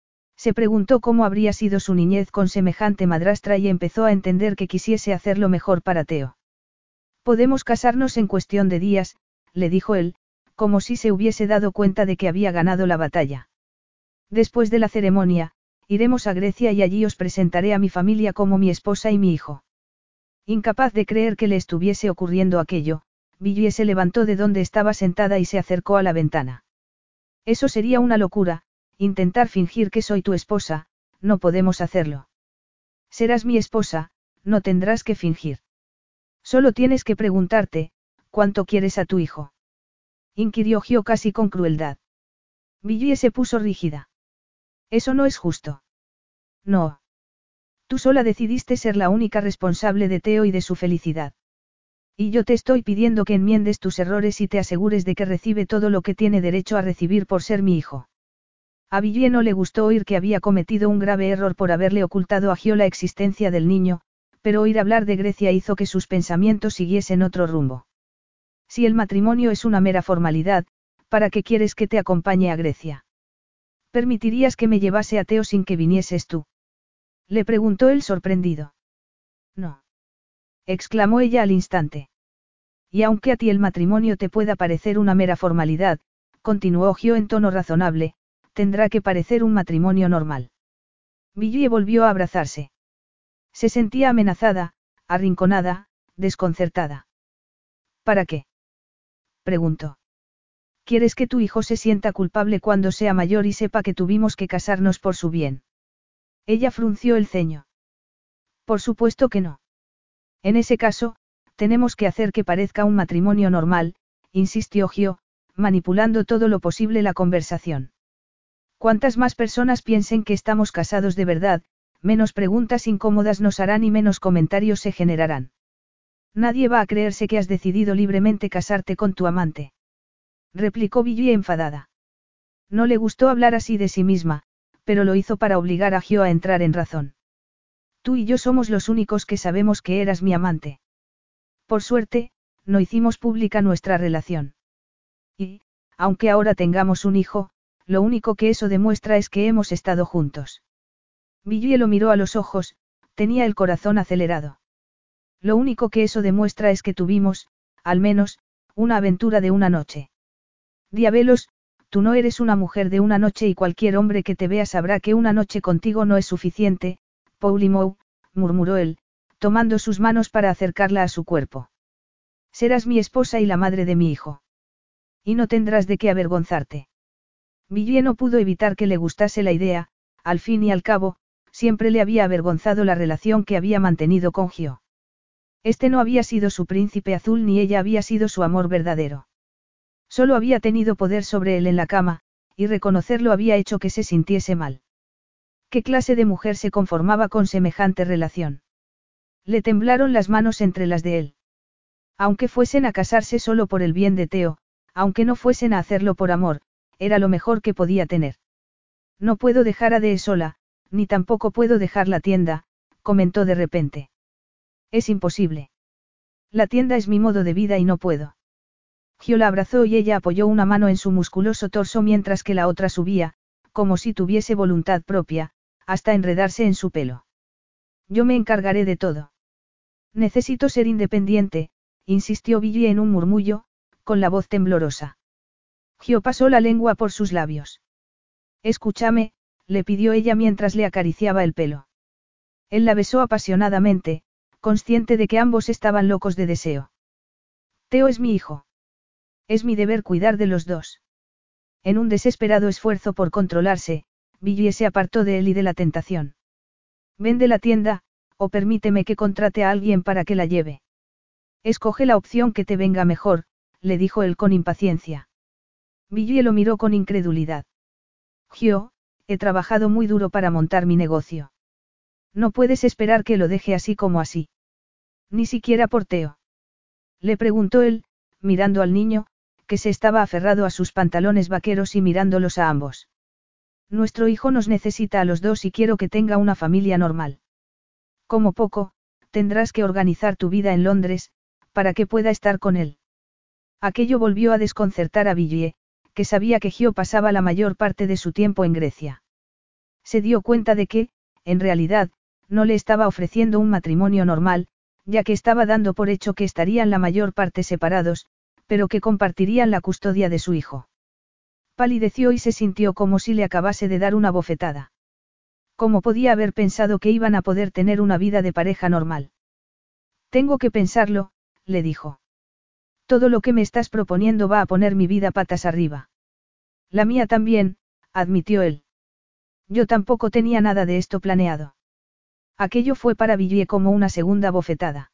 Se preguntó cómo habría sido su niñez con semejante madrastra y empezó a entender que quisiese hacerlo mejor para Theo. Podemos casarnos en cuestión de días, le dijo él, como si se hubiese dado cuenta de que había ganado la batalla. Después de la ceremonia, iremos a Grecia y allí os presentaré a mi familia como mi esposa y mi hijo. Incapaz de creer que le estuviese ocurriendo aquello, Villiers se levantó de donde estaba sentada y se acercó a la ventana. Eso sería una locura, intentar fingir que soy tu esposa, no podemos hacerlo. Serás mi esposa, no tendrás que fingir. Solo tienes que preguntarte, ¿cuánto quieres a tu hijo? Inquirió Gio casi con crueldad. Villiers se puso rígida. Eso no es justo. No. Tú sola decidiste ser la única responsable de Theo y de su felicidad. Y yo te estoy pidiendo que enmiendes tus errores y te asegures de que recibe todo lo que tiene derecho a recibir por ser mi hijo. A Villiers no le gustó oír que había cometido un grave error por haberle ocultado a Gio la existencia del niño, pero oír hablar de Grecia hizo que sus pensamientos siguiesen otro rumbo. Si el matrimonio es una mera formalidad, ¿para qué quieres que te acompañe a Grecia? ¿Permitirías que me llevase a Theo sin que vinieses tú? Le preguntó él sorprendido. No. Exclamó ella al instante. Y aunque a ti el matrimonio te pueda parecer una mera formalidad, continuó Gio en tono razonable, tendrá que parecer un matrimonio normal. Villiers volvió a abrazarse. Se sentía amenazada, arrinconada, desconcertada. ¿Para qué? Preguntó. ¿Quieres que tu hijo se sienta culpable cuando sea mayor y sepa que tuvimos que casarnos por su bien? Ella frunció el ceño. Por supuesto que no. En ese caso, tenemos que hacer que parezca un matrimonio normal, insistió Gio, manipulando todo lo posible la conversación. Cuantas más personas piensen que estamos casados de verdad, menos preguntas incómodas nos harán y menos comentarios se generarán. Nadie va a creerse que has decidido libremente casarte con tu amante. Replicó Villiers enfadada. No le gustó hablar así de sí misma, pero lo hizo para obligar a Gio a entrar en razón. Tú y yo somos los únicos que sabemos que eras mi amante. Por suerte, no hicimos pública nuestra relación. Y, aunque ahora tengamos un hijo, lo único que eso demuestra es que hemos estado juntos. Villie lo miró a los ojos, tenía el corazón acelerado. Lo único que eso demuestra es que tuvimos, al menos, una aventura de una noche. Diabelos, tú no eres una mujer de una noche y cualquier hombre que te vea sabrá que una noche contigo no es suficiente, Paulimou, murmuró él, tomando sus manos para acercarla a su cuerpo. Serás mi esposa y la madre de mi hijo. Y no tendrás de qué avergonzarte. Villie no pudo evitar que le gustase la idea, al fin y al cabo, siempre le había avergonzado la relación que había mantenido con Gio. Este no había sido su príncipe azul ni ella había sido su amor verdadero. Solo había tenido poder sobre él en la cama, y reconocerlo había hecho que se sintiese mal. ¿Qué clase de mujer se conformaba con semejante relación? Le temblaron las manos entre las de él. Aunque fuesen a casarse solo por el bien de Theo, aunque no fuesen a hacerlo por amor, era lo mejor que podía tener. No puedo dejar a Dee sola, ni tampoco puedo dejar la tienda, comentó de repente. Es imposible. La tienda es mi modo de vida y no puedo. Gio la abrazó y ella apoyó una mano en su musculoso torso mientras que la otra subía, como si tuviese voluntad propia, hasta enredarse en su pelo. Yo me encargaré de todo. Necesito ser independiente, insistió Villie en un murmullo, con la voz temblorosa. Gio pasó la lengua por sus labios. Escúchame, le pidió ella mientras le acariciaba el pelo. Él la besó apasionadamente, consciente de que ambos estaban locos de deseo. Theo es mi hijo. Es mi deber cuidar de los dos. En un desesperado esfuerzo por controlarse, Villie se apartó de él y de la tentación. Vende la tienda, o permíteme que contrate a alguien para que la lleve. Escoge la opción que te venga mejor, le dijo él con impaciencia. Villie lo miró con incredulidad. Gio, he trabajado muy duro para montar mi negocio. No puedes esperar que lo deje así como así. Ni siquiera por Theo. Le preguntó él, mirando al niño, que se estaba aferrado a sus pantalones vaqueros y mirándolos a ambos. Nuestro hijo nos necesita a los dos y quiero que tenga una familia normal. Como poco, tendrás que organizar tu vida en Londres, para que pueda estar con él. Aquello volvió a desconcertar a Villie, que sabía que Gio pasaba la mayor parte de su tiempo en Grecia. Se dio cuenta de que, en realidad, no le estaba ofreciendo un matrimonio normal, ya que estaba dando por hecho que estarían la mayor parte separados, pero que compartirían la custodia de su hijo. Palideció y se sintió como si le acabase de dar una bofetada. ¿Cómo podía haber pensado que iban a poder tener una vida de pareja normal? Tengo que pensarlo, le dijo. Todo lo que me estás proponiendo va a poner mi vida patas arriba. La mía también, admitió él. Yo tampoco tenía nada de esto planeado. Aquello fue para Villie como una segunda bofetada.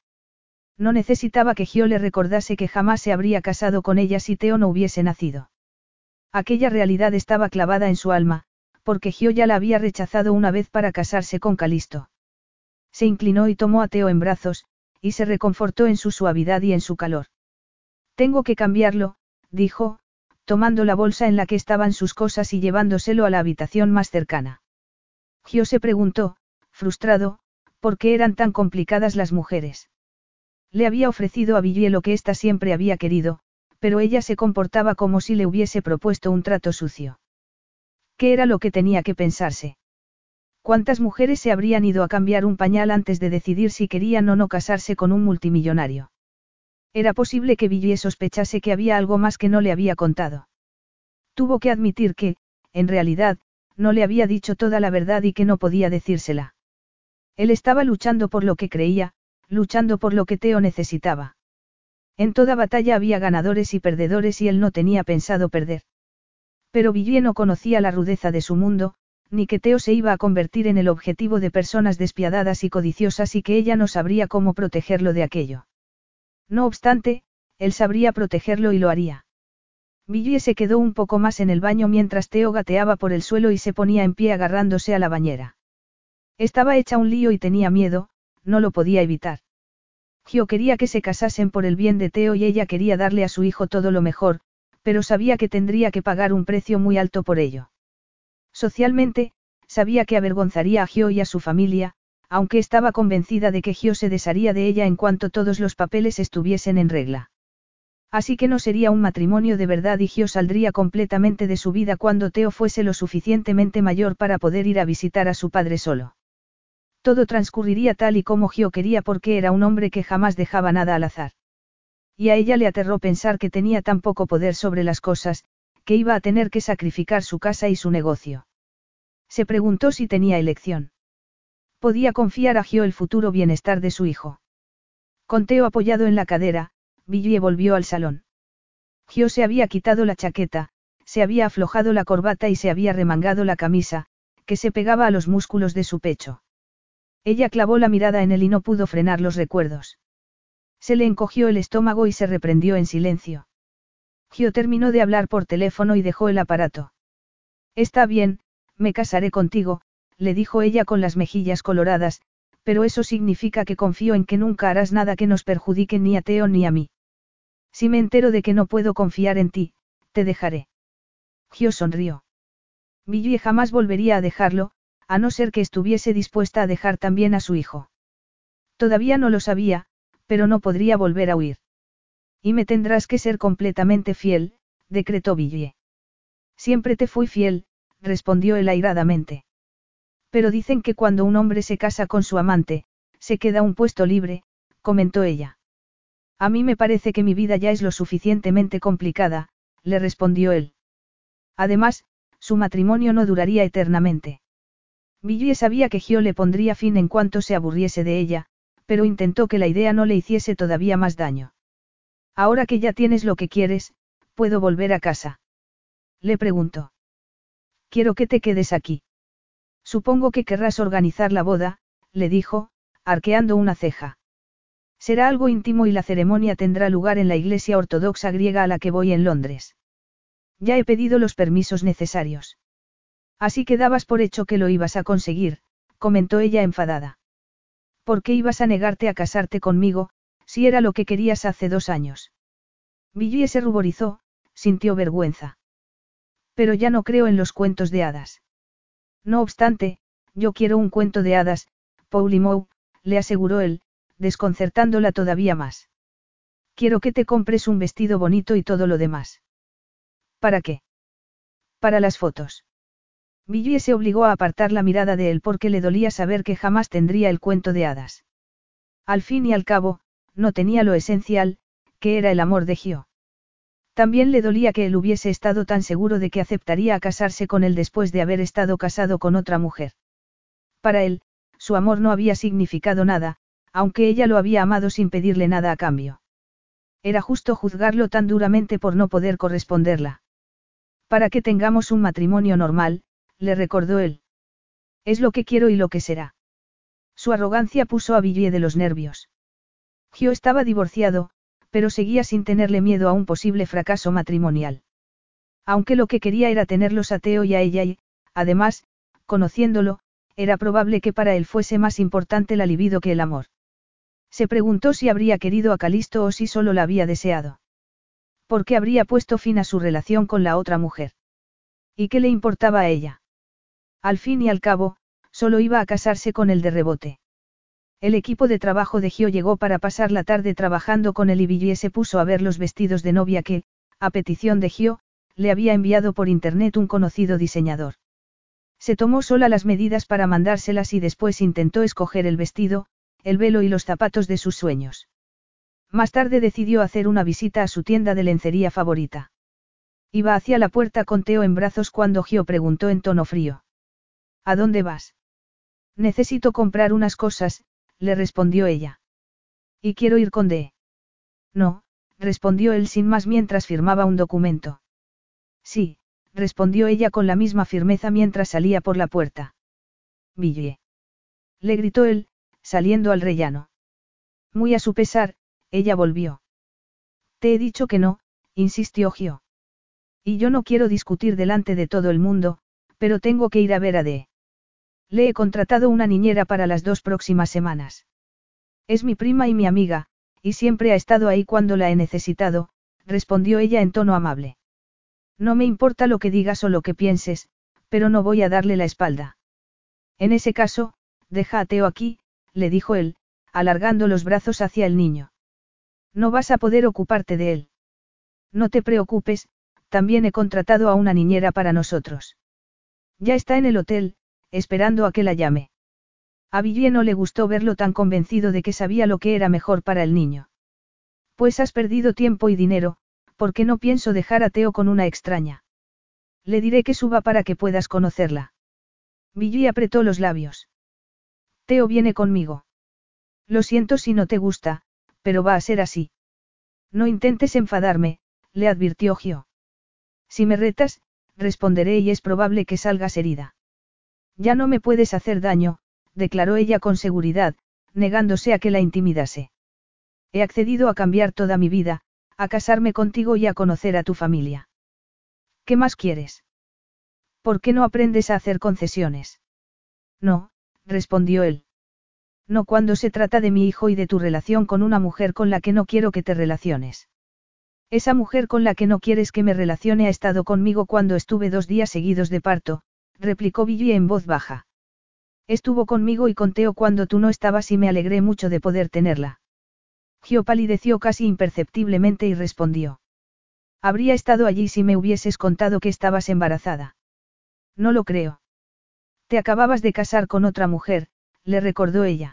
No necesitaba que Gio le recordase que jamás se habría casado con ella si Theo no hubiese nacido. Aquella realidad estaba clavada en su alma, porque Gio ya la había rechazado una vez para casarse con Calisto. Se inclinó y tomó a Theo en brazos, y se reconfortó en su suavidad y en su calor. Tengo que cambiarlo, dijo, tomando la bolsa en la que estaban sus cosas y llevándoselo a la habitación más cercana. Gio se preguntó, frustrado, por qué eran tan complicadas las mujeres. Le había ofrecido a Villie lo que ésta siempre había querido, pero ella se comportaba como si le hubiese propuesto un trato sucio. ¿Qué era lo que tenía que pensarse? ¿Cuántas mujeres se habrían ido a cambiar un pañal antes de decidir si querían o no casarse con un multimillonario? Era posible que Villie sospechase que había algo más que no le había contado. Tuvo que admitir que, en realidad, no le había dicho toda la verdad y que no podía decírsela. Él estaba luchando por lo que creía, luchando por lo que Theo necesitaba. En toda batalla había ganadores y perdedores y él no tenía pensado perder. Pero Villie no conocía la rudeza de su mundo, ni que Theo se iba a convertir en el objetivo de personas despiadadas y codiciosas y que ella no sabría cómo protegerlo de aquello. No obstante, él sabría protegerlo y lo haría. Villie se quedó un poco más en el baño mientras Theo gateaba por el suelo y se ponía en pie agarrándose a la bañera. Estaba hecha un lío y tenía miedo, no lo podía evitar. Gio quería que se casasen por el bien de Theo y ella quería darle a su hijo todo lo mejor, pero sabía que tendría que pagar un precio muy alto por ello. Socialmente, sabía que avergonzaría a Gio y a su familia, aunque estaba convencida de que Gio se desharía de ella en cuanto todos los papeles estuviesen en regla. Así que no sería un matrimonio de verdad y Gio saldría completamente de su vida cuando Theo fuese lo suficientemente mayor para poder ir a visitar a su padre solo. Todo transcurriría tal y como Gio quería porque era un hombre que jamás dejaba nada al azar. Y a ella le aterró pensar que tenía tan poco poder sobre las cosas, que iba a tener que sacrificar su casa y su negocio. Se preguntó si tenía elección. Podía confiar a Gio el futuro bienestar de su hijo. Con Theo apoyado en la cadera, Villie volvió al salón. Gio se había quitado la chaqueta, se había aflojado la corbata y se había remangado la camisa, que se pegaba a los músculos de su pecho. Ella clavó la mirada en él y no pudo frenar los recuerdos. Se le encogió el estómago y se reprendió en silencio. Gio terminó de hablar por teléfono y dejó el aparato. Está bien, me casaré contigo, le dijo ella con las mejillas coloradas, pero eso significa que confío en que nunca harás nada que nos perjudique ni a Theo ni a mí. Si me entero de que no puedo confiar en ti, te dejaré. Gio sonrió. Villie jamás volvería a dejarlo, a no ser que estuviese dispuesta a dejar también a su hijo. Todavía no lo sabía, pero no podría volver a huir. Y me tendrás que ser completamente fiel, decretó Villie. Siempre te fui fiel, respondió él airadamente. Pero dicen que cuando un hombre se casa con su amante, se queda un puesto libre, comentó ella. A mí me parece que mi vida ya es lo suficientemente complicada, le respondió él. Además, su matrimonio no duraría eternamente. Villie sabía que Gio le pondría fin en cuanto se aburriese de ella, pero intentó que la idea no le hiciese todavía más daño. Ahora que ya tienes lo que quieres, ¿puedo volver a casa? Le preguntó. Quiero que te quedes aquí. Supongo que querrás organizar la boda, le dijo, arqueando una ceja. Será algo íntimo y la ceremonia tendrá lugar en la iglesia ortodoxa griega a la que voy en Londres. Ya he pedido los permisos necesarios. Así que dabas por hecho que lo ibas a conseguir, comentó ella enfadada. ¿Por qué ibas a negarte a casarte conmigo, si era lo que querías hace 2 años? Villie se ruborizó, sintió vergüenza. Pero ya no creo en los cuentos de hadas. No obstante, yo quiero un cuento de hadas, Poulimou, le aseguró él, desconcertándola todavía más. Quiero que te compres un vestido bonito y todo lo demás. ¿Para qué? Para las fotos. Villie se obligó a apartar la mirada de él porque le dolía saber que jamás tendría el cuento de hadas. Al fin y al cabo, no tenía lo esencial, que era el amor de Gio. También le dolía que él hubiese estado tan seguro de que aceptaría a casarse con él después de haber estado casado con otra mujer. Para él, su amor no había significado nada, aunque ella lo había amado sin pedirle nada a cambio. Era justo juzgarlo tan duramente por no poder corresponderla. Para que tengamos un matrimonio normal, le recordó él. Es lo que quiero y lo que será. Su arrogancia puso a Villie de los nervios. Gio estaba divorciado, pero seguía sin tenerle miedo a un posible fracaso matrimonial. Aunque lo que quería era tenerlos a Theo y a ella y, además, conociéndolo, era probable que para él fuese más importante la libido que el amor. Se preguntó si habría querido a Calisto o si solo la había deseado. ¿Por qué habría puesto fin a su relación con la otra mujer? ¿Y qué le importaba a ella? Al fin y al cabo, solo iba a casarse con él de rebote. El equipo de trabajo de Gio llegó para pasar la tarde trabajando con él y Villie se puso a ver los vestidos de novia que, a petición de Gio, le había enviado por internet un conocido diseñador. Se tomó sola las medidas para mandárselas y después intentó escoger el vestido, el velo y los zapatos de sus sueños. Más tarde decidió hacer una visita a su tienda de lencería favorita. Iba hacia la puerta con Theo en brazos cuando Gio preguntó en tono frío. ¿A dónde vas? Necesito comprar unas cosas, le respondió ella. Y quiero ir con Dee. No, respondió él sin más mientras firmaba un documento. Sí, respondió ella con la misma firmeza mientras salía por la puerta. Villie. Le gritó él, saliendo al rellano. Muy a su pesar, ella volvió. Te he dicho que no, insistió Gio. Y yo no quiero discutir delante de todo el mundo, pero tengo que ir a ver a Dee. Le he contratado una niñera para las 2 próximas semanas. Es mi prima y mi amiga, y siempre ha estado ahí cuando la he necesitado, respondió ella en tono amable. No me importa lo que digas o lo que pienses, pero no voy a darle la espalda. En ese caso, deja a Theo aquí, le dijo él, alargando los brazos hacia el niño. No vas a poder ocuparte de él. No te preocupes, también he contratado a una niñera para nosotros. Ya está en el hotel, esperando a que la llame. A Villiers no le gustó verlo tan convencido de que sabía lo que era mejor para el niño. Pues has perdido tiempo y dinero, porque no pienso dejar a Theo con una extraña. Le diré que suba para que puedas conocerla. Villiers apretó los labios. Theo viene conmigo. Lo siento si no te gusta, pero va a ser así. No intentes enfadarme, le advirtió Gio. Si me retas, responderé y es probable que salgas herida. Ya no me puedes hacer daño, declaró ella con seguridad, negándose a que la intimidase. He accedido a cambiar toda mi vida, a casarme contigo y a conocer a tu familia. ¿Qué más quieres? ¿Por qué no aprendes a hacer concesiones? No, respondió él. No cuando se trata de mi hijo y de tu relación con una mujer con la que no quiero que te relaciones. Esa mujer con la que no quieres que me relacione ha estado conmigo cuando estuve 2 días seguidos de parto, replicó Villiers en voz baja. Estuvo conmigo y con Theo cuando tú no estabas y me alegré mucho de poder tenerla. Gio palideció casi imperceptiblemente y respondió. Habría estado allí si me hubieses contado que estabas embarazada. No lo creo. Te acababas de casar con otra mujer, le recordó ella.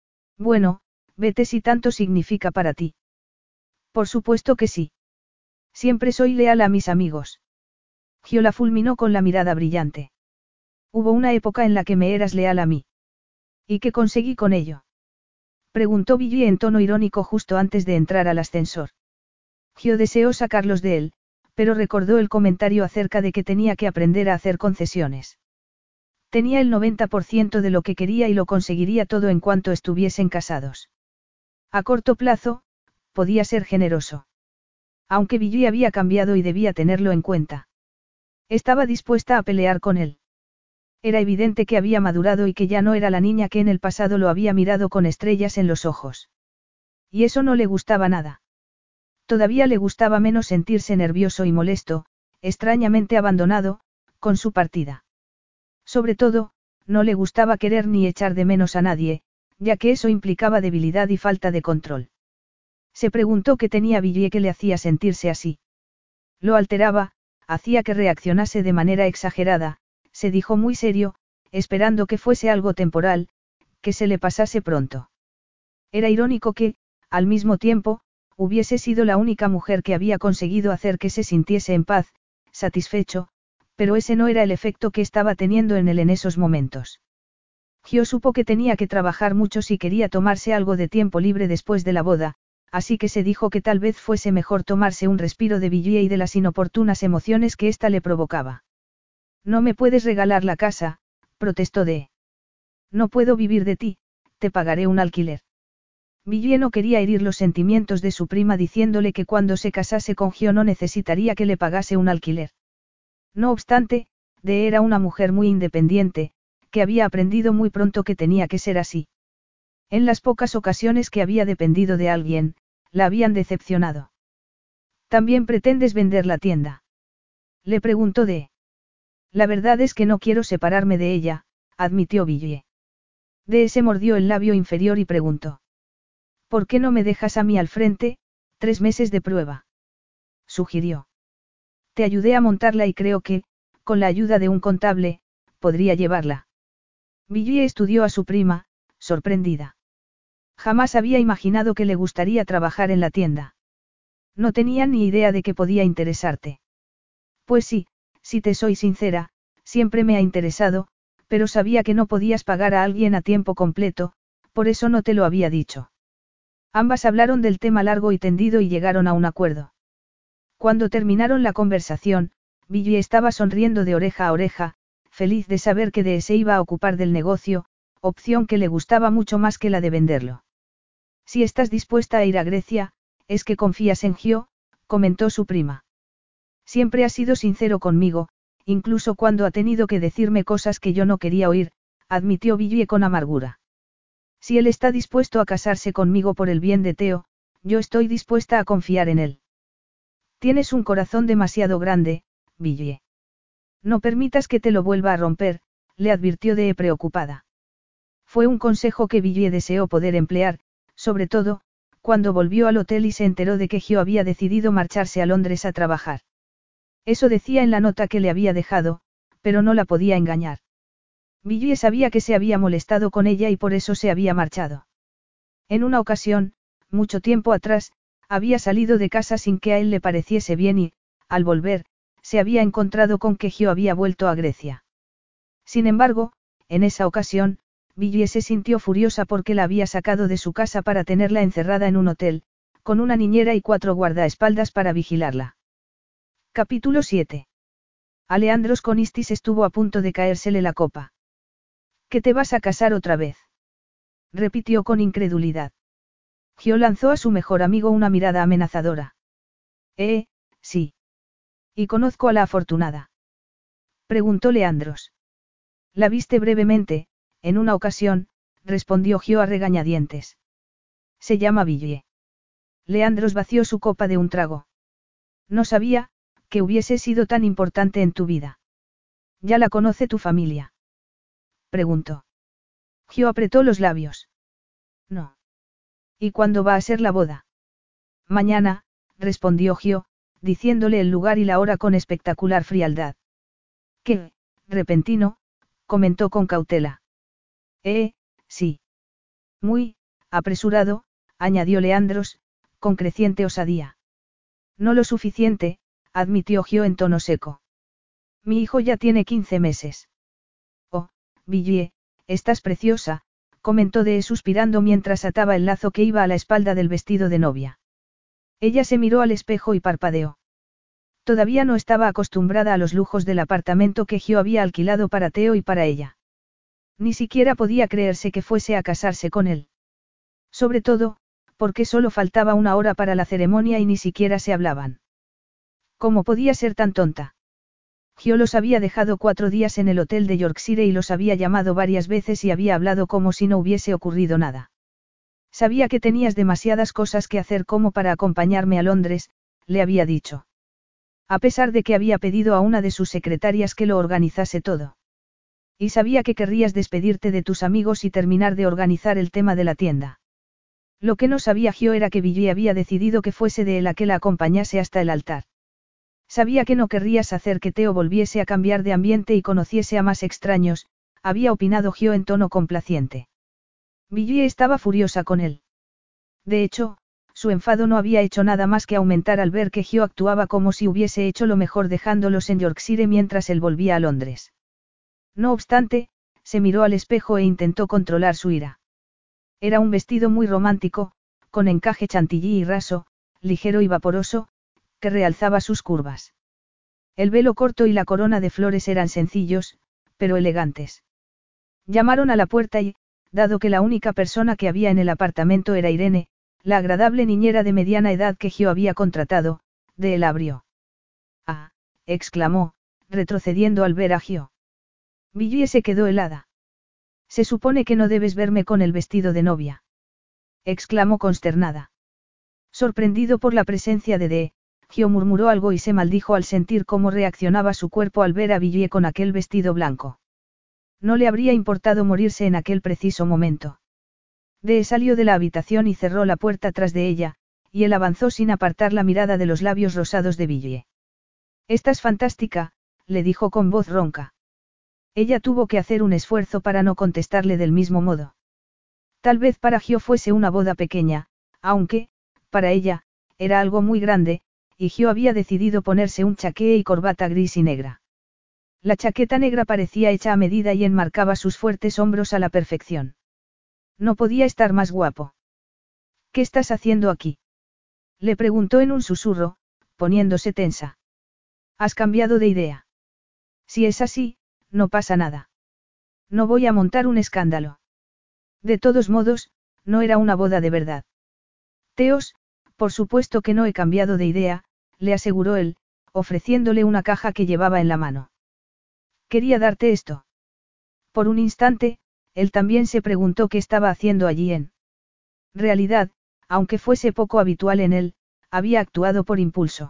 Bueno, vete si tanto significa para ti. Por supuesto que sí. Siempre soy leal a mis amigos. Gio la fulminó con la mirada brillante. Hubo una época en la que me eras leal a mí. ¿Y qué conseguí con ello? Preguntó Villiers en tono irónico justo antes de entrar al ascensor. Gio deseó sacarlos de él, pero recordó el comentario acerca de que tenía que aprender a hacer concesiones. Tenía el 90% de lo que quería y lo conseguiría todo en cuanto estuviesen casados. A corto plazo, podía ser generoso. Aunque Villiers había cambiado y debía tenerlo en cuenta. Estaba dispuesta a pelear con él. Era evidente que había madurado y que ya no era la niña que en el pasado lo había mirado con estrellas en los ojos. Y eso no le gustaba nada. Todavía le gustaba menos sentirse nervioso y molesto, extrañamente abandonado, con su partida. Sobre todo, no le gustaba querer ni echar de menos a nadie, ya que eso implicaba debilidad y falta de control. Se preguntó qué tenía Villiers que le hacía sentirse así. Lo alteraba, hacía que reaccionase de manera exagerada, se dijo muy serio, esperando que fuese algo temporal, que se le pasase pronto. Era irónico que, al mismo tiempo, hubiese sido la única mujer que había conseguido hacer que se sintiese en paz, satisfecho, pero ese no era el efecto que estaba teniendo en él en esos momentos. Gio supo que tenía que trabajar mucho si quería tomarse algo de tiempo libre después de la boda, así que se dijo que tal vez fuese mejor tomarse un respiro de Villiers y de las inoportunas emociones que ésta le provocaba. No me puedes regalar la casa, protestó Dee. No puedo vivir de ti, te pagaré un alquiler. Villiers no quería herir los sentimientos de su prima diciéndole que cuando se casase con Gio no necesitaría que le pagase un alquiler. No obstante, Dee era una mujer muy independiente, que había aprendido muy pronto que tenía que ser así. En las pocas ocasiones que había dependido de alguien, la habían decepcionado. ¿También pretendes vender la tienda? Le preguntó Dee. La verdad es que no quiero separarme de ella, admitió Villiers. Dee se mordió el labio inferior y preguntó. ¿Por qué no me dejas a mí al frente, 3 meses de prueba? Sugirió. Te ayudé a montarla y creo que, con la ayuda de un contable, podría llevarla. Villiers estudió a su prima, sorprendida. Jamás había imaginado que le gustaría trabajar en la tienda. No tenía ni idea de que podía interesarte. Pues sí, si te soy sincera, siempre me ha interesado, pero sabía que no podías pagar a alguien a tiempo completo, por eso no te lo había dicho. Ambas hablaron del tema largo y tendido y llegaron a un acuerdo. Cuando terminaron la conversación, Villiers estaba sonriendo de oreja a oreja, feliz de saber que Dee se iba a ocupar del negocio, opción que le gustaba mucho más que la de venderlo. Si estás dispuesta a ir a Grecia, es que confías en Gio, comentó su prima. Siempre ha sido sincero conmigo, incluso cuando ha tenido que decirme cosas que yo no quería oír, admitió Villiers con amargura. Si él está dispuesto a casarse conmigo por el bien de Theo, yo estoy dispuesta a confiar en él. Tienes un corazón demasiado grande, Villiers. No permitas que te lo vuelva a romper, le advirtió Dee preocupada. Fue un consejo que Villiers deseó poder emplear, sobre todo, cuando volvió al hotel y se enteró de que Gio había decidido marcharse a Londres a trabajar. Eso decía en la nota que le había dejado, pero no la podía engañar. Villiers sabía que se había molestado con ella y por eso se había marchado. En una ocasión, mucho tiempo atrás, había salido de casa sin que a él le pareciese bien y, al volver, se había encontrado con que Gio había vuelto a Grecia. Sin embargo, en esa ocasión, Villiers se sintió furiosa porque la había sacado de su casa para tenerla encerrada en un hotel, con una niñera y 4 guardaespaldas para vigilarla. Capítulo 7. A Leandros Conistis estuvo a punto de caérsele la copa. ¿Que te vas a casar otra vez? Repitió con incredulidad. Gio lanzó a su mejor amigo una mirada amenazadora. Sí. ¿Y conozco a la afortunada? Preguntó Leandros. La viste brevemente, en una ocasión, respondió Gio a regañadientes. Se llama Villiers. Leandros vació su copa de un trago. No sabía, que hubiese sido tan importante en tu vida. ¿Ya la conoce tu familia? Preguntó. Gio apretó los labios. No. ¿Y cuándo va a ser la boda? Mañana, respondió Gio, diciéndole el lugar y la hora con espectacular frialdad. ¿Qué, repentino? Comentó con cautela. Sí. Muy, apresurado, añadió Leandros, con creciente osadía. No lo suficiente, admitió Gio en tono seco. Mi hijo ya tiene 15 meses. Oh, Villiers, estás preciosa, comentó Dee suspirando mientras ataba el lazo que iba a la espalda del vestido de novia. Ella se miró al espejo y parpadeó. Todavía no estaba acostumbrada a los lujos del apartamento que Gio había alquilado para Theo y para ella. Ni siquiera podía creerse que fuese a casarse con él. Sobre todo, porque solo faltaba una hora para la ceremonia y ni siquiera se hablaban. ¿Cómo podía ser tan tonta? Gio los había dejado 4 días en el hotel de Yorkshire y los había llamado varias veces y había hablado como si no hubiese ocurrido nada. Sabía que tenías demasiadas cosas que hacer como para acompañarme a Londres, le había dicho. A pesar de que había pedido a una de sus secretarias que lo organizase todo. Y sabía que querrías despedirte de tus amigos y terminar de organizar el tema de la tienda. Lo que no sabía Gio era que Villiers había decidido que fuese de él a que la acompañase hasta el altar. Sabía que no querrías hacer que Theo volviese a cambiar de ambiente y conociese a más extraños, había opinado Gio en tono complaciente. Villiers estaba furiosa con él. De hecho, su enfado no había hecho nada más que aumentar al ver que Gio actuaba como si hubiese hecho lo mejor dejándolos en Yorkshire mientras él volvía a Londres. No obstante, se miró al espejo e intentó controlar su ira. Era un vestido muy romántico, con encaje chantilly y raso, ligero y vaporoso, que realzaba sus curvas. El velo corto y la corona de flores eran sencillos, pero elegantes. Llamaron a la puerta y, dado que la única persona que había en el apartamento era Irene, la agradable niñera de mediana edad que Gio había contratado, de él abrió. ¡Ah! Exclamó, retrocediendo al ver a Gio. Villiers se quedó helada. Se supone que no debes verme con el vestido de novia. Exclamó consternada. Sorprendido por la presencia de Dee, Gio murmuró algo y se maldijo al sentir cómo reaccionaba su cuerpo al ver a Villiers con aquel vestido blanco. No le habría importado morirse en aquel preciso momento. Dee salió de la habitación y cerró la puerta tras de ella, y él avanzó sin apartar la mirada de los labios rosados de Villiers. Estás fantástica, le dijo con voz ronca. Ella tuvo que hacer un esfuerzo para no contestarle del mismo modo. Tal vez para Gio fuese una boda pequeña, aunque, para ella, era algo muy grande, y Gio había decidido ponerse un chaqué y corbata gris y negra. La chaqueta negra parecía hecha a medida y enmarcaba sus fuertes hombros a la perfección. No podía estar más guapo. ¿Qué estás haciendo aquí? Le preguntó en un susurro, poniéndose tensa. ¿Has cambiado de idea? Si es así, no pasa nada. No voy a montar un escándalo. De todos modos, no era una boda de verdad. Teos, por supuesto que no he cambiado de idea, le aseguró él, ofreciéndole una caja que llevaba en la mano. Quería darte esto. Por un instante, él también se preguntó qué estaba haciendo allí en realidad, aunque fuese poco habitual en él, había actuado por impulso.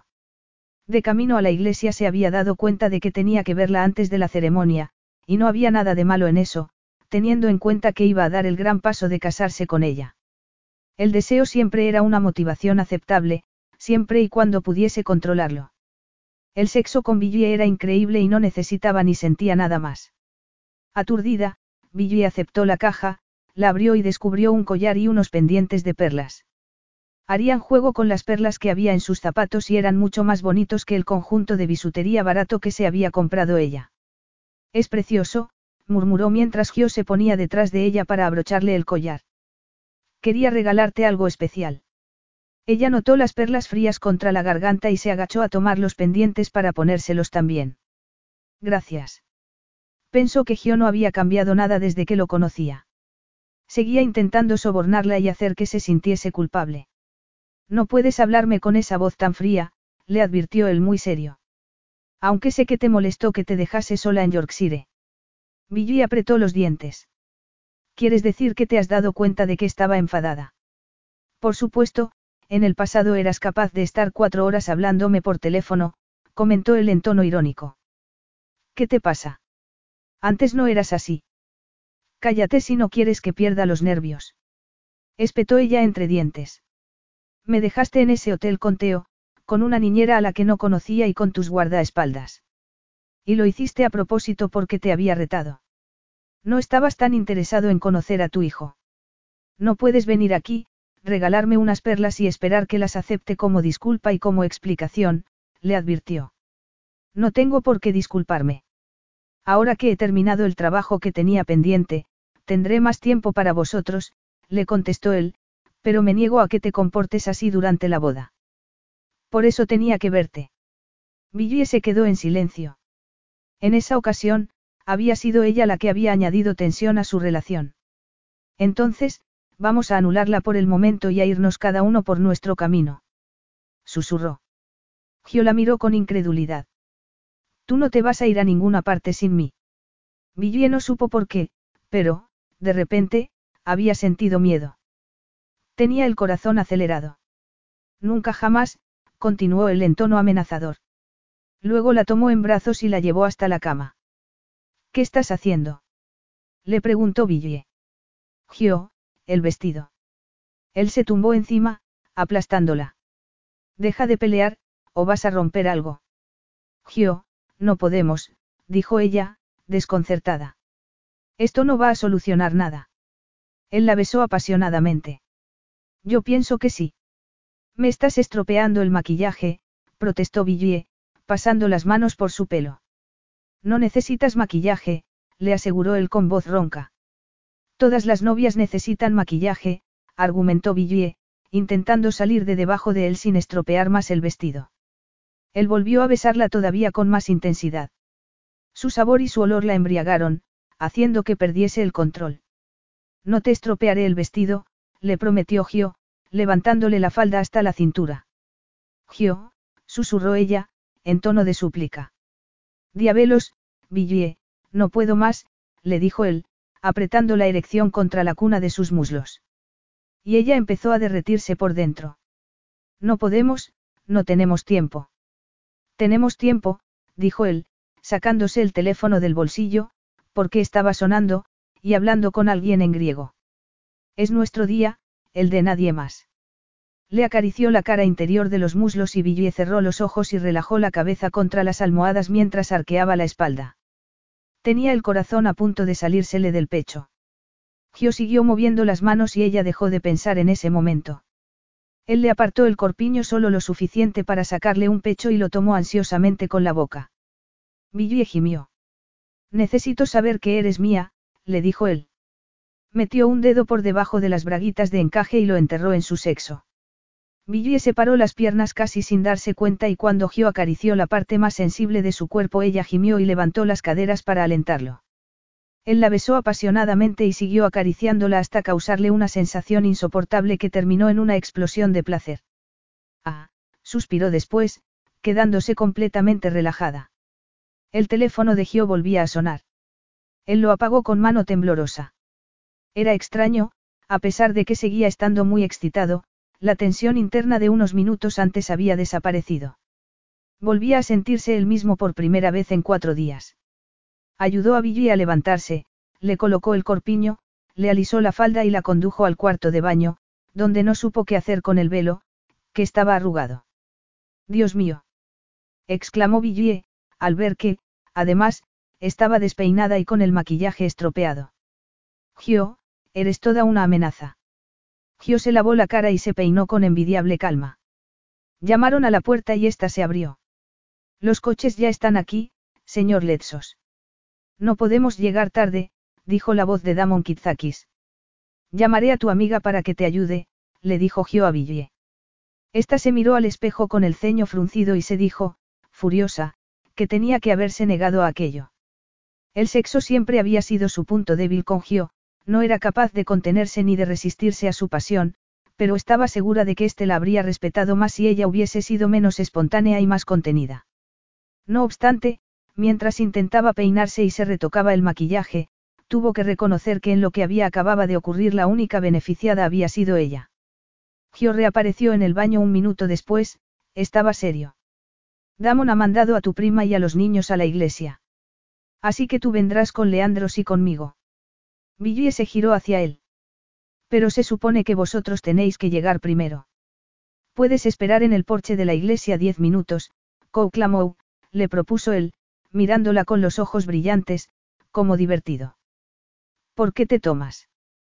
De camino a la iglesia se había dado cuenta de que tenía que verla antes de la ceremonia, y no había nada de malo en eso, teniendo en cuenta que iba a dar el gran paso de casarse con ella. El deseo siempre era una motivación aceptable, siempre y cuando pudiese controlarlo. El sexo con Billie era increíble y no necesitaba ni sentía nada más. Aturdida, Billie aceptó la caja, la abrió y descubrió un collar y unos pendientes de perlas. Harían juego con las perlas que había en sus zapatos y eran mucho más bonitos que el conjunto de bisutería barato que se había comprado ella. Es precioso, murmuró mientras Gio se ponía detrás de ella para abrocharle el collar. Quería regalarte algo especial. Ella notó las perlas frías contra la garganta y se agachó a tomar los pendientes para ponérselos también. Gracias. Pensó que Gio no había cambiado nada desde que lo conocía. Seguía intentando sobornarla y hacer que se sintiese culpable. No puedes hablarme con esa voz tan fría, le advirtió él muy serio. Aunque sé que te molestó que te dejase sola en Yorkshire. Billie apretó los dientes. ¿Quieres decir que te has dado cuenta de que estaba enfadada? Por supuesto, en el pasado eras capaz de estar 4 horas hablándome por teléfono, comentó él en tono irónico. ¿Qué te pasa? Antes no eras así. Cállate si no quieres que pierda los nervios. Espetó ella entre dientes. Me dejaste en ese hotel con Theo, con una niñera a la que no conocía y con tus guardaespaldas. Y lo hiciste a propósito porque te había retado. No estabas tan interesado en conocer a tu hijo. No puedes venir aquí, regalarme unas perlas y esperar que las acepte como disculpa y como explicación, le advirtió. No tengo por qué disculparme. Ahora que he terminado el trabajo que tenía pendiente, tendré más tiempo para vosotros, le contestó él, pero me niego a que te comportes así durante la boda. Por eso tenía que verte. Billie se quedó en silencio. En esa ocasión, había sido ella la que había añadido tensión a su relación. Entonces, vamos a anularla por el momento y a irnos cada uno por nuestro camino. Susurró. Gio la miró con incredulidad. Tú no te vas a ir a ninguna parte sin mí. Billie no supo por qué, pero, de repente, había sentido miedo. Tenía el corazón acelerado. Nunca jamás, continuó él en tono amenazador. Luego la tomó en brazos y la llevó hasta la cama. ¿Qué estás haciendo? Le preguntó Billie. Gio, el vestido. Él se tumbó encima, aplastándola. Deja de pelear, o vas a romper algo. Gio, no podemos, dijo ella, desconcertada. Esto no va a solucionar nada. Él la besó apasionadamente. Yo pienso que sí. Me estás estropeando el maquillaje, protestó Billie, pasando las manos por su pelo. No necesitas maquillaje, le aseguró él con voz ronca. Todas las novias necesitan maquillaje, argumentó Billie, intentando salir de debajo de él sin estropear más el vestido. Él volvió a besarla todavía con más intensidad. Su sabor y su olor la embriagaron, haciendo que perdiese el control. No te estropearé el vestido, le prometió Gio, levantándole la falda hasta la cintura. Gio, susurró ella, en tono de súplica. Diabelos, Billie, no puedo más, le dijo él, apretando la erección contra la cuna de sus muslos. Y ella empezó a derretirse por dentro. No podemos, no tenemos tiempo. Tenemos tiempo, dijo él, sacándose el teléfono del bolsillo, porque estaba sonando, y hablando con alguien en griego. Es nuestro día, el de nadie más. Le acarició la cara interior de los muslos y Billie cerró los ojos y relajó la cabeza contra las almohadas mientras arqueaba la espalda. Tenía el corazón a punto de salírsele del pecho. Gio siguió moviendo las manos y ella dejó de pensar en ese momento. Él le apartó el corpiño solo lo suficiente para sacarle un pecho y lo tomó ansiosamente con la boca. Billie gimió. Necesito saber que eres mía, le dijo él. Metió un dedo por debajo de las braguitas de encaje y lo enterró en su sexo. Billie separó las piernas casi sin darse cuenta y cuando Gio acarició la parte más sensible de su cuerpo ella gimió y levantó las caderas para alentarlo. Él la besó apasionadamente y siguió acariciándola hasta causarle una sensación insoportable que terminó en una explosión de placer. Ah, suspiró después, quedándose completamente relajada. El teléfono de Gio volvía a sonar. Él lo apagó con mano temblorosa. Era extraño, a pesar de que seguía estando muy excitado, la tensión interna de unos minutos antes había desaparecido. Volvía a sentirse él mismo por primera vez en 4 días. Ayudó a Billie a levantarse, le colocó el corpiño, le alisó la falda y la condujo al cuarto de baño, donde no supo qué hacer con el velo, que estaba arrugado. Dios mío, exclamó Villiers, al ver que, además, estaba despeinada y con el maquillaje estropeado. Gio, eres toda una amenaza. Gio se lavó la cara y se peinó con envidiable calma. Llamaron a la puerta y ésta se abrió. Los coches ya están aquí, señor Letsos. No podemos llegar tarde, dijo la voz de Damon Kitsakis. Llamaré a tu amiga para que te ayude, le dijo Gio a Villiers. Esta se miró al espejo con el ceño fruncido y se dijo, furiosa, que tenía que haberse negado a aquello. El sexo siempre había sido su punto débil con Gio, no era capaz de contenerse ni de resistirse a su pasión, pero estaba segura de que éste la habría respetado más si ella hubiese sido menos espontánea y más contenida. No obstante, mientras intentaba peinarse y se retocaba el maquillaje, tuvo que reconocer que en lo que acababa de ocurrir la única beneficiada había sido ella. Gio reapareció en el baño un minuto después, estaba serio. Damon ha mandado a tu prima y a los niños a la iglesia. Así que tú vendrás con Leandros y conmigo. Villiers se giró hacia él. Pero se supone que vosotros tenéis que llegar primero. Puedes esperar en el porche de la iglesia 10 minutos, clamó, le propuso él, mirándola con los ojos brillantes, como divertido. ¿Por qué te tomas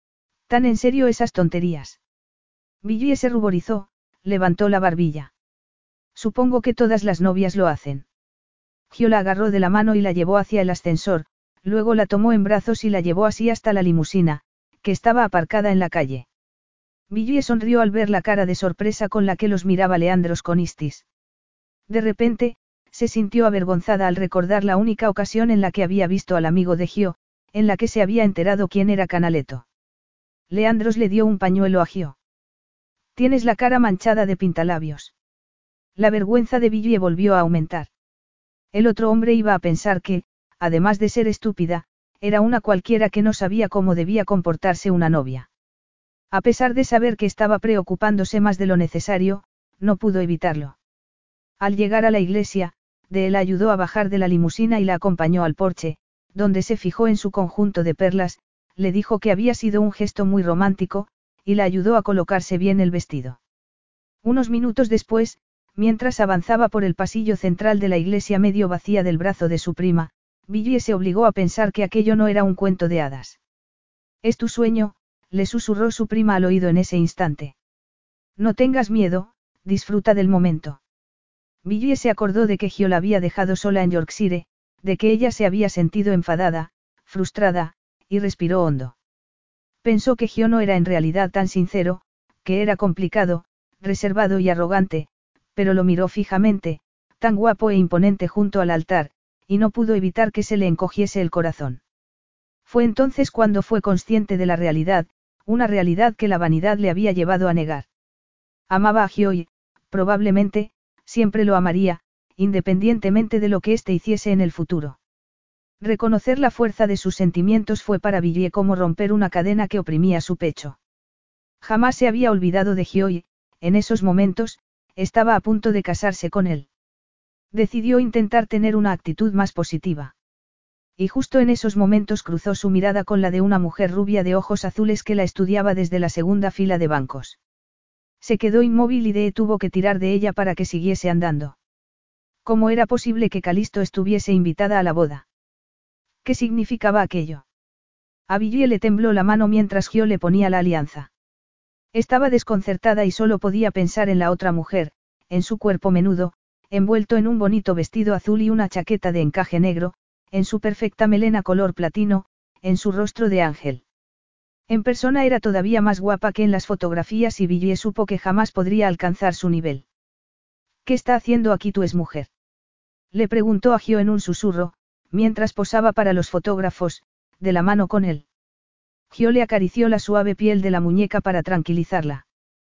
tan en serio esas tonterías? Villiers se ruborizó, levantó la barbilla. Supongo que todas las novias lo hacen. Gio la agarró de la mano y la llevó hacia el ascensor, luego la tomó en brazos y la llevó así hasta la limusina, que estaba aparcada en la calle. Villiers sonrió al ver la cara de sorpresa con la que los miraba Leandros Conistis. De repente, se sintió avergonzada al recordar la única ocasión en la que había visto al amigo de Gio, en la que se había enterado quién era Canaletto. Leandros le dio un pañuelo a Gio. Tienes la cara manchada de pintalabios. La vergüenza de Villiers volvió a aumentar. El otro hombre iba a pensar que, además de ser estúpida, era una cualquiera que no sabía cómo debía comportarse una novia. A pesar de saber que estaba preocupándose más de lo necesario, no pudo evitarlo. Al llegar a la iglesia, de él ayudó a bajar de la limusina y la acompañó al porche, donde se fijó en su conjunto de perlas, le dijo que había sido un gesto muy romántico, y la ayudó a colocarse bien el vestido. Unos minutos después, mientras avanzaba por el pasillo central de la iglesia medio vacía del brazo de su prima, Villiers se obligó a pensar que aquello no era un cuento de hadas. Es tu sueño, le susurró su prima al oído en ese instante. No tengas miedo, disfruta del momento. Villiers se acordó de que Gio la había dejado sola en Yorkshire, de que ella se había sentido enfadada, frustrada, y respiró hondo. Pensó que Gio no era en realidad tan sincero, que era complicado, reservado y arrogante, pero lo miró fijamente, tan guapo e imponente junto al altar, y no pudo evitar que se le encogiese el corazón. Fue entonces cuando fue consciente de la realidad, una realidad que la vanidad le había llevado a negar. Amaba a Gio y, probablemente, siempre lo amaría, independientemente de lo que éste hiciese en el futuro. Reconocer la fuerza de sus sentimientos fue para Villiers como romper una cadena que oprimía su pecho. Jamás se había olvidado de Gio y, en esos momentos, estaba a punto de casarse con él. Decidió intentar tener una actitud más positiva. Y justo en esos momentos cruzó su mirada con la de una mujer rubia de ojos azules que la estudiaba desde la segunda fila de bancos. Se quedó inmóvil y tuvo que tirar de ella para que siguiese andando. ¿Cómo era posible que Calisto estuviese invitada a la boda? ¿Qué significaba aquello? A Villiers le tembló la mano mientras Gio le ponía la alianza. Estaba desconcertada y solo podía pensar en la otra mujer, en su cuerpo menudo, envuelto en un bonito vestido azul y una chaqueta de encaje negro, en su perfecta melena color platino, en su rostro de ángel. En persona era todavía más guapa que en las fotografías y Villiers supo que jamás podría alcanzar su nivel. ¿Qué está haciendo aquí tu exmujer? Le preguntó a Gio en un susurro, mientras posaba para los fotógrafos, de la mano con él. Gio le acarició la suave piel de la muñeca para tranquilizarla.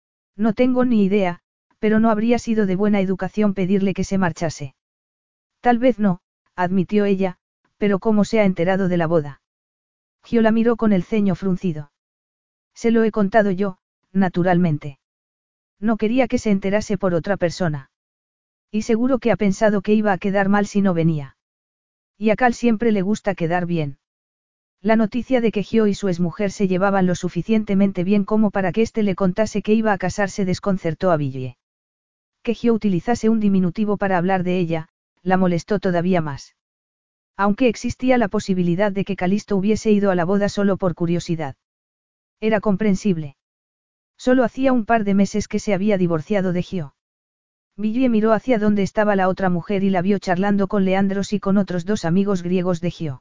No tengo ni idea, pero no habría sido de buena educación pedirle que se marchase. Tal vez no, admitió ella, pero ¿cómo se ha enterado de la boda? Gio la miró con el ceño fruncido. Se lo he contado yo, naturalmente. No quería que se enterase por otra persona. Y seguro que ha pensado que iba a quedar mal si no venía. Y a Cal siempre le gusta quedar bien. La noticia de que Gio y su exmujer se llevaban lo suficientemente bien como para que éste le contase que iba a casarse desconcertó a Villiers. Que Gio utilizase un diminutivo para hablar de ella, la molestó todavía más. Aunque existía la posibilidad de que Calisto hubiese ido a la boda solo por curiosidad. Era comprensible. Solo hacía un par de meses que se había divorciado de Gio. Villiers miró hacia donde estaba la otra mujer y la vio charlando con Leandros y con otros dos amigos griegos de Gio.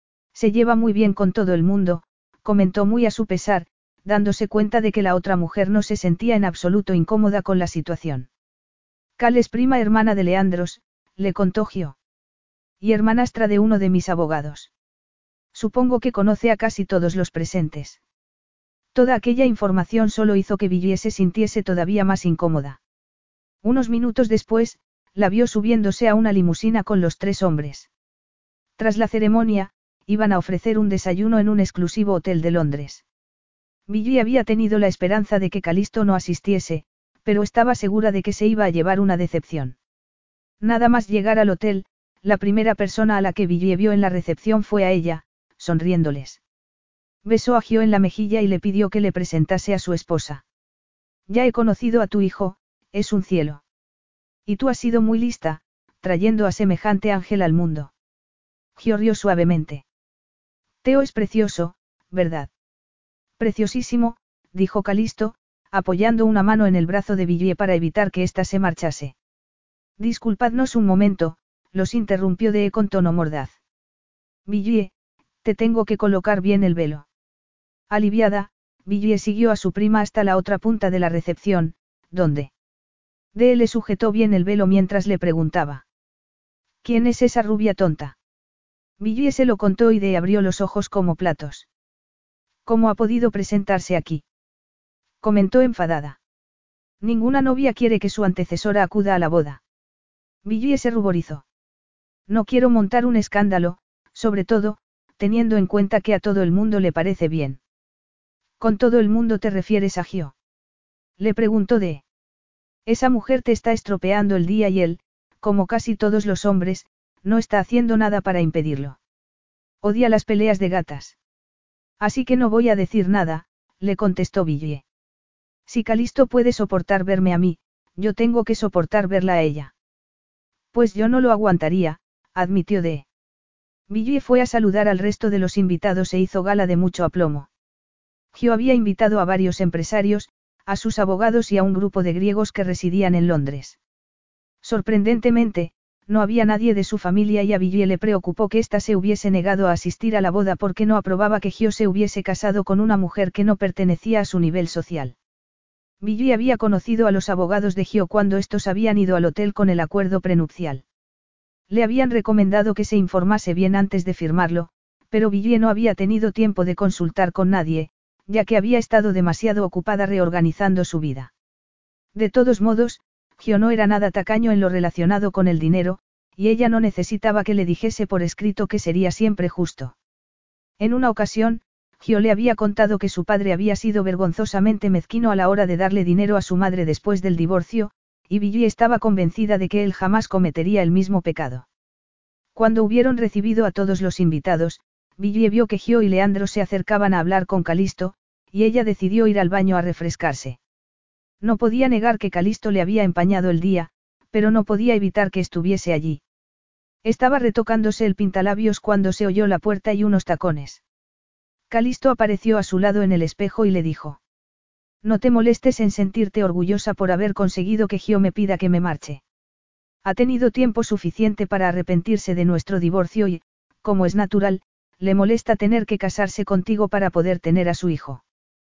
Se lleva muy bien con todo el mundo, comentó muy a su pesar, dándose cuenta de que la otra mujer no se sentía en absoluto incómoda con la situación. Cal es prima hermana de Leandros, le contó Gio. Y hermanastra de uno de mis abogados. Supongo que conoce a casi todos los presentes. Toda aquella información solo hizo que Villiers se sintiese todavía más incómoda. Unos minutos después, la vio subiéndose a una limusina con los tres hombres. Tras la ceremonia, iban a ofrecer un desayuno en un exclusivo hotel de Londres. Villiers había tenido la esperanza de que Calisto no asistiese, pero estaba segura de que se iba a llevar una decepción. Nada más llegar al hotel, la primera persona a la que Villiers vio en la recepción fue a ella, sonriéndoles. Besó a Gio en la mejilla y le pidió que le presentase a su esposa. Ya he conocido a tu hijo, es un cielo. Y tú has sido muy lista, trayendo a semejante ángel al mundo. Gio rió suavemente. Teo es precioso, ¿verdad? Preciosísimo, dijo Calisto, apoyando una mano en el brazo de Villiers para evitar que ésta se marchase. Disculpadnos un momento, los interrumpió Dee con tono mordaz. Villiers, te tengo que colocar bien el velo. Aliviada, Villiers siguió a su prima hasta la otra punta de la recepción, donde Dee le sujetó bien el velo mientras le preguntaba. ¿Quién es esa rubia tonta? Villiers se lo contó y Dee abrió los ojos como platos. ¿Cómo ha podido presentarse aquí? Comentó enfadada. Ninguna novia quiere que su antecesora acuda a la boda. Villiers se ruborizó. No quiero montar un escándalo, sobre todo, teniendo en cuenta que a todo el mundo le parece bien. ¿Con todo el mundo te refieres a Gio? Le preguntó Dee. Esa mujer te está estropeando el día y él, como casi todos los hombres, no está haciendo nada para impedirlo. Odia las peleas de gatas. Así que no voy a decir nada, le contestó Villiers. Si Calisto puede soportar verme a mí, yo tengo que soportar verla a ella. Pues yo no lo aguantaría, admitió Dee. Villiers fue a saludar al resto de los invitados e hizo gala de mucho aplomo. Gio había invitado a varios empresarios, a sus abogados y a un grupo de griegos que residían en Londres. Sorprendentemente, no había nadie de su familia y a Villiers le preocupó que ésta se hubiese negado a asistir a la boda porque no aprobaba que Gio se hubiese casado con una mujer que no pertenecía a su nivel social. Villiers había conocido a los abogados de Gio cuando estos habían ido al hotel con el acuerdo prenupcial. Le habían recomendado que se informase bien antes de firmarlo, pero Villiers no había tenido tiempo de consultar con nadie, ya que había estado demasiado ocupada reorganizando su vida. De todos modos, Gio no era nada tacaño en lo relacionado con el dinero, y ella no necesitaba que le dijese por escrito que sería siempre justo. En una ocasión, Gio le había contado que su padre había sido vergonzosamente mezquino a la hora de darle dinero a su madre después del divorcio, y Villiers estaba convencida de que él jamás cometería el mismo pecado. Cuando hubieron recibido a todos los invitados, Villiers vio que Gio y Leandro se acercaban a hablar con Calisto, y ella decidió ir al baño a refrescarse. No podía negar que Calisto le había empañado el día, pero no podía evitar que estuviese allí. Estaba retocándose el pintalabios cuando se oyó la puerta y unos tacones. Calisto apareció a su lado en el espejo y le dijo. No te molestes en sentirte orgullosa por haber conseguido que Gio me pida que me marche. Ha tenido tiempo suficiente para arrepentirse de nuestro divorcio y, como es natural, le molesta tener que casarse contigo para poder tener a su hijo.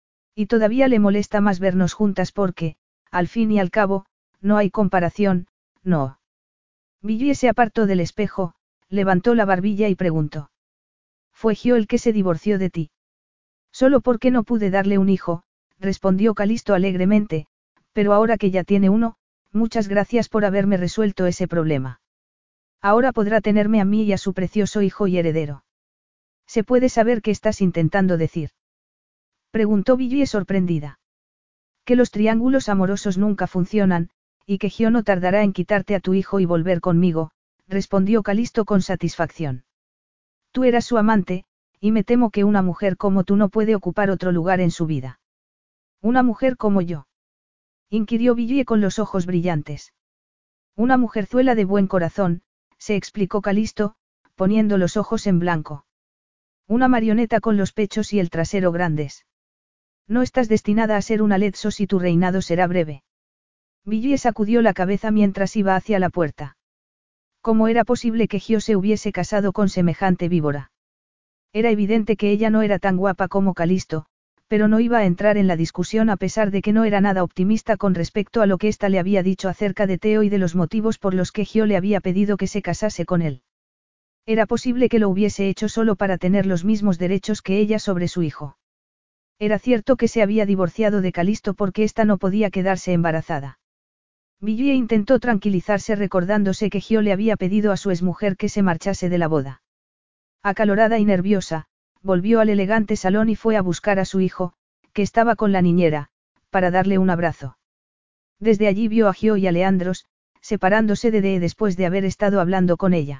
Y todavía le molesta más vernos juntas porque, al fin y al cabo, no hay comparación, no. Villiers se apartó del espejo, levantó la barbilla y preguntó. ¿Fue Gio el que se divorció de ti? Solo porque no pude darle un hijo, respondió Calisto alegremente, pero ahora que ya tiene uno, muchas gracias por haberme resuelto ese problema. Ahora podrá tenerme a mí y a su precioso hijo y heredero. ¿Se puede saber qué estás intentando decir? Preguntó Villiers sorprendida. Que los triángulos amorosos nunca funcionan, y que Gio no tardará en quitarte a tu hijo y volver conmigo, respondió Calisto con satisfacción. Tú eras su amante, Y me temo que una mujer como tú no puede ocupar otro lugar en su vida. ¿Una mujer como yo?, inquirió Villiers con los ojos brillantes. Una mujerzuela de buen corazón, se explicó Calisto, poniendo los ojos en blanco. Una marioneta con los pechos y el trasero grandes. No estás destinada a ser una Letsos y tu reinado será breve. Villiers sacudió la cabeza mientras iba hacia la puerta. ¿Cómo era posible que Gio se hubiese casado con semejante víbora? Era evidente que ella no era tan guapa como Calisto, pero no iba a entrar en la discusión a pesar de que no era nada optimista con respecto a lo que ésta le había dicho acerca de Theo y de los motivos por los que Gio le había pedido que se casase con él. Era posible que lo hubiese hecho solo para tener los mismos derechos que ella sobre su hijo. Era cierto que se había divorciado de Calisto porque ésta no podía quedarse embarazada. Villiers intentó tranquilizarse recordándose que Gio le había pedido a su exmujer que se marchase de la boda. Acalorada y nerviosa, volvió al elegante salón y fue a buscar a su hijo, que estaba con la niñera, para darle un abrazo. Desde allí vio a Gio y a Leandros, separándose de Dee después de haber estado hablando con ella.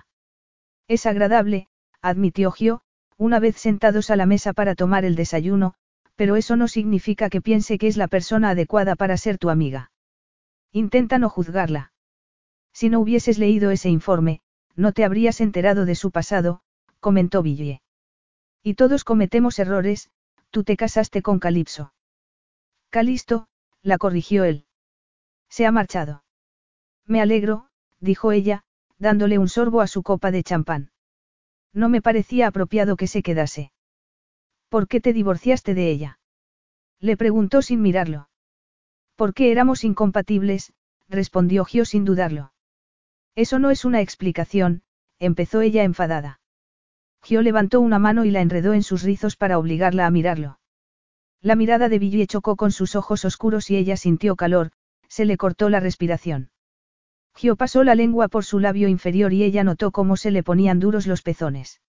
Es agradable, admitió Gio, una vez sentados a la mesa para tomar el desayuno, pero eso no significa que piense que es la persona adecuada para ser tu amiga. Intenta no juzgarla. Si no hubieses leído ese informe, no te habrías enterado de su pasado, comentó Villiers. Y todos cometemos errores, tú te casaste con Calipso. Calisto, la corrigió él. Se ha marchado. Me alegro, dijo ella, dándole un sorbo a su copa de champán. No me parecía apropiado que se quedase. ¿Por qué te divorciaste de ella?, le preguntó sin mirarlo. Porque éramos incompatibles, respondió Gio sin dudarlo. Eso no es una explicación, empezó ella enfadada. Gio levantó una mano y la enredó en sus rizos para obligarla a mirarlo. La mirada de Villiers chocó con sus ojos oscuros y ella sintió calor, se le cortó la respiración. Gio pasó la lengua por su labio inferior y ella notó cómo se le ponían duros los pezones.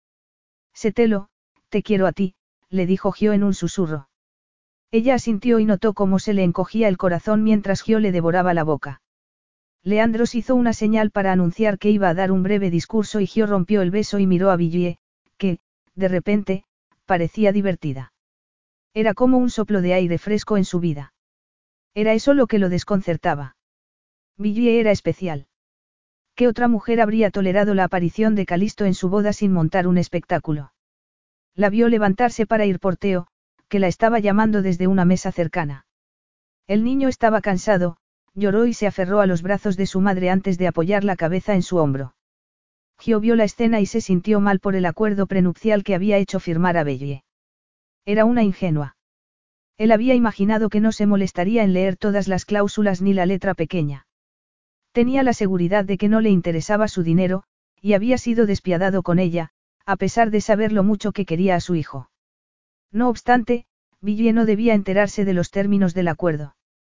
Setelo, te quiero a ti, le dijo Gio en un susurro. Ella asintió y notó cómo se le encogía el corazón mientras Gio le devoraba la boca. Leandros hizo una señal para anunciar que iba a dar un breve discurso y Gio rompió el beso y miró a Villiers, que, de repente, parecía divertida. Era como un soplo de aire fresco en su vida. Era eso lo que lo desconcertaba. Villiers era especial. ¿Qué otra mujer habría tolerado la aparición de Calisto en su boda sin montar un espectáculo? La vio levantarse para ir por Theo, que la estaba llamando desde una mesa cercana. El niño estaba cansado, lloró y se aferró a los brazos de su madre antes de apoyar la cabeza en su hombro. Gio vio la escena y se sintió mal por el acuerdo prenupcial que había hecho firmar a Villiers. Era una ingenua. Él había imaginado que no se molestaría en leer todas las cláusulas ni la letra pequeña. Tenía la seguridad de que no le interesaba su dinero, y había sido despiadado con ella, a pesar de saber lo mucho que quería a su hijo. No obstante, Villiers no debía enterarse de los términos del acuerdo.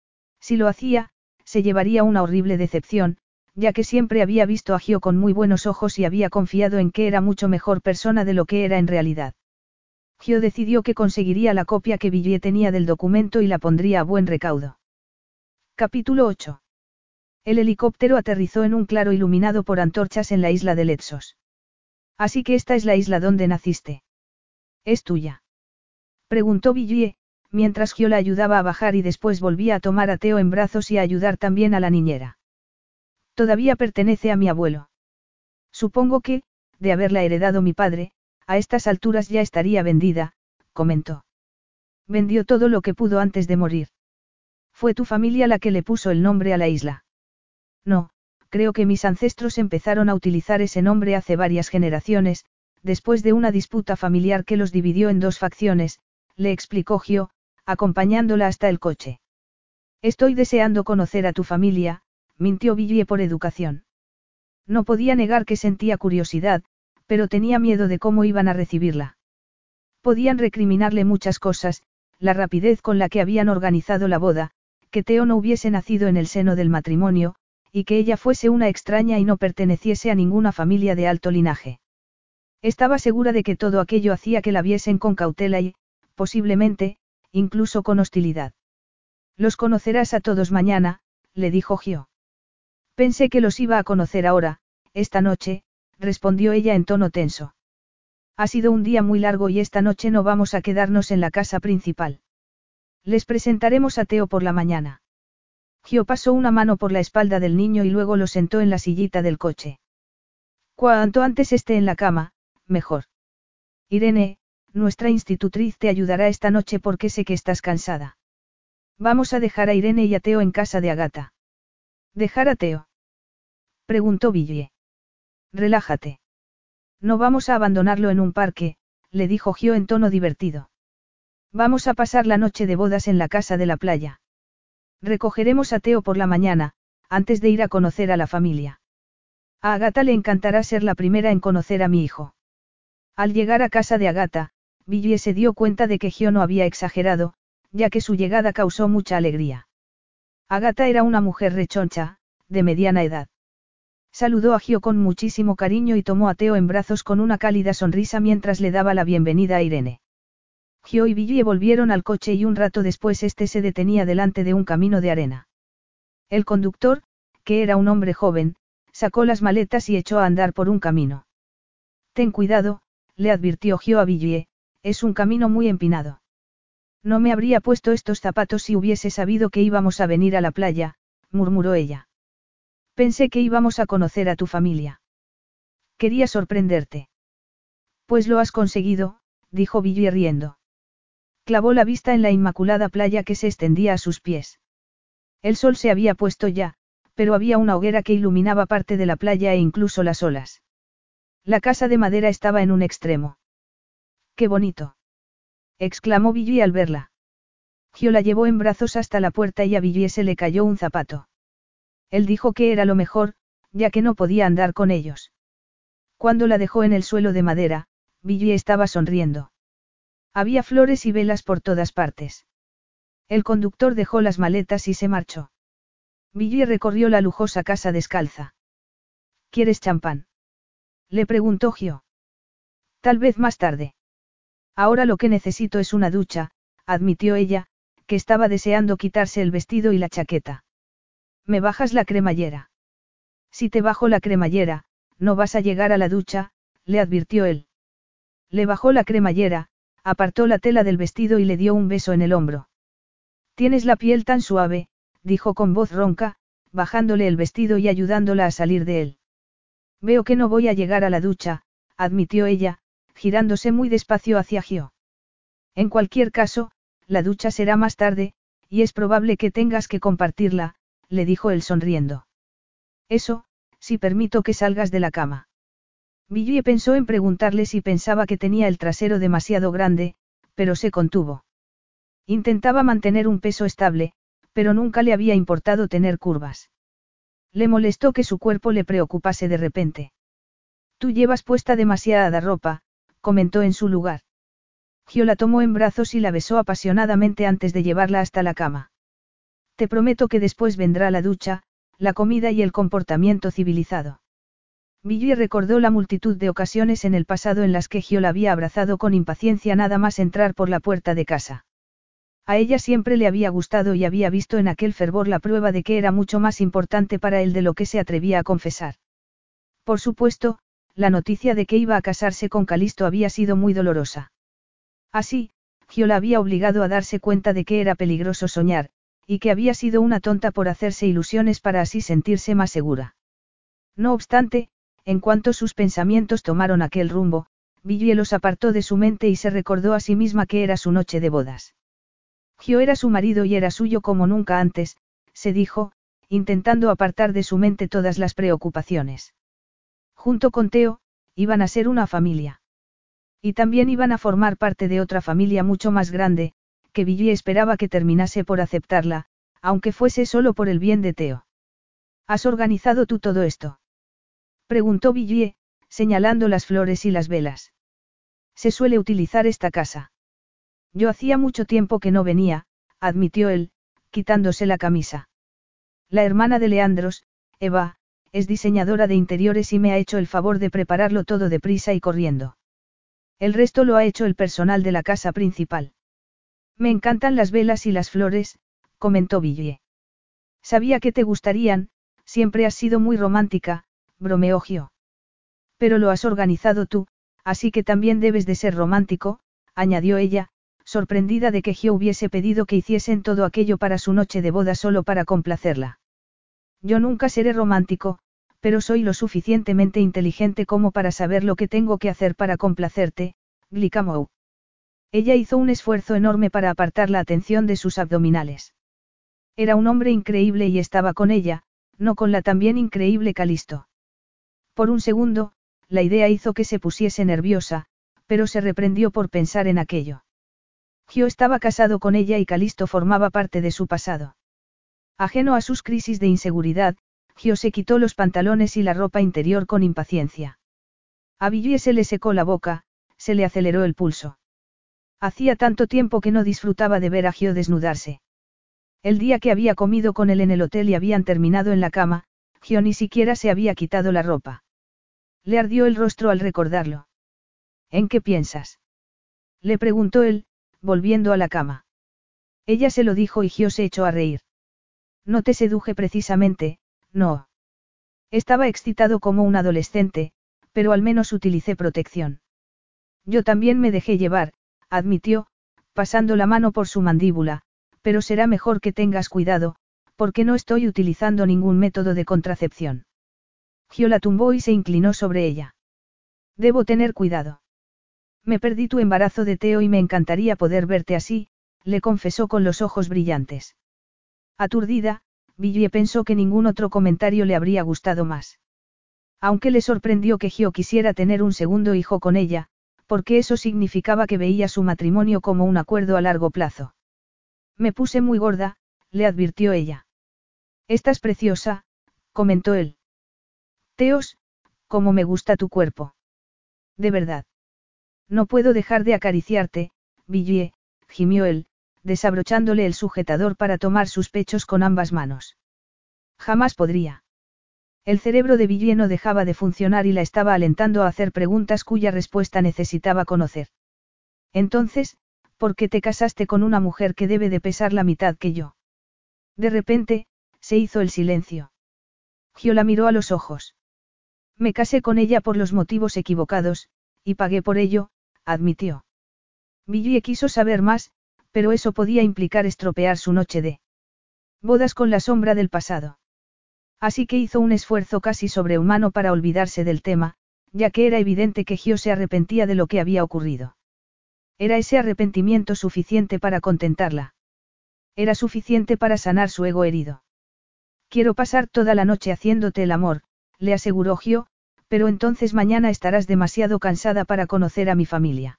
Si lo hacía, se llevaría una horrible decepción, ya que siempre había visto a Gio con muy buenos ojos y había confiado en que era mucho mejor persona de lo que era en realidad. Gio decidió que conseguiría la copia que Villiers tenía del documento y la pondría a buen recaudo. Capítulo 8. El helicóptero aterrizó en un claro iluminado por antorchas en la isla de Letsos. Así que esta es la isla donde naciste. ¿Es tuya?, preguntó Villiers, mientras Gio la ayudaba a bajar y después volvía a tomar a Theo en brazos y a ayudar también a la niñera. Todavía pertenece a mi abuelo. Supongo que, de haberla heredado mi padre, a estas alturas ya estaría vendida, comentó. Vendió todo lo que pudo antes de morir. Fue tu familia la que le puso el nombre a la isla. No, creo que mis ancestros empezaron a utilizar ese nombre hace varias generaciones, después de una disputa familiar que los dividió en dos facciones, le explicó Gio, acompañándola hasta el coche. Estoy deseando conocer a tu familia, mintió Villiers por educación. No podía negar que sentía curiosidad, pero tenía miedo de cómo iban a recibirla. Podían recriminarle muchas cosas, la rapidez con la que habían organizado la boda, que Theo no hubiese nacido en el seno del matrimonio, y que ella fuese una extraña y no perteneciese a ninguna familia de alto linaje. Estaba segura de que todo aquello hacía que la viesen con cautela y, posiblemente, incluso con hostilidad. Los conocerás a todos mañana, le dijo Gio. Pensé que los iba a conocer ahora, esta noche, respondió ella en tono tenso. Ha sido un día muy largo y esta noche no vamos a quedarnos en la casa principal. Les presentaremos a Theo por la mañana. Gio pasó una mano por la espalda del niño y luego lo sentó en la sillita del coche. Cuanto antes esté en la cama, mejor. Irene, nuestra institutriz te ayudará esta noche porque sé que estás cansada. Vamos a dejar a Irene y a Theo en casa de Agata. ¿Dejar a Theo? Preguntó Villie. Relájate. No vamos a abandonarlo en un parque, le dijo Gio en tono divertido. Vamos a pasar la noche de bodas en la casa de la playa. Recogeremos a Theo por la mañana, antes de ir a conocer a la familia. A Agata le encantará ser la primera en conocer a mi hijo. Al llegar a casa de Agata, Villie se dio cuenta de que Gio no había exagerado, ya que su llegada causó mucha alegría. Agata era una mujer rechoncha, de mediana edad. Saludó a Gio con muchísimo cariño y tomó a Theo en brazos con una cálida sonrisa mientras le daba la bienvenida a Irene. Gio y Villie volvieron al coche y un rato después este se detenía delante de un camino de arena. El conductor, que era un hombre joven, sacó las maletas y echó a andar por un camino. Ten cuidado, le advirtió Gio a Villie, es un camino muy empinado. No me habría puesto estos zapatos si hubiese sabido que íbamos a venir a la playa, murmuró ella. Pensé que íbamos a conocer a tu familia. Quería sorprenderte. Pues lo has conseguido, dijo Villie riendo. Clavó la vista en la inmaculada playa que se extendía a sus pies. El sol se había puesto ya, pero había una hoguera que iluminaba parte de la playa e incluso las olas. La casa de madera estaba en un extremo. ¡Qué bonito!, exclamó Villie al verla. Gio la llevó en brazos hasta la puerta y a Villie se le cayó un zapato. Él dijo que era lo mejor, ya que no podía andar con ellos. Cuando la dejó en el suelo de madera, Villie estaba sonriendo. Había flores y velas por todas partes. El conductor dejó las maletas y se marchó. Villie recorrió la lujosa casa descalza. ¿Quieres champán?, le preguntó Gio. Tal vez más tarde. Ahora lo que necesito es una ducha, admitió ella, que estaba deseando quitarse el vestido y la chaqueta. ¿Me bajas la cremallera? Si te bajo la cremallera, no vas a llegar a la ducha, le advirtió él. Le bajó la cremallera, apartó la tela del vestido y le dio un beso en el hombro. Tienes la piel tan suave, dijo con voz ronca, bajándole el vestido y ayudándola a salir de él. Veo que no voy a llegar a la ducha, admitió ella, girándose muy despacio hacia Gio. En cualquier caso, la ducha será más tarde, y es probable que tengas que compartirla, le dijo él sonriendo. Eso, si permito que salgas de la cama. Villie pensó en preguntarle si pensaba que tenía el trasero demasiado grande, pero se contuvo. Intentaba mantener un peso estable, pero nunca le había importado tener curvas. Le molestó que su cuerpo le preocupase de repente. Tú llevas puesta demasiada ropa, comentó en su lugar. Gio la tomó en brazos y la besó apasionadamente antes de llevarla hasta la cama. Te prometo que después vendrá la ducha, la comida y el comportamiento civilizado. Villie recordó la multitud de ocasiones en el pasado en las que Gio la había abrazado con impaciencia nada más entrar por la puerta de casa. A ella siempre le había gustado y había visto en aquel fervor la prueba de que era mucho más importante para él de lo que se atrevía a confesar. Por supuesto, la noticia de que iba a casarse con Calisto había sido muy dolorosa. Así, Gio la había obligado a darse cuenta de que era peligroso soñar, y que había sido una tonta por hacerse ilusiones para así sentirse más segura. No obstante, en cuanto sus pensamientos tomaron aquel rumbo, Villie los apartó de su mente y se recordó a sí misma que era su noche de bodas. Gio era su marido y era suyo como nunca antes, se dijo, intentando apartar de su mente todas las preocupaciones. Junto con Theo, iban a ser una familia. Y también iban a formar parte de otra familia mucho más grande, que Villie esperaba que terminase por aceptarla, aunque fuese solo por el bien de Theo. ¿Has organizado tú todo esto?, preguntó Villie, señalando las flores y las velas. Se suele utilizar esta casa. Yo hacía mucho tiempo que no venía, admitió él, quitándose la camisa. La hermana de Leandros, Eva, es diseñadora de interiores y me ha hecho el favor de prepararlo todo deprisa y corriendo. El resto lo ha hecho el personal de la casa principal. Me encantan las velas y las flores, comentó Villie. Sabía que te gustarían, siempre has sido muy romántica, bromeó Gio. Pero lo has organizado tú, Así que también debes de ser romántico, añadió ella, sorprendida de que Gio hubiese pedido que hiciesen todo aquello para su noche de boda solo para complacerla. Yo nunca seré romántico, pero soy lo suficientemente inteligente como para saber lo que tengo que hacer para complacerte, Glicamou. Ella hizo un esfuerzo enorme para apartar la atención de sus abdominales. Era un hombre increíble y estaba con ella, no con la también increíble Calisto. Por un segundo, la idea hizo que se pusiese nerviosa, pero se reprendió por pensar en aquello. Gio estaba casado con ella y Calisto formaba parte de su pasado. Ajeno a sus crisis de inseguridad, Gio se quitó los pantalones y la ropa interior con impaciencia. A Villiers se le secó la boca, se le aceleró el pulso. Hacía tanto tiempo que no disfrutaba de ver a Gio desnudarse. El día que había comido con él en el hotel y habían terminado en la cama, Gio ni siquiera se había quitado la ropa. Le ardió el rostro al recordarlo. ¿En qué piensas? Le preguntó él, volviendo a la cama. Ella se lo dijo y Gio se echó a reír. No te seduje precisamente, no. Estaba excitado como un adolescente, pero al menos utilicé protección. Yo también me dejé llevar, admitió, pasando la mano por su mandíbula, pero será mejor que tengas cuidado, porque no estoy utilizando ningún método de contracepción. Gio la tumbó y se inclinó sobre ella. Debo tener cuidado. Me perdí tu embarazo de Theo y me encantaría poder verte así, le confesó con los ojos brillantes. Aturdida, Villiers pensó que ningún otro comentario le habría gustado más. Aunque le sorprendió que Gio quisiera tener un segundo hijo con ella, porque eso significaba que veía su matrimonio como un acuerdo a largo plazo. Me puse muy gorda, le advirtió ella. Estás preciosa, comentó él. Teos, cómo me gusta tu cuerpo. De verdad. No puedo dejar de acariciarte, Villiers, gimió él, desabrochándole el sujetador para tomar sus pechos con ambas manos. Jamás podría. El cerebro de Villiers no dejaba de funcionar y la estaba alentando a hacer preguntas cuya respuesta necesitaba conocer. Entonces, ¿por qué te casaste con una mujer que debe de pesar la mitad que yo? De repente, se hizo el silencio. Gio la miró a los ojos. Me casé con ella por los motivos equivocados, y pagué por ello, admitió. Villiers quiso saber más, pero eso podía implicar estropear su noche de bodas con la sombra del pasado. Así que hizo un esfuerzo casi sobrehumano para olvidarse del tema, ya que era evidente que Gio se arrepentía de lo que había ocurrido. ¿Era ese arrepentimiento suficiente para contentarla? Era suficiente para sanar su ego herido. Quiero pasar toda la noche haciéndote el amor, le aseguró Gio, pero entonces mañana estarás demasiado cansada para conocer a mi familia.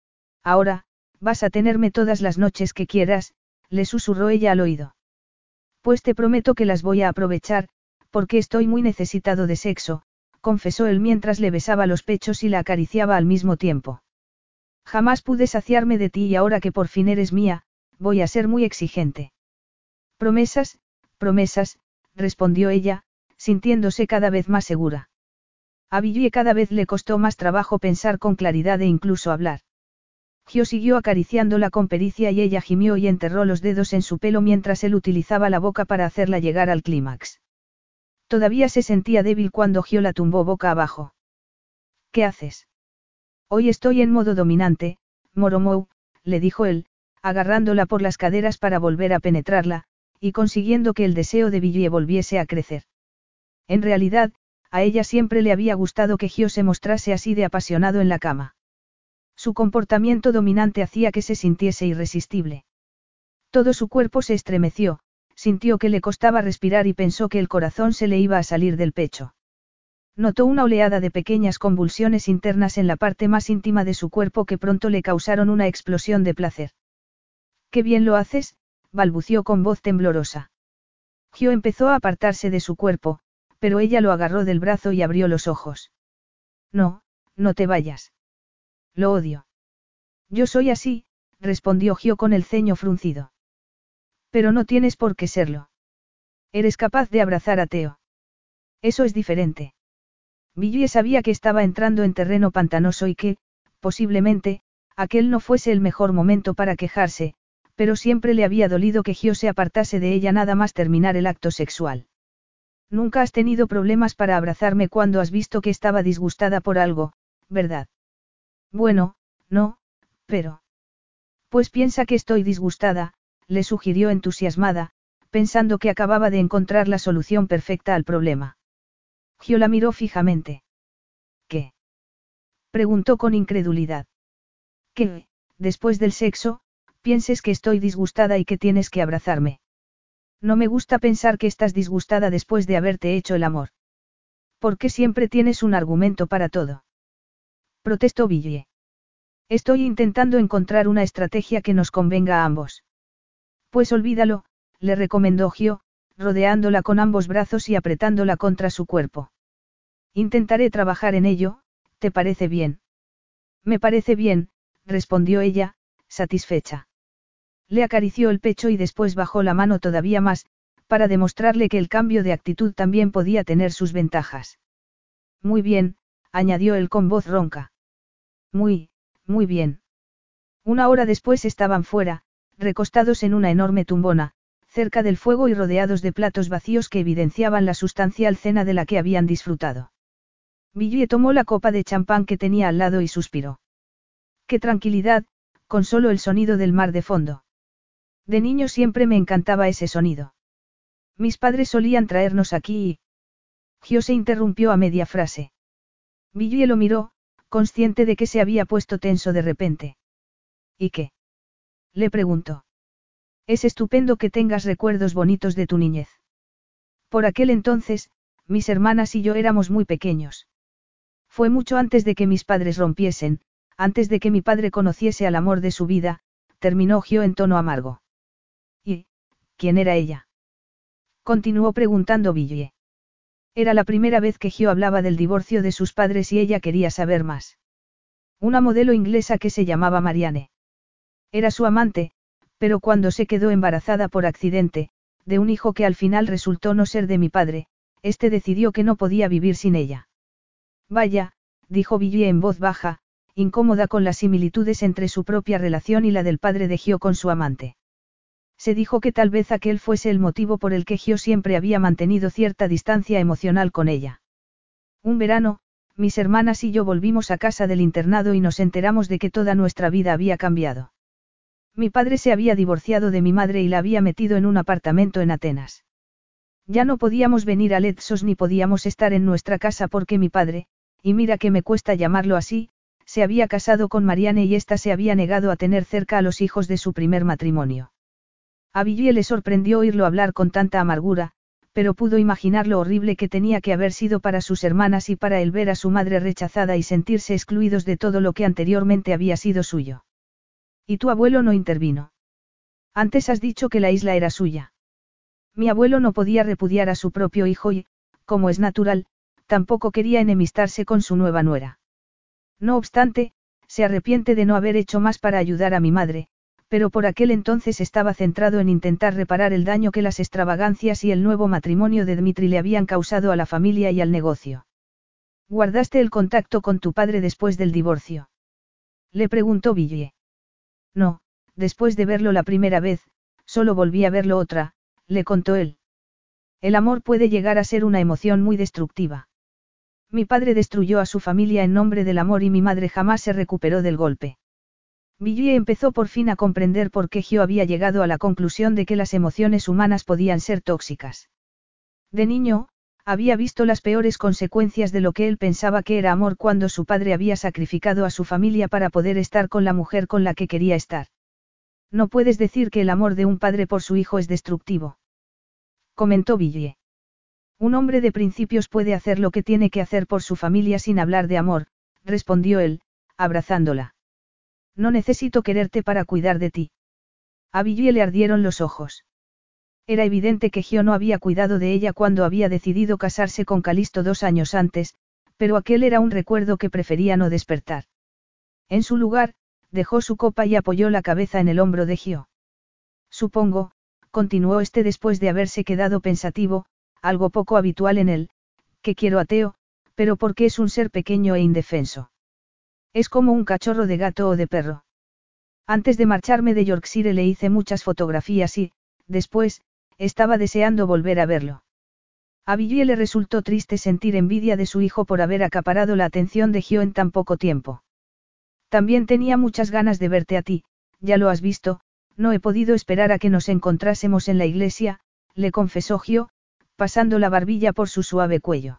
Ahora, vas a tenerme todas las noches que quieras, le susurró ella al oído. Pues te prometo que las voy a aprovechar, porque estoy muy necesitado de sexo, confesó él mientras le besaba los pechos y la acariciaba al mismo tiempo. Jamás pude saciarme de ti y ahora que por fin eres mía, voy a ser muy exigente. Promesas, promesas, respondió ella, sintiéndose cada vez más segura. A Villiers cada vez le costó más trabajo pensar con claridad e incluso hablar. Gio siguió acariciándola con pericia y ella gimió y enterró los dedos en su pelo mientras él utilizaba la boca para hacerla llegar al clímax. Todavía se sentía débil cuando Gio la tumbó boca abajo. ¿Qué haces? Hoy estoy en modo dominante, Moromou, le dijo él, agarrándola por las caderas para volver a penetrarla, y consiguiendo que el deseo de Villiers volviese a crecer. En realidad, a ella siempre le había gustado que Gio se mostrase así de apasionado en la cama. Su comportamiento dominante hacía que se sintiese irresistible. Todo su cuerpo se estremeció, sintió que le costaba respirar y pensó que el corazón se le iba a salir del pecho. Notó una oleada de pequeñas convulsiones internas en la parte más íntima de su cuerpo que pronto le causaron una explosión de placer. «Qué bien lo haces», balbució con voz temblorosa. Gio empezó a apartarse de su cuerpo, pero ella lo agarró del brazo y abrió los ojos. «No, no te vayas. Lo odio». «Yo soy así», respondió Gio con el ceño fruncido. «Pero no tienes por qué serlo. Eres capaz de abrazar a Theo. Eso es diferente». Villiers sabía que estaba entrando en terreno pantanoso y que, posiblemente, aquel no fuese el mejor momento para quejarse, pero siempre le había dolido que Gio se apartase de ella nada más terminar el acto sexual. Nunca has tenido problemas para abrazarme cuando has visto que estaba disgustada por algo, ¿verdad? Bueno, no, pero... Pues piensa que estoy disgustada, le sugirió entusiasmada, pensando que acababa de encontrar la solución perfecta al problema. Gio la miró fijamente. ¿Qué? Preguntó con incredulidad. Que, después del sexo, pienses que estoy disgustada y que tienes que abrazarme. No me gusta pensar que estás disgustada después de haberte hecho el amor. ¿Por qué siempre tienes un argumento para todo? Protestó Ville. Estoy intentando encontrar una estrategia que nos convenga a ambos. Pues olvídalo, le recomendó Gio, rodeándola con ambos brazos y apretándola contra su cuerpo. Intentaré trabajar en ello, ¿te parece bien? Me parece bien, respondió ella, satisfecha. Le acarició el pecho y después bajó la mano todavía más, para demostrarle que el cambio de actitud también podía tener sus ventajas. Muy bien, añadió él con voz ronca. Muy bien. Una hora después estaban fuera, recostados en una enorme tumbona, cerca del fuego y rodeados de platos vacíos que evidenciaban la sustancial cena de la que habían disfrutado. Villiers tomó la copa de champán que tenía al lado y suspiró. ¡Qué tranquilidad, con solo el sonido del mar de fondo! De niño siempre me encantaba ese sonido. Mis padres solían traernos aquí y... Gio se interrumpió a media frase. Villiers lo miró, consciente de que se había puesto tenso de repente. ¿Y qué? Le preguntó. Es estupendo que tengas recuerdos bonitos de tu niñez. Por aquel entonces, mis hermanas y yo éramos muy pequeños. Fue mucho antes de que mis padres rompiesen, antes de que mi padre conociese al amor de su vida, terminó Gio en tono amargo. ¿Y quién era ella? Continuó preguntando Villiers. Era la primera vez que Gio hablaba del divorcio de sus padres y ella quería saber más. Una modelo inglesa que se llamaba Marianne. Era su amante, pero cuando se quedó embarazada por accidente, de un hijo que al final resultó no ser de mi padre, este decidió que no podía vivir sin ella. Vaya, dijo Villiers en voz baja, incómoda con las similitudes entre su propia relación y la del padre de Gio con su amante. Se dijo que tal vez aquel fuese el motivo por el que Gio siempre había mantenido cierta distancia emocional con ella. Un verano, mis hermanas y yo volvimos a casa del internado y nos enteramos de que toda nuestra vida había cambiado. Mi padre se había divorciado de mi madre y la había metido en un apartamento en Atenas. Ya no podíamos venir a Ledsos ni podíamos estar en nuestra casa porque mi padre, y mira que me cuesta llamarlo así, se había casado con Marianne y ésta se había negado a tener cerca a los hijos de su primer matrimonio. A Villiers le sorprendió oírlo hablar con tanta amargura, pero pudo imaginar lo horrible que tenía que haber sido para sus hermanas y para él ver a su madre rechazada y sentirse excluidos de todo lo que anteriormente había sido suyo. ¿Y tu abuelo no intervino? Antes has dicho que la isla era suya. Mi abuelo no podía repudiar a su propio hijo y, como es natural, tampoco quería enemistarse con su nueva nuera. No obstante, se arrepiente de no haber hecho más para ayudar a mi madre, pero por aquel entonces estaba centrado en intentar reparar el daño que las extravagancias y el nuevo matrimonio de Dmitri le habían causado a la familia y al negocio. ¿Guardaste el contacto con tu padre después del divorcio? Le preguntó Villiers. No, después de verlo la primera vez, solo volví a verlo otra, le contó él. El amor puede llegar a ser una emoción muy destructiva. Mi padre destruyó a su familia en nombre del amor y mi madre jamás se recuperó del golpe. Villiers empezó por fin a comprender por qué Gio había llegado a la conclusión de que las emociones humanas podían ser tóxicas. De niño, había visto las peores consecuencias de lo que él pensaba que era amor cuando su padre había sacrificado a su familia para poder estar con la mujer con la que quería estar. No puedes decir que el amor de un padre por su hijo es destructivo, comentó Villiers. Un hombre de principios puede hacer lo que tiene que hacer por su familia sin hablar de amor, respondió él, abrazándola. No necesito quererte para cuidar de ti. A Villiers le ardieron los ojos. Era evidente que Gio no había cuidado de ella cuando había decidido casarse con Calisto 2 años antes, pero aquel era un recuerdo que prefería no despertar. En su lugar, dejó su copa y apoyó la cabeza en el hombro de Gio. Supongo, continuó este después de haberse quedado pensativo, algo poco habitual en él, que quiero a Theo, pero porque es un ser pequeño e indefenso. Es como un cachorro de gato o de perro. Antes de marcharme de Yorkshire le hice muchas fotografías y, después, estaba deseando volver a verlo. A Villiers le resultó triste sentir envidia de su hijo por haber acaparado la atención de Gio en tan poco tiempo. También tenía muchas ganas de verte a ti, ya lo has visto, no he podido esperar a que nos encontrásemos en la iglesia, le confesó Gio, pasando la barbilla por su suave cuello.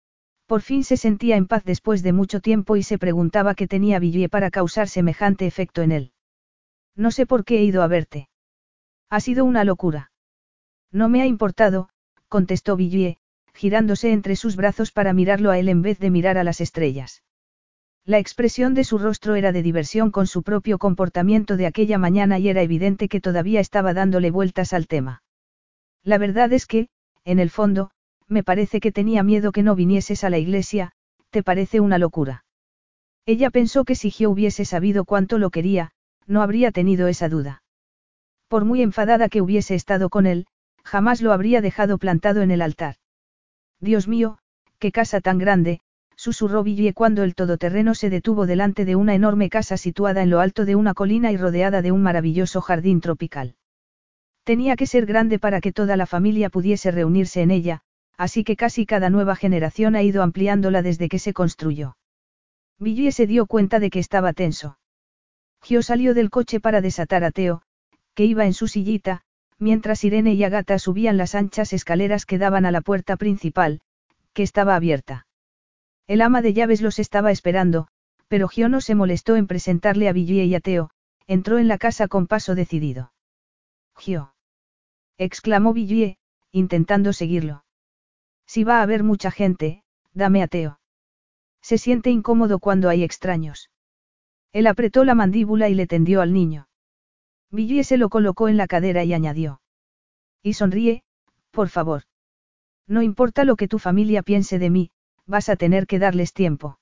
Por fin se sentía en paz después de mucho tiempo y se preguntaba qué tenía Villiers para causar semejante efecto en él. No sé por qué he ido a verte. Ha sido una locura. No me ha importado, contestó Villiers, girándose entre sus brazos para mirarlo a él en vez de mirar a las estrellas. La expresión de su rostro era de diversión con su propio comportamiento de aquella mañana y era evidente que todavía estaba dándole vueltas al tema. La verdad es que, en el fondo, me parece que tenía miedo que no vinieses a la iglesia, ¿te parece una locura? Ella pensó que si Gio hubiese sabido cuánto lo quería, no habría tenido esa duda. Por muy enfadada que hubiese estado con él, jamás lo habría dejado plantado en el altar. Dios mío, qué casa tan grande, susurró Villiers cuando el todoterreno se detuvo delante de una enorme casa situada en lo alto de una colina y rodeada de un maravilloso jardín tropical. Tenía que ser grande para que toda la familia pudiese reunirse en ella, así que casi cada nueva generación ha ido ampliándola desde que se construyó. Villiers se dio cuenta de que estaba tenso. Gio salió del coche para desatar a Theo, que iba en su sillita, mientras Irene y Agatha subían las anchas escaleras que daban a la puerta principal, que estaba abierta. El ama de llaves los estaba esperando, pero Gio no se molestó en presentarle a Villiers y a Theo, entró en la casa con paso decidido. Gio, exclamó Villiers, intentando seguirlo. Si va a haber mucha gente, dame a Theo. Se siente incómodo cuando hay extraños. Él apretó la mandíbula y le tendió al niño. Villiers se lo colocó en la cadera y añadió. Y sonríe, por favor. No importa lo que tu familia piense de mí, vas a tener que darles tiempo.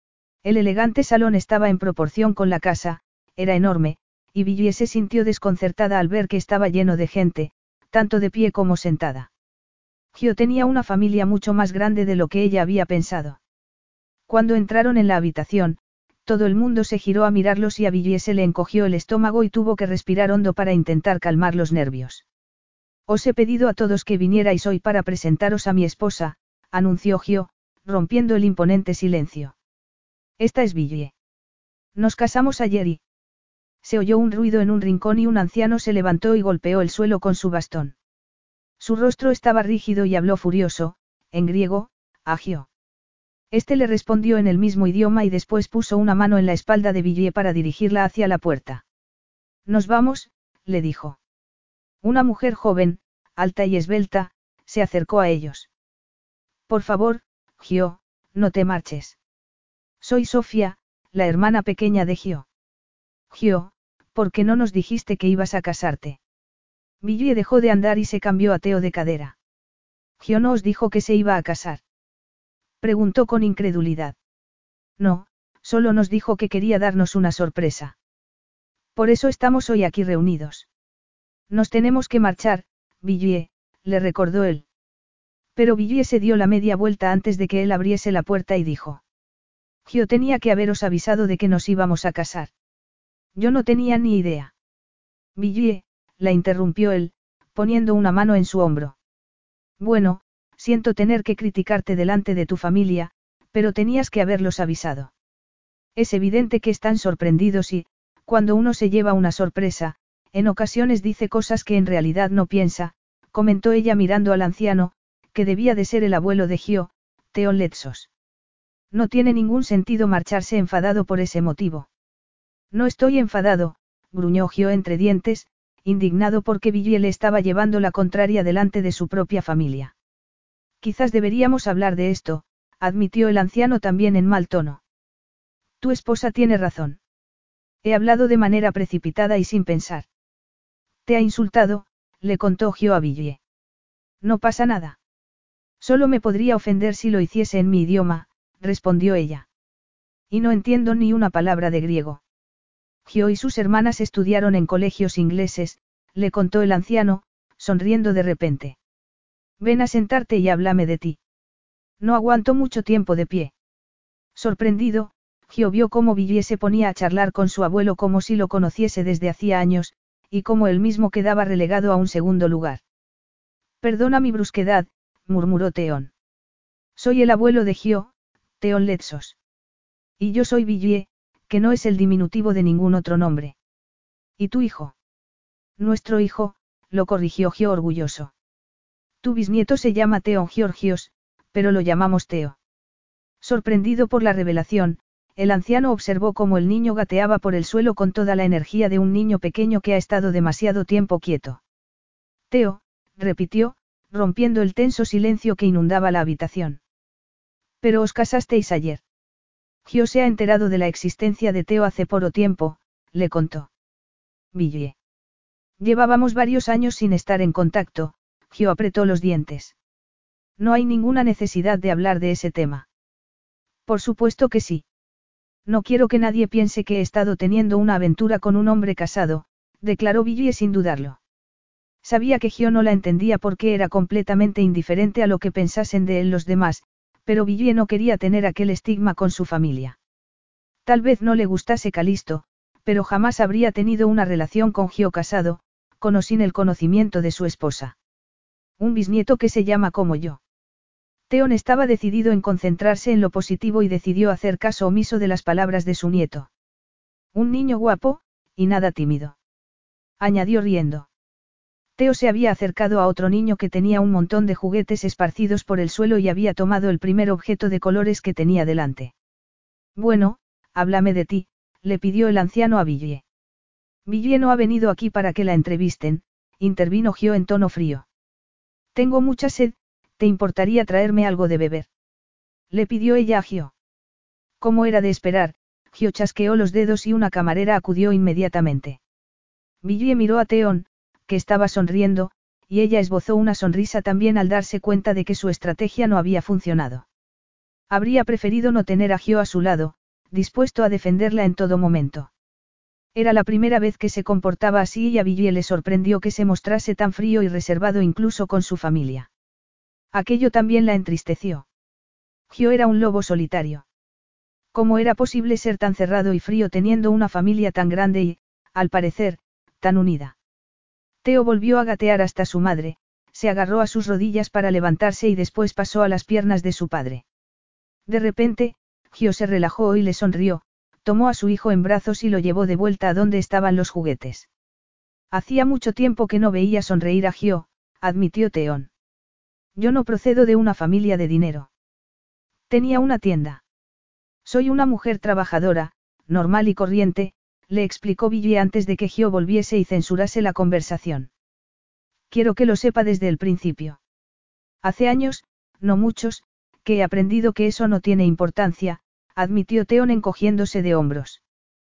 El elegante salón estaba en proporción con la casa, era enorme, y Villiers se sintió desconcertada al ver que estaba lleno de gente, tanto de pie como sentada. Gio tenía una familia mucho más grande de lo que ella había pensado. Cuando entraron en la habitación, todo el mundo se giró a mirarlos y a Villiers se le encogió el estómago y tuvo que respirar hondo para intentar calmar los nervios. Os he pedido a todos que vinierais hoy para presentaros a mi esposa, anunció Gio, rompiendo el imponente silencio. Esta es Villiers. Nos casamos ayer y... Se oyó un ruido en un rincón y un anciano se levantó y golpeó el suelo con su bastón. Su rostro estaba rígido y habló furioso, en griego, a Gio. Este le respondió en el mismo idioma y después puso una mano en la espalda de Villiers para dirigirla hacia la puerta. Nos vamos, le dijo. Una mujer joven, alta y esbelta, se acercó a ellos. Por favor, Gio, no te marches. Soy Sofía, la hermana pequeña de Gio. Gio, ¿por qué no nos dijiste que ibas a casarte? Villiers dejó de andar y se cambió a Theo de cadera. Gio no os dijo que se iba a casar. Preguntó con incredulidad. No, solo nos dijo que quería darnos una sorpresa. Por eso estamos hoy aquí reunidos. Nos tenemos que marchar, Villiers, le recordó él. Pero Villiers se dio la media vuelta antes de que él abriese la puerta y dijo. Gio tenía que haberos avisado de que nos íbamos a casar. Yo no tenía ni idea. Villiers, la interrumpió él, poniendo una mano en su hombro. Bueno, siento tener que criticarte delante de tu familia, pero tenías que haberlos avisado. Es evidente que están sorprendidos y, cuando uno se lleva una sorpresa, en ocasiones dice cosas que en realidad no piensa, comentó ella mirando al anciano, que debía de ser el abuelo de Gio, Theon Letsos. No tiene ningún sentido marcharse enfadado por ese motivo. No estoy enfadado, gruñó Gio entre dientes, indignado porque Villiers le estaba llevando la contraria delante de su propia familia. Quizás deberíamos hablar de esto, admitió el anciano también en mal tono. Tu esposa tiene razón. He hablado de manera precipitada y sin pensar. Te ha insultado, le contó Gio a Villiers. No pasa nada. Solo me podría ofender si lo hiciese en mi idioma, respondió ella. Y no entiendo ni una palabra de griego. Gio y sus hermanas estudiaron en colegios ingleses, le contó el anciano, sonriendo de repente. Ven a sentarte y háblame de ti. No aguanto mucho tiempo de pie. Sorprendido, Gio vio cómo Villiers se ponía a charlar con su abuelo como si lo conociese desde hacía años, y cómo él mismo quedaba relegado a un segundo lugar. Perdona mi brusquedad, murmuró Theon. Soy el abuelo de Gio, Theon Letsos. Y yo soy Villiers, que no es el diminutivo de ningún otro nombre. ¿Y tu hijo? Nuestro hijo, lo corrigió Gio orgulloso. Tu bisnieto se llama Theon Georgios, pero lo llamamos Theo. Sorprendido por la revelación, el anciano observó cómo el niño gateaba por el suelo con toda la energía de un niño pequeño que ha estado demasiado tiempo quieto. Theo, repitió, rompiendo el tenso silencio que inundaba la habitación. Pero os casasteis ayer. Gio se ha enterado de la existencia de Theo hace poco tiempo, le contó. Ville. Llevábamos varios años sin estar en contacto, Gio apretó los dientes. No hay ninguna necesidad de hablar de ese tema. Por supuesto que sí. No quiero que nadie piense que he estado teniendo una aventura con un hombre casado, declaró Ville sin dudarlo. Sabía que Gio no la entendía porque era completamente indiferente a lo que pensasen de él los demás, pero Ville no quería tener aquel estigma con su familia. Tal vez no le gustase Calisto, pero jamás habría tenido una relación con Gio casado, con o sin el conocimiento de su esposa. Un bisnieto que se llama como yo. Theon estaba decidido en concentrarse en lo positivo y decidió hacer caso omiso de las palabras de su nieto. Un niño guapo, y nada tímido. Añadió riendo. Theo se había acercado a otro niño que tenía un montón de juguetes esparcidos por el suelo y había tomado el primer objeto de colores que tenía delante. Bueno, háblame de ti, le pidió el anciano a Ville. Ville no ha venido aquí para que la entrevisten, intervino Gio en tono frío. Tengo mucha sed, ¿te importaría traerme algo de beber? Le pidió ella a Gio. Como era de esperar, Gio chasqueó los dedos y una camarera acudió inmediatamente. Ville miró a Theon, que estaba sonriendo, y ella esbozó una sonrisa también al darse cuenta de que su estrategia no había funcionado. Habría preferido no tener a Gio a su lado, dispuesto a defenderla en todo momento. Era la primera vez que se comportaba así y a Ville le sorprendió que se mostrase tan frío y reservado incluso con su familia. Aquello también la entristeció. Gio era un lobo solitario. ¿Cómo era posible ser tan cerrado y frío teniendo una familia tan grande y, al parecer, tan unida? Theo volvió a gatear hasta su madre, se agarró a sus rodillas para levantarse y después pasó a las piernas de su padre. De repente, Gio se relajó y le sonrió, tomó a su hijo en brazos y lo llevó de vuelta a donde estaban los juguetes. Hacía mucho tiempo que no veía sonreír a Gio, admitió Theon. Yo no procedo de una familia de dinero. Tenía una tienda. Soy una mujer trabajadora, normal y corriente, le explicó Ville antes de que Gio volviese y censurase la conversación. Quiero que lo sepa desde el principio. Hace años, no muchos, que he aprendido que eso no tiene importancia, admitió Theon encogiéndose de hombros.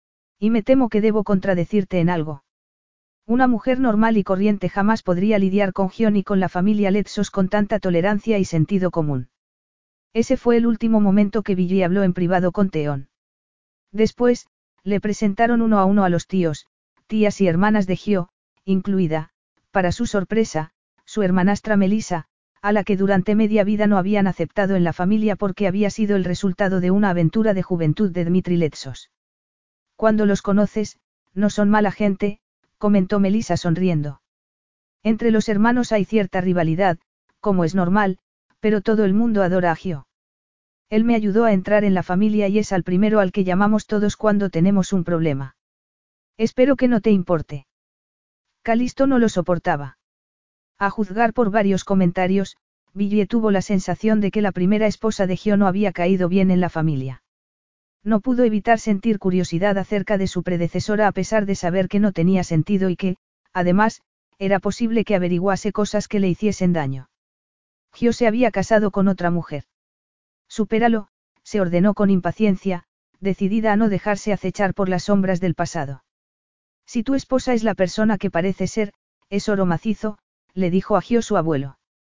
Y me temo que debo contradecirte en algo. Una mujer normal y corriente jamás podría lidiar con Gio ni con la familia Letsos con tanta tolerancia y sentido común. Ese fue el último momento que Ville habló en privado con Theon. Después, le presentaron uno a uno a los tíos, tías y hermanas de Gio, incluida, para su sorpresa, su hermanastra Melissa, a la que durante media vida no habían aceptado en la familia porque había sido el resultado de una aventura de juventud de Dmitri Letsos. Cuando los conoces, no son mala gente, comentó Melissa sonriendo. Entre los hermanos hay cierta rivalidad, como es normal, pero todo el mundo adora a Gio. Él me ayudó a entrar en la familia y es al primero al que llamamos todos cuando tenemos un problema. Espero que no te importe. Calisto no lo soportaba. A juzgar por varios comentarios, Ville tuvo la sensación de que la primera esposa de Gio no había caído bien en la familia. No pudo evitar sentir curiosidad acerca de su predecesora a pesar de saber que no tenía sentido y que, además, era posible que averiguase cosas que le hiciesen daño. Gio se había casado con otra mujer. Supéralo, se ordenó con impaciencia, decidida a no dejarse acechar por las sombras del pasado. Si tu esposa es la persona que parece ser, es oro macizo, le dijo a Gio su abuelo.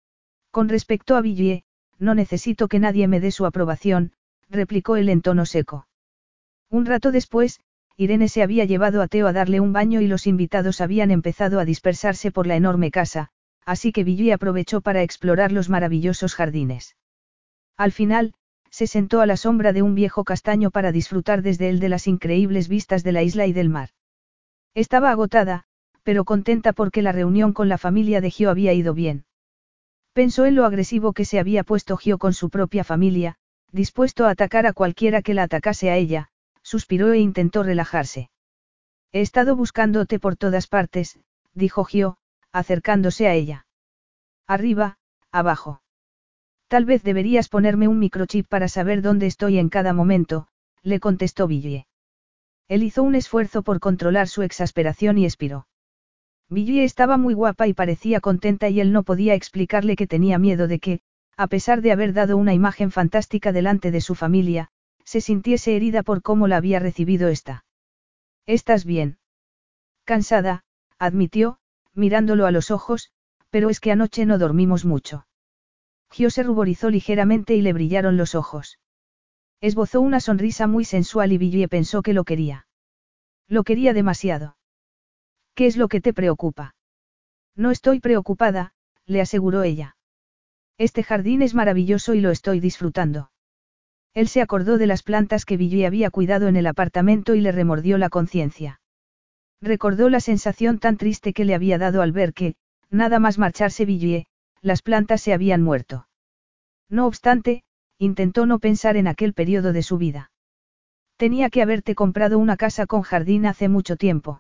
Con respecto a Ville, no necesito que nadie me dé su aprobación, replicó él en tono seco. Un rato después, Irene se había llevado a Theo a darle un baño y los invitados habían empezado a dispersarse por la enorme casa, así que Ville aprovechó para explorar los maravillosos jardines. Al final, se sentó a la sombra de un viejo castaño para disfrutar desde él de las increíbles vistas de la isla y del mar. Estaba agotada, pero contenta porque la reunión con la familia de Gio había ido bien. Pensó en lo agresivo que se había puesto Gio con su propia familia, dispuesto a atacar a cualquiera que la atacase a ella, suspiró e intentó relajarse. He estado buscándote por todas partes, dijo Gio, acercándose a ella. Arriba, abajo. Tal vez deberías ponerme un microchip para saber dónde estoy en cada momento, le contestó Villiers. Él hizo un esfuerzo por controlar su exasperación y expiró. Villiers estaba muy guapa y parecía contenta y él no podía explicarle que tenía miedo de que, a pesar de haber dado una imagen fantástica delante de su familia, se sintiese herida por cómo la había recibido ésta. ¿Estás bien? Cansada, admitió, mirándolo a los ojos, pero es que anoche no dormimos mucho. Gio se ruborizó ligeramente y le brillaron los ojos. Esbozó una sonrisa muy sensual y Villiers pensó que lo quería. Lo quería demasiado. ¿Qué es lo que te preocupa? No estoy preocupada, le aseguró ella. Este jardín es maravilloso y lo estoy disfrutando. Él se acordó de las plantas que Villiers había cuidado en el apartamento y le remordió la conciencia. Recordó la sensación tan triste que le había dado al ver que, nada más marcharse Villiers, las plantas se habían muerto. No obstante, intentó no pensar en aquel periodo de su vida. Tenía que haberte comprado una casa con jardín hace mucho tiempo.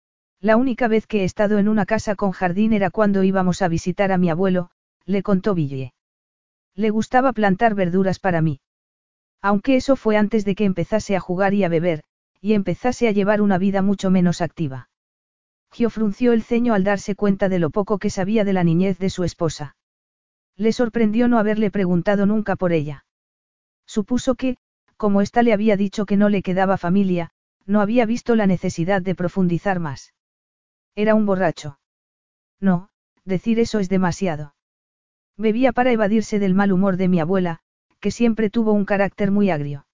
La única vez que he estado en una casa con jardín era cuando íbamos a visitar a mi abuelo, le contó Villiers. Le gustaba plantar verduras para mí. Aunque eso fue antes de que empezase a jugar y a beber, y empezase a llevar una vida mucho menos activa. Gio frunció el ceño al darse cuenta de lo poco que sabía de la niñez de su esposa. Le sorprendió no haberle preguntado nunca por ella. Supuso que, como ésta le había dicho que no le quedaba familia, no había visto la necesidad de profundizar más. Era un borracho. No, decir eso es demasiado. Bebía para evadirse del mal humor de mi abuela, que siempre tuvo un carácter muy agrio.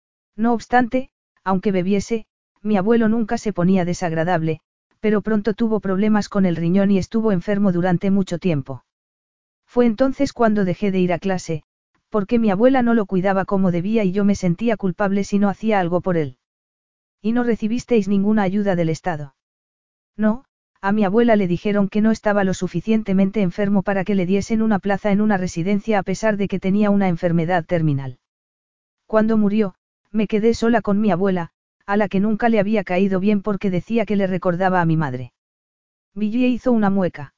No obstante, aunque bebiese, mi abuelo nunca se ponía desagradable, pero pronto tuvo problemas con el riñón y estuvo enfermo durante mucho tiempo. Fue entonces cuando dejé de ir a clase, porque mi abuela no lo cuidaba como debía y yo me sentía culpable si no hacía algo por él. ¿Y no recibisteis ninguna ayuda del Estado? No, a mi abuela le dijeron que no estaba lo suficientemente enfermo para que le diesen una plaza en una residencia a pesar de que tenía una enfermedad terminal. Cuando murió, me quedé sola con mi abuela, a la que nunca le había caído bien porque decía que le recordaba a mi madre. Villiers hizo una mueca.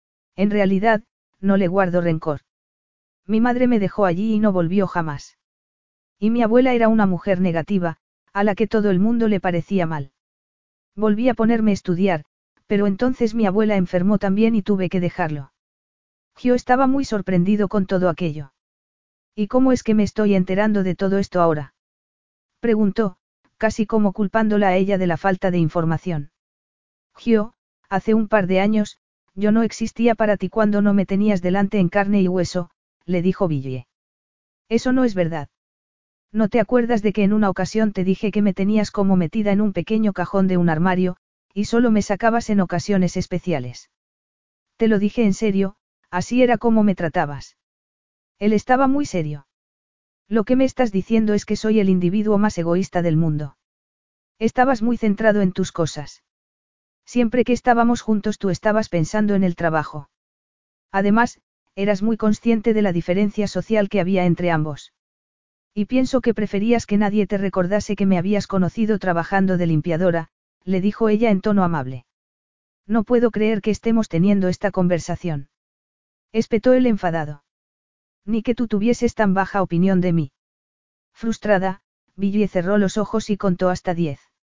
En realidad, no le guardo rencor. Mi madre me dejó allí y no volvió jamás. Y mi abuela era una mujer negativa, a la que todo el mundo le parecía mal. Volví a ponerme a estudiar, pero entonces mi abuela enfermó también y tuve que dejarlo. Gio estaba muy sorprendido con todo aquello. ¿Y cómo es que me estoy enterando de todo esto ahora? Preguntó, casi como culpándola a ella de la falta de información. Gio, hace un par de años, yo no existía para ti cuando no me tenías delante en carne y hueso, le dijo Villiers. Eso no es verdad. ¿No te acuerdas de que en una ocasión te dije que me tenías como metida en un pequeño cajón de un armario, y solo me sacabas en ocasiones especiales? Te lo dije en serio, así era como me tratabas. Él estaba muy serio. Lo que me estás diciendo es que soy el individuo más egoísta del mundo. Estabas muy centrado en tus cosas. Siempre que estábamos juntos tú estabas pensando en el trabajo. Además, eras muy consciente de la diferencia social que había entre ambos. Y pienso que preferías que nadie te recordase que me habías conocido trabajando de limpiadora, le dijo ella en tono amable. No puedo creer que estemos teniendo esta conversación. Espetó él enfadado. Ni que tú tuvieses tan baja opinión de mí. Frustrada, Villiers cerró los ojos y contó hasta 10.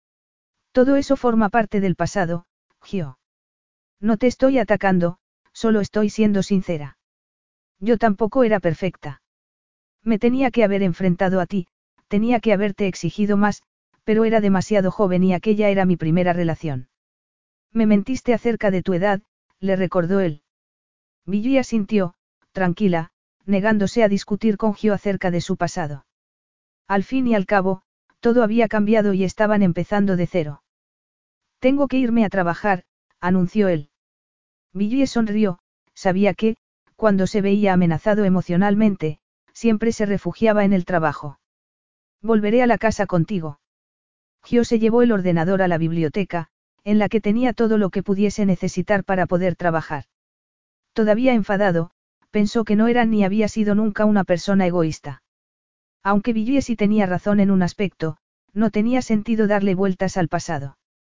Todo eso forma parte del pasado, Gio. No te estoy atacando, solo estoy siendo sincera. Yo tampoco era perfecta. Me tenía que haber enfrentado a ti, tenía que haberte exigido más, pero era demasiado joven y aquella era mi primera relación. Me mentiste acerca de tu edad, le recordó él. Villiers asintió, tranquila, negándose a discutir con Gio acerca de su pasado. Al fin y al cabo, todo había cambiado y estaban empezando de cero. Tengo que irme a trabajar, anunció él. Villiers sonrió, sabía que, cuando se veía amenazado emocionalmente, siempre se refugiaba en el trabajo. Volveré a la casa contigo. Gio se llevó el ordenador a la biblioteca, en la que tenía todo lo que pudiese necesitar para poder trabajar. Todavía enfadado, pensó que no era ni había sido nunca una persona egoísta. Aunque Villiers sí tenía razón en un aspecto, No tenía sentido darle vueltas al pasado.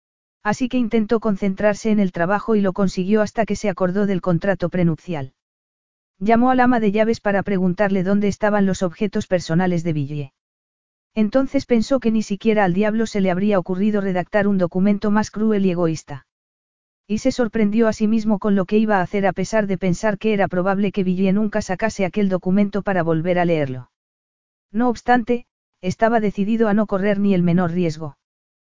Así que intentó concentrarse en el trabajo y lo consiguió hasta que se acordó del contrato prenupcial. Llamó al ama de llaves para preguntarle dónde estaban los objetos personales de Villiers. Entonces pensó que ni siquiera al diablo se le habría ocurrido redactar un documento más cruel y egoísta. Y se sorprendió a sí mismo con lo que iba a hacer a pesar de pensar que era probable que Villiers nunca sacase aquel documento para volver a leerlo. No obstante, estaba decidido a no correr ni el menor riesgo.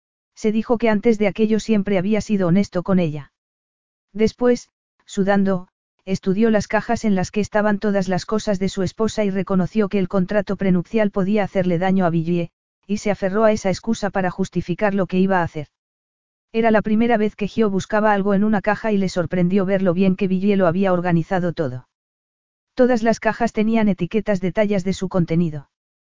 Se dijo que antes de aquello siempre había sido honesto con ella. Después, sudando, estudió las cajas en las que estaban todas las cosas de su esposa y reconoció que el contrato prenupcial podía hacerle daño a Villiers, y se aferró a esa excusa para justificar lo que iba a hacer. Era la primera vez que Gio buscaba algo en una caja y le sorprendió ver lo bien que Villiers lo había organizado todo. Todas las cajas tenían etiquetas de tallas de su contenido.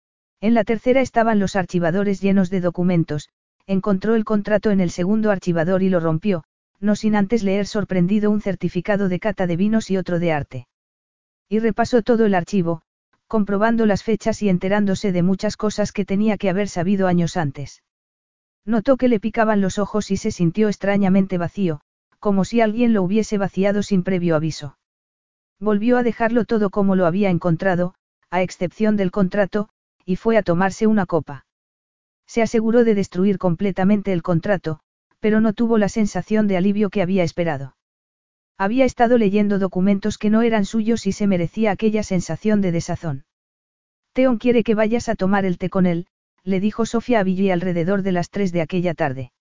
En la tercera estaban los archivadores llenos de documentos, encontró el contrato en el segundo archivador y lo rompió, no sin antes leer sorprendido un certificado de cata de vinos y otro de arte. Y repasó todo el archivo, comprobando las fechas y enterándose de muchas cosas que tenía que haber sabido años antes. Notó que le picaban los ojos y se sintió extrañamente vacío, como si alguien lo hubiese vaciado sin previo aviso. Volvió a dejarlo todo como lo había encontrado, a excepción del contrato, y fue a tomarse una copa. Se aseguró de destruir completamente el contrato, pero no tuvo la sensación de alivio que había esperado. Había estado leyendo documentos que no eran suyos y se merecía aquella sensación de desazón. Theon quiere que vayas a tomar el té con él, le dijo Sofía a Villiers alrededor de las 3 de aquella tarde.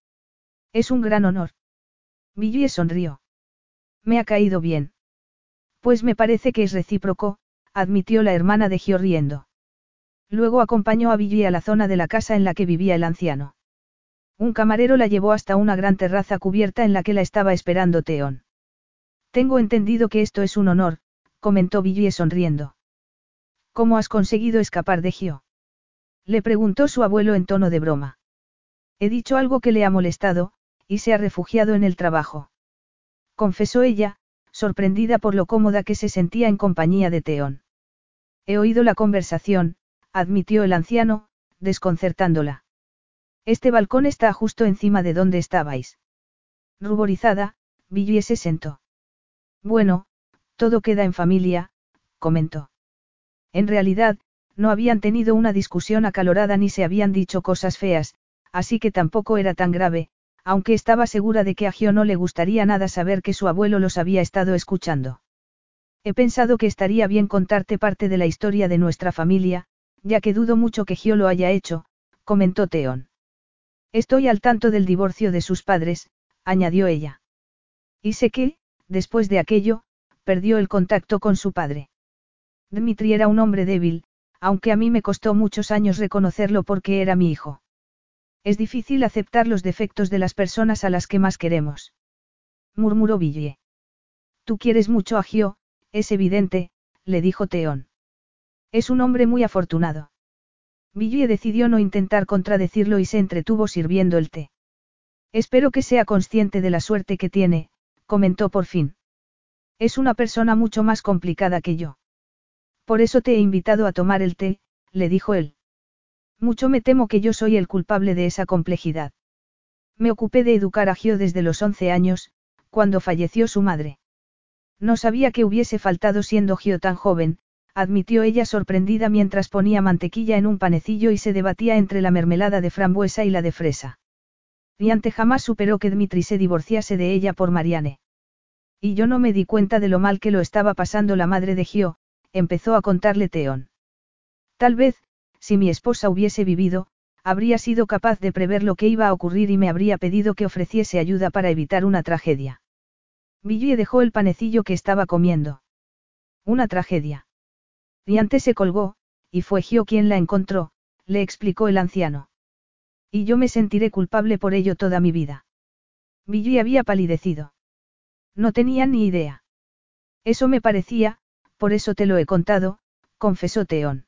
Es un gran honor. Villiers sonrió. Me ha caído bien. Pues me parece que es recíproco, admitió la hermana de Gio riendo. Luego acompañó a Villiers a la zona de la casa en la que vivía el anciano. Un camarero la llevó hasta una gran terraza cubierta en la que la estaba esperando Theon. Tengo entendido que esto es un honor, comentó Villiers sonriendo. ¿Cómo has conseguido escapar de Gio? Le preguntó su abuelo en tono de broma. He dicho algo que le ha molestado, y se ha refugiado en el trabajo. Confesó ella, sorprendida por lo cómoda que se sentía en compañía de Theon. He oído la conversación, admitió el anciano, desconcertándola. Este balcón está justo encima de donde estabais. Ruborizada, Villiers se sentó. Bueno, todo queda en familia, comentó. En realidad, no habían tenido una discusión acalorada ni se habían dicho cosas feas, así que tampoco era tan grave, aunque estaba segura de que a Gio no le gustaría nada saber que su abuelo los había estado escuchando. He pensado que estaría bien contarte parte de la historia de nuestra familia, ya que dudo mucho que Gio lo haya hecho, comentó Theon. Estoy al tanto del divorcio de sus padres, añadió ella. Y sé que, después de aquello, perdió el contacto con su padre. Dmitri era un hombre débil, aunque a mí me costó muchos años reconocerlo porque era mi hijo. Es difícil aceptar los defectos de las personas a las que más queremos. Murmuró Villiers. Tú quieres mucho a Gio, es evidente, le dijo Theon. Es un hombre muy afortunado. Villiers decidió no intentar contradecirlo y se entretuvo sirviendo el té. Espero que sea consciente de la suerte que tiene, comentó por fin. Es una persona mucho más complicada que yo. Por eso te he invitado a tomar el té, le dijo él. Mucho me temo que yo soy el culpable de esa complejidad. Me ocupé de educar a Gio desde los 11 años, cuando falleció su madre. No sabía que hubiese faltado siendo Gio tan joven, admitió ella sorprendida mientras ponía mantequilla en un panecillo y se debatía entre la mermelada de frambuesa y la de fresa. Y ante jamás superó que Dmitri se divorciase de ella por Marianne. Y yo no me di cuenta de lo mal que lo estaba pasando la madre de Gio, empezó a contarle Theon. Tal vez, si mi esposa hubiese vivido, habría sido capaz de prever lo que iba a ocurrir y me habría pedido que ofreciese ayuda para evitar una tragedia. Villiers dejó el panecillo que estaba comiendo. Una tragedia. Y antes se colgó, y fue Gio quien la encontró, le explicó el anciano. Y yo me sentiré culpable por ello toda mi vida. Villiers había palidecido. No tenía ni idea. Eso me parecía, por eso te lo he contado, confesó Theon.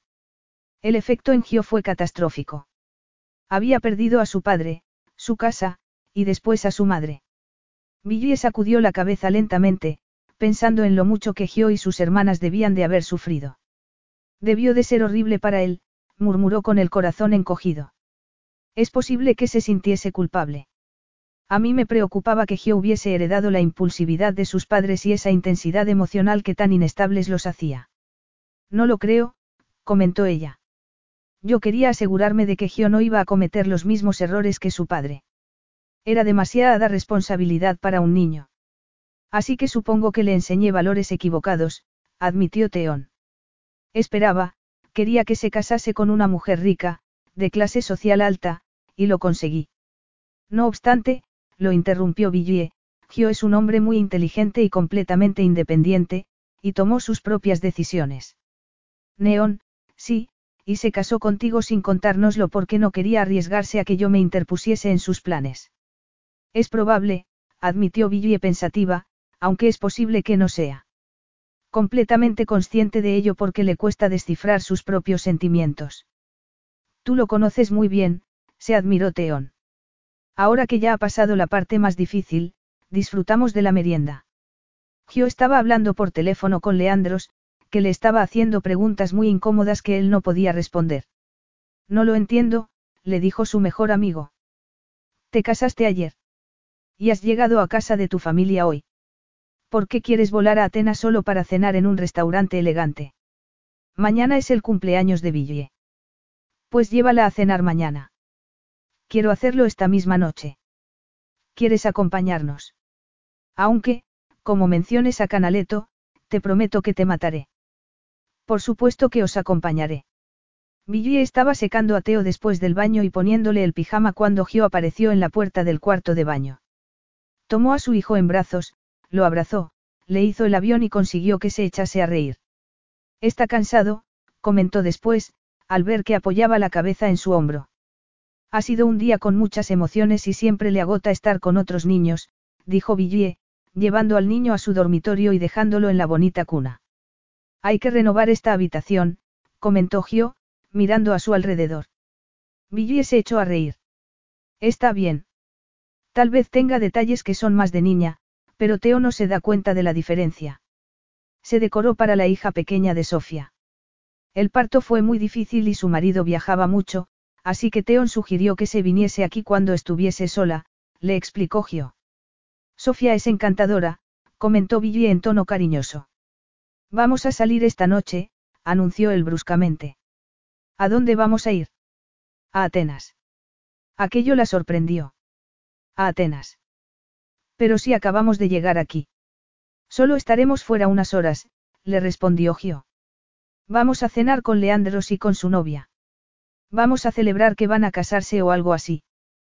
El efecto en Gio fue catastrófico. Había perdido a su padre, su casa, y después a su madre. Villiers sacudió la cabeza lentamente, pensando en lo mucho que Gio y sus hermanas debían de haber sufrido. Debió de ser horrible para él, murmuró con el corazón encogido. Es posible que se sintiese culpable. A mí me preocupaba que Gio hubiese heredado la impulsividad de sus padres y esa intensidad emocional que tan inestables los hacía. No lo creo, comentó ella. Yo quería asegurarme de que Gio no iba a cometer los mismos errores que su padre. Era demasiada responsabilidad para un niño. Así que supongo que le enseñé valores equivocados, admitió Theon. Quería que se casase con una mujer rica, de clase social alta, y lo conseguí. No obstante, lo interrumpió Villiers, Gio es un hombre muy inteligente y completamente independiente, y tomó sus propias decisiones. Neón, sí, y se casó contigo sin contárnoslo porque no quería arriesgarse a que yo me interpusiese en sus planes. Es probable, admitió Villiers pensativa, aunque es posible que no sea completamente consciente de ello porque le cuesta descifrar sus propios sentimientos. Tú lo conoces muy bien, se admiró Theon. Ahora que ya ha pasado la parte más difícil, disfrutamos de la merienda. Gio estaba hablando por teléfono con Leandros, que le estaba haciendo preguntas muy incómodas que él no podía responder. No lo entiendo, le dijo su mejor amigo. Te casaste ayer. Y has llegado a casa de tu familia hoy. ¿Por qué quieres volar a Atenas solo para cenar en un restaurante elegante? Mañana es el cumpleaños de Villiers. Pues llévala a cenar mañana. Quiero hacerlo esta misma noche. ¿Quieres acompañarnos? Aunque, como menciones a Canaletto, te prometo que te mataré. Por supuesto que os acompañaré. Villiers estaba secando a Theo después del baño y poniéndole el pijama cuando Gio apareció en la puerta del cuarto de baño. Tomó a su hijo en brazos, lo abrazó, le hizo el avión y consiguió que se echase a reír. Está cansado, comentó después, al ver que apoyaba la cabeza en su hombro. Ha sido un día con muchas emociones y siempre le agota estar con otros niños, dijo Villiers, llevando al niño a su dormitorio y dejándolo en la bonita cuna. Hay que renovar esta habitación, comentó Gio, mirando a su alrededor. Villiers se echó a reír. Está bien. Tal vez tenga detalles que son más de niña, pero Theo no se da cuenta de la diferencia. Se decoró para la hija pequeña de Sofía. El parto fue muy difícil y su marido viajaba mucho, así que Theon sugirió que se viniese aquí cuando estuviese sola, le explicó Gio. Sofía es encantadora, comentó Villiers en tono cariñoso. Vamos a salir esta noche, anunció él bruscamente. ¿A dónde vamos a ir? A Atenas. Aquello la sorprendió. A Atenas. Pero si acabamos de llegar aquí. Solo estaremos fuera unas horas, le respondió Gio. Vamos a cenar con Leandros y con su novia. Vamos a celebrar que van a casarse o algo así.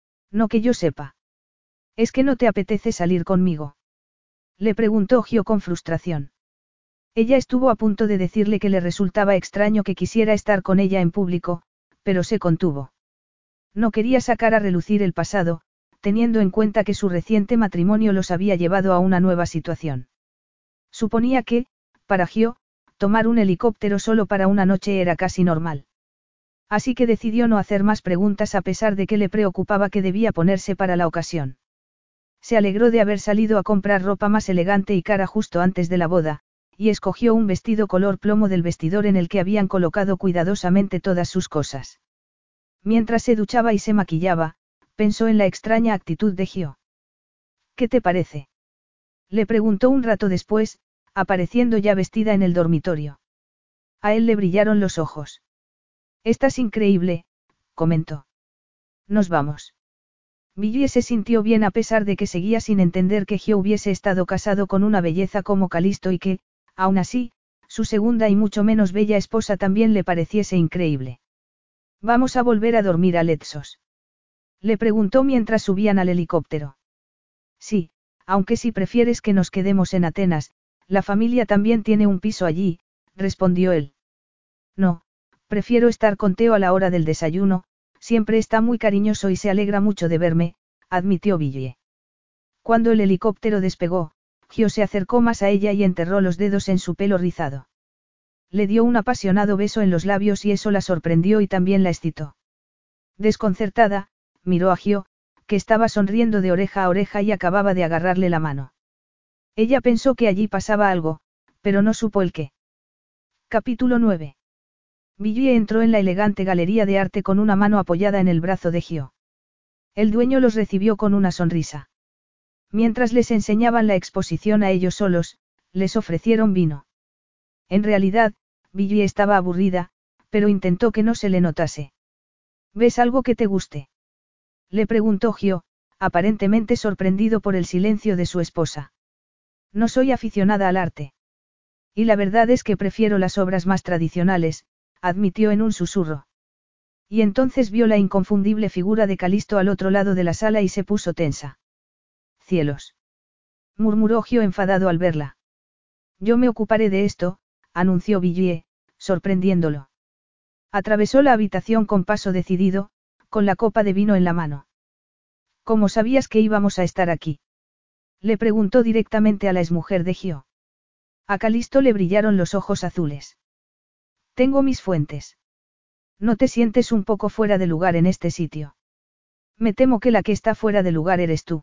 No que yo sepa. ¿Es que no te apetece salir conmigo? Le preguntó Gio con frustración. Ella estuvo a punto de decirle que le resultaba extraño que quisiera estar con ella en público, pero se contuvo. No quería sacar a relucir el pasado, teniendo en cuenta que su reciente matrimonio los había llevado a una nueva situación. Suponía que, para Gio, tomar un helicóptero solo para una noche era casi normal. Así que decidió no hacer más preguntas a pesar de que le preocupaba que debía ponerse para la ocasión. Se alegró de haber salido a comprar ropa más elegante y cara justo antes de la boda, y escogió un vestido color plomo del vestidor en el que habían colocado cuidadosamente todas sus cosas. Mientras se duchaba y se maquillaba, pensó en la extraña actitud de Gio. ¿Qué te parece? Le preguntó un rato después, apareciendo ya vestida en el dormitorio. A él le brillaron los ojos. Estás increíble, comentó. Nos vamos. Villiers se sintió bien a pesar de que seguía sin entender que Gio hubiese estado casado con una belleza como Calisto y que, aún así, su segunda y mucho menos bella esposa también le pareciese increíble. ¿Vamos a volver a dormir a Letsos? Le preguntó mientras subían al helicóptero. Sí, aunque si prefieres que nos quedemos en Atenas, la familia también tiene un piso allí, respondió él. No, prefiero estar con Theo a la hora del desayuno, siempre está muy cariñoso y se alegra mucho de verme, admitió Villiers. Cuando el helicóptero despegó, Gio se acercó más a ella y enterró los dedos en su pelo rizado. Le dio un apasionado beso en los labios y eso la sorprendió y también la excitó. Desconcertada, miró a Gio, que estaba sonriendo de oreja a oreja y acababa de agarrarle la mano. Ella pensó que allí pasaba algo, pero no supo el qué. Capítulo 9. Villiers entró en la elegante galería de arte con una mano apoyada en el brazo de Gio. El dueño los recibió con una sonrisa. Mientras les enseñaban la exposición a ellos solos, les ofrecieron vino. En realidad, Villiers estaba aburrida, pero intentó que no se le notase. ¿Ves algo que te guste?, le preguntó Gio, aparentemente sorprendido por el silencio de su esposa. No soy aficionada al arte. Y la verdad es que prefiero las obras más tradicionales, admitió en un susurro. Y entonces vio la inconfundible figura de Calisto al otro lado de la sala y se puso tensa. Cielos, murmuró Gio enfadado al verla. Yo me ocuparé de esto, anunció Villiers, sorprendiéndolo. Atravesó la habitación con paso decidido, con la copa de vino en la mano. ¿Cómo sabías que íbamos a estar aquí?, le preguntó directamente a la exmujer de Gio. A Calisto le brillaron los ojos azules. Tengo mis fuentes. ¿No te sientes un poco fuera de lugar en este sitio? Me temo que la que está fuera de lugar eres tú.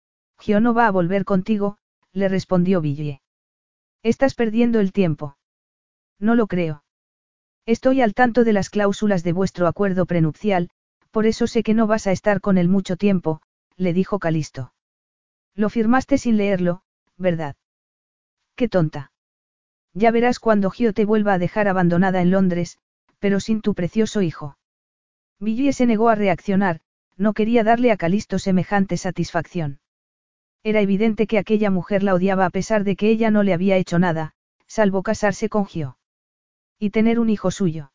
Gio no va a volver contigo, le respondió Villiers. Estás perdiendo el tiempo. No lo creo. Estoy al tanto de las cláusulas de vuestro acuerdo prenupcial, por eso sé que no vas a estar con él mucho tiempo, le dijo Calisto. Lo firmaste sin leerlo, ¿verdad? Qué tonta. Ya verás cuando Gio te vuelva a dejar abandonada en Londres, pero sin tu precioso hijo. Villiers se negó a reaccionar, no quería darle a Calisto semejante satisfacción. Era evidente que aquella mujer la odiaba a pesar de que ella no le había hecho nada, salvo casarse con Gio. Y tener un hijo suyo.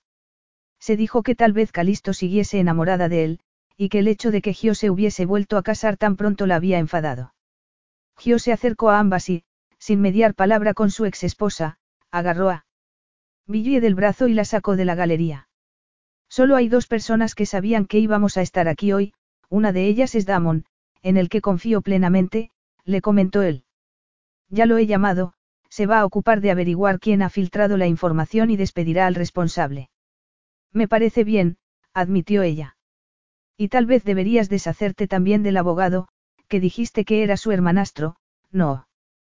Se dijo que tal vez Calisto siguiese enamorada de él, y que el hecho de que Gio se hubiese vuelto a casar tan pronto la había enfadado. Gio se acercó a ambas y, sin mediar palabra con su ex esposa, agarró a Villiers del brazo y la sacó de la galería. Solo hay dos personas que sabían que íbamos a estar aquí hoy, una de ellas es Damon, en el que confío plenamente, le comentó él. Ya lo he llamado, se va a ocupar de averiguar quién ha filtrado la información y despedirá al responsable. Me parece bien, admitió ella. Y tal vez deberías deshacerte también del abogado, que dijiste que era su hermanastro, ¿no?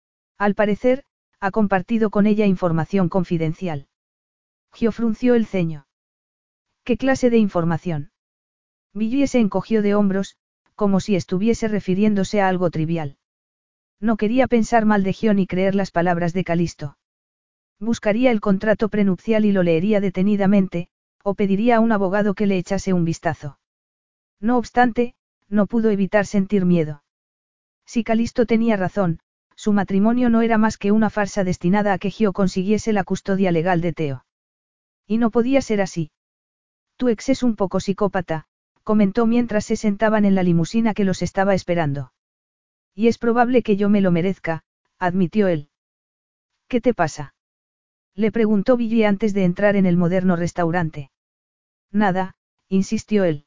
Al parecer, ha compartido con ella información confidencial. Gio frunció el ceño. ¿Qué clase de información? Villiers se encogió de hombros, como si estuviese refiriéndose a algo trivial. No quería pensar mal de Gio ni creer las palabras de Calisto. Buscaría el contrato prenupcial y lo leería detenidamente, o pediría a un abogado que le echase un vistazo. No obstante, no pudo evitar sentir miedo. Si Calisto tenía razón, su matrimonio no era más que una farsa destinada a que Gio consiguiese la custodia legal de Theo. Y no podía ser así. Tu ex es un poco psicópata, comentó mientras se sentaban en la limusina que los estaba esperando. Y es probable que yo me lo merezca, admitió él. ¿Qué te pasa?, le preguntó Villiers antes de entrar en el moderno restaurante. Nada, insistió él.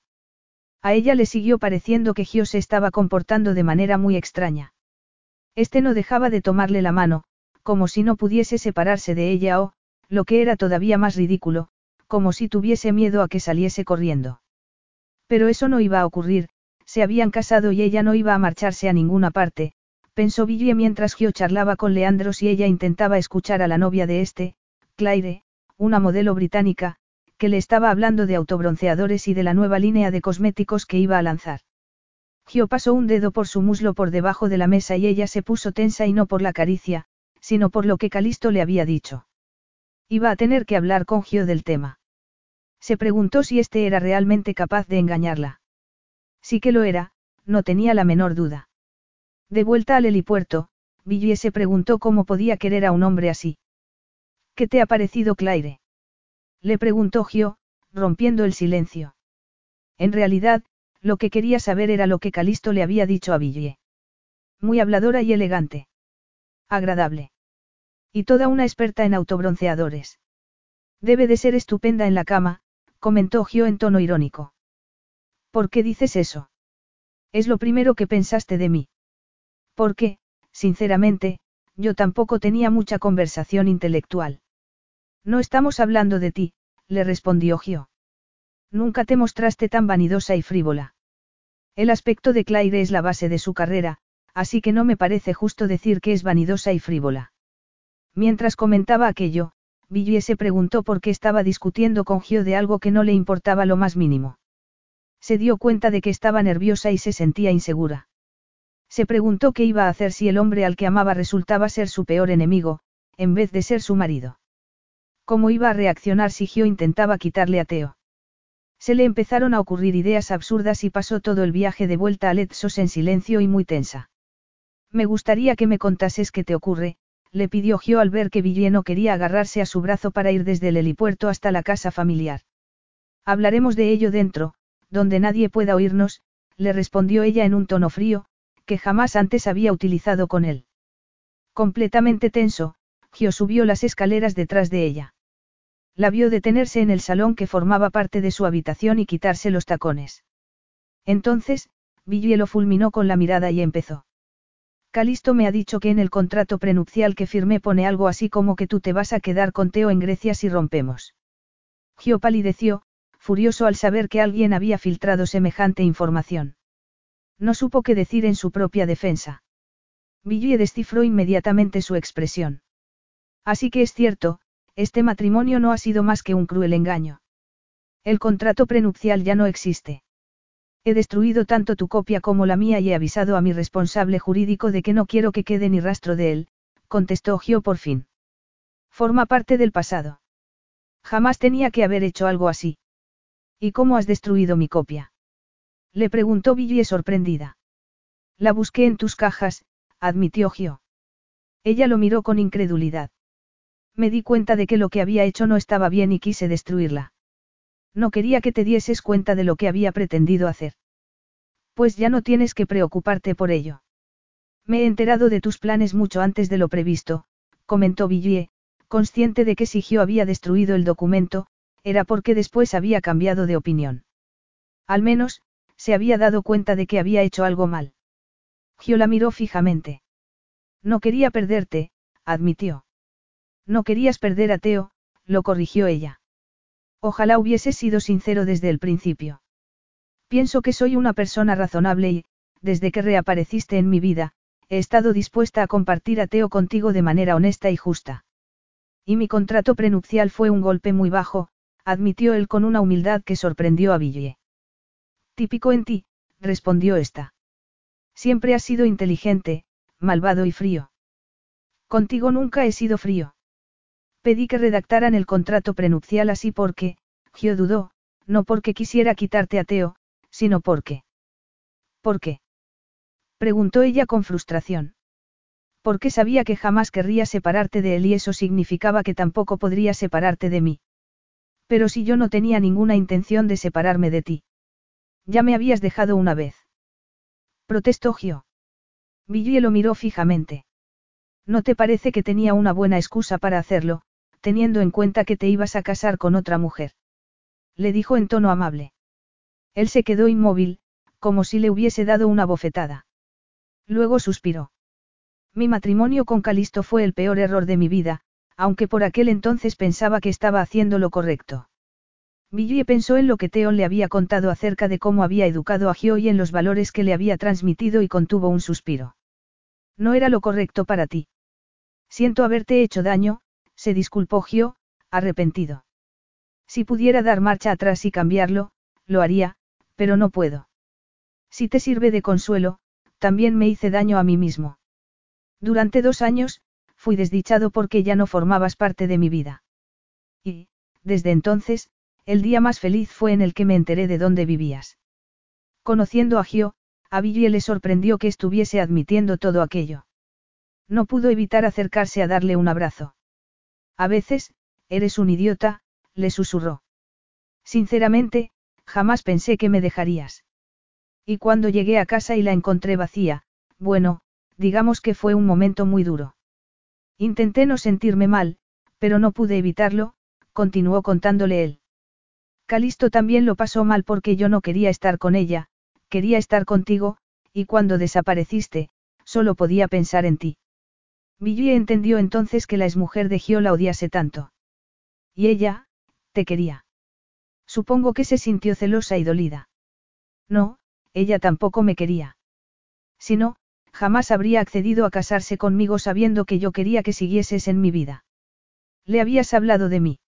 A ella le siguió pareciendo que Gio se estaba comportando de manera muy extraña. Este no dejaba de tomarle la mano, como si no pudiese separarse de ella o, lo que era todavía más ridículo, como si tuviese miedo a que saliese corriendo. Pero eso no iba a ocurrir, se habían casado y ella no iba a marcharse a ninguna parte, pensó Villiers mientras Gio charlaba con Leandros y ella intentaba escuchar a la novia de este, Claire, una modelo británica, que le estaba hablando de autobronceadores y de la nueva línea de cosméticos que iba a lanzar. Gio pasó un dedo por su muslo por debajo de la mesa y ella se puso tensa y no por la caricia, sino por lo que Calisto le había dicho. Iba a tener que hablar con Gio del tema. Se preguntó si este era realmente capaz de engañarla. Sí que lo era, no tenía la menor duda. De vuelta al helipuerto, Villiers se preguntó cómo podía querer a un hombre así. ¿Qué te ha parecido Claire?, le preguntó Gio, rompiendo el silencio. En realidad, lo que quería saber era lo que Calisto le había dicho a Villiers. Muy habladora y elegante. Agradable. Y toda una experta en autobronceadores. Debe de ser estupenda en la cama, comentó Gio en tono irónico. ¿Por qué dices eso? Es lo primero que pensaste de mí. Porque, sinceramente, yo tampoco tenía mucha conversación intelectual. No estamos hablando de ti, le respondió Gio. Nunca te mostraste tan vanidosa y frívola. El aspecto de Claire es la base de su carrera, así que no me parece justo decir que es vanidosa y frívola. Mientras comentaba aquello, Villie se preguntó por qué estaba discutiendo con Gio de algo que no le importaba lo más mínimo. Se dio cuenta de que estaba nerviosa y se sentía insegura. Se preguntó qué iba a hacer si el hombre al que amaba resultaba ser su peor enemigo, en vez de ser su marido. ¿Cómo iba a reaccionar si Gio intentaba quitarle a Theo? Se le empezaron a ocurrir ideas absurdas y pasó todo el viaje de vuelta a Letsos en silencio y muy tensa. Me gustaría que me contases qué te ocurre, le pidió Gio al ver que Villie no quería agarrarse a su brazo para ir desde el helipuerto hasta la casa familiar. Hablaremos de ello dentro, donde nadie pueda oírnos, le respondió ella en un tono frío, que jamás antes había utilizado con él. Completamente tenso, Gio subió las escaleras detrás de ella. La vio detenerse en el salón que formaba parte de su habitación y quitarse los tacones. Entonces, Villie lo fulminó con la mirada y empezó. Calisto me ha dicho que en el contrato prenupcial que firmé pone algo así como que tú te vas a quedar con Theo en Grecia si rompemos. Gio palideció, furioso al saber que alguien había filtrado semejante información. No supo qué decir en su propia defensa. Villie descifró inmediatamente su expresión. Así que es cierto, este matrimonio no ha sido más que un cruel engaño. El contrato prenupcial ya no existe. He destruido tanto tu copia como la mía y he avisado a mi responsable jurídico de que no quiero que quede ni rastro de él, contestó Gio por fin. Forma parte del pasado. Jamás tenía que haber hecho algo así. ¿Y cómo has destruido mi copia? Le preguntó Villie sorprendida. La busqué en tus cajas, admitió Gio. Ella lo miró con incredulidad. Me di cuenta de que lo que había hecho no estaba bien y quise destruirla. No quería que te dieses cuenta de lo que había pretendido hacer. Pues ya no tienes que preocuparte por ello. Me he enterado de tus planes mucho antes de lo previsto, comentó Villie, consciente de que si Gio había destruido el documento, era porque después había cambiado de opinión. Al menos, se había dado cuenta de que había hecho algo mal. Gio la miró fijamente. No quería perderte, admitió. No querías perder a Theo, lo corrigió ella. Ojalá hubieses sido sincero desde el principio. Pienso que soy una persona razonable y, desde que reapareciste en mi vida, he estado dispuesta a compartir a Theo contigo de manera honesta y justa. Y mi contrato prenupcial fue un golpe muy bajo, admitió él con una humildad que sorprendió a Villie. Típico en ti, respondió ésta. Siempre has sido inteligente, malvado y frío. Contigo nunca he sido frío. Pedí que redactaran el contrato prenupcial así porque, Gio dudó, no porque quisiera quitarte a Theo, sino porque. ¿Por qué? Preguntó ella con frustración. Porque sabía que jamás querría separarte de él y eso significaba que tampoco podría separarte de mí. Pero si yo no tenía ninguna intención de separarme de ti. Ya me habías dejado una vez. Protestó Gio. Villie lo miró fijamente. ¿No te parece que tenía una buena excusa para hacerlo, teniendo en cuenta que te ibas a casar con otra mujer? Le dijo en tono amable. Él se quedó inmóvil, como si le hubiese dado una bofetada. Luego suspiró. Mi matrimonio con Calisto fue el peor error de mi vida, aunque por aquel entonces pensaba que estaba haciendo lo correcto. Villie pensó en lo que Theon le había contado acerca de cómo había educado a Gio y en los valores que le había transmitido y contuvo un suspiro. No era lo correcto para ti. Siento haberte hecho daño, se disculpó Gio, arrepentido. Si pudiera dar marcha atrás y cambiarlo, lo haría, pero no puedo. Si te sirve de consuelo, también me hice daño a mí mismo. Durante 2 años, fui desdichado porque ya no formabas parte de mi vida. Y, desde entonces, el día más feliz fue en el que me enteré de dónde vivías. Conociendo a Gio, a Villie le sorprendió que estuviese admitiendo todo aquello. No pudo evitar acercarse a darle un abrazo. A veces, eres un idiota, le susurró. Sinceramente, jamás pensé que me dejarías. Y cuando llegué a casa y la encontré vacía, bueno, digamos que fue un momento muy duro. Intenté no sentirme mal, pero no pude evitarlo, continuó contándole él. Calisto también lo pasó mal porque yo no quería estar con ella, quería estar contigo, y cuando desapareciste, solo podía pensar en ti. Villie entendió entonces que la exmujer de Gio la odiase tanto. Y ella, te quería. Supongo que se sintió celosa y dolida. No, ella tampoco me quería. Si no, jamás habría accedido a casarse conmigo sabiendo que yo quería que siguieses en mi vida. ¿Le habías hablado de mí?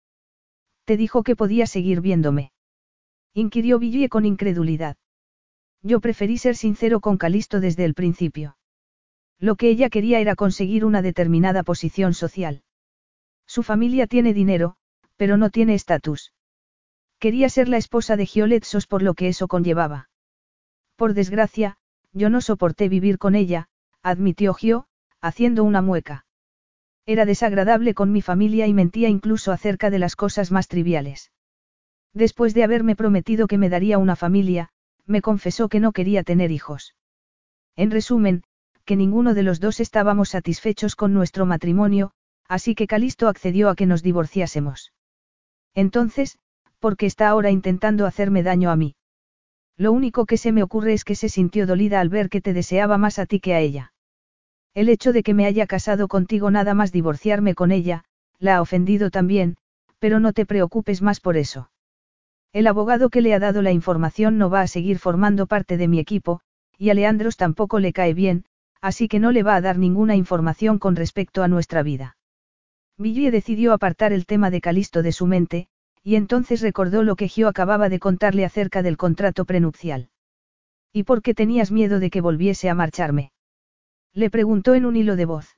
Te dijo que podía seguir viéndome. Inquirió Villie con incredulidad. Yo preferí ser sincero con Calisto desde el principio. Lo que ella quería era conseguir una determinada posición social. Su familia tiene dinero, pero no tiene estatus. Quería ser la esposa de Hiolet Sos por lo que eso conllevaba. Por desgracia, yo no soporté vivir con ella, admitió Gio, haciendo una mueca. Era desagradable con mi familia y mentía incluso acerca de las cosas más triviales. Después de haberme prometido que me daría una familia, me confesó que no quería tener hijos. En resumen, que ninguno de los dos estábamos satisfechos con nuestro matrimonio, así que Calisto accedió a que nos divorciásemos. Entonces, ¿por qué está ahora intentando hacerme daño a mí? Lo único que se me ocurre es que se sintió dolida al ver que te deseaba más a ti que a ella. El hecho de que me haya casado contigo nada más divorciarme con ella, la ha ofendido también, pero no te preocupes más por eso. El abogado que le ha dado la información no va a seguir formando parte de mi equipo, y a Leandros tampoco le cae bien, así que no le va a dar ninguna información con respecto a nuestra vida. Villie decidió apartar el tema de Calisto de su mente, y entonces recordó lo que Gio acababa de contarle acerca del contrato prenupcial. ¿Y por qué tenías miedo de que volviese a marcharme? Le preguntó en un hilo de voz.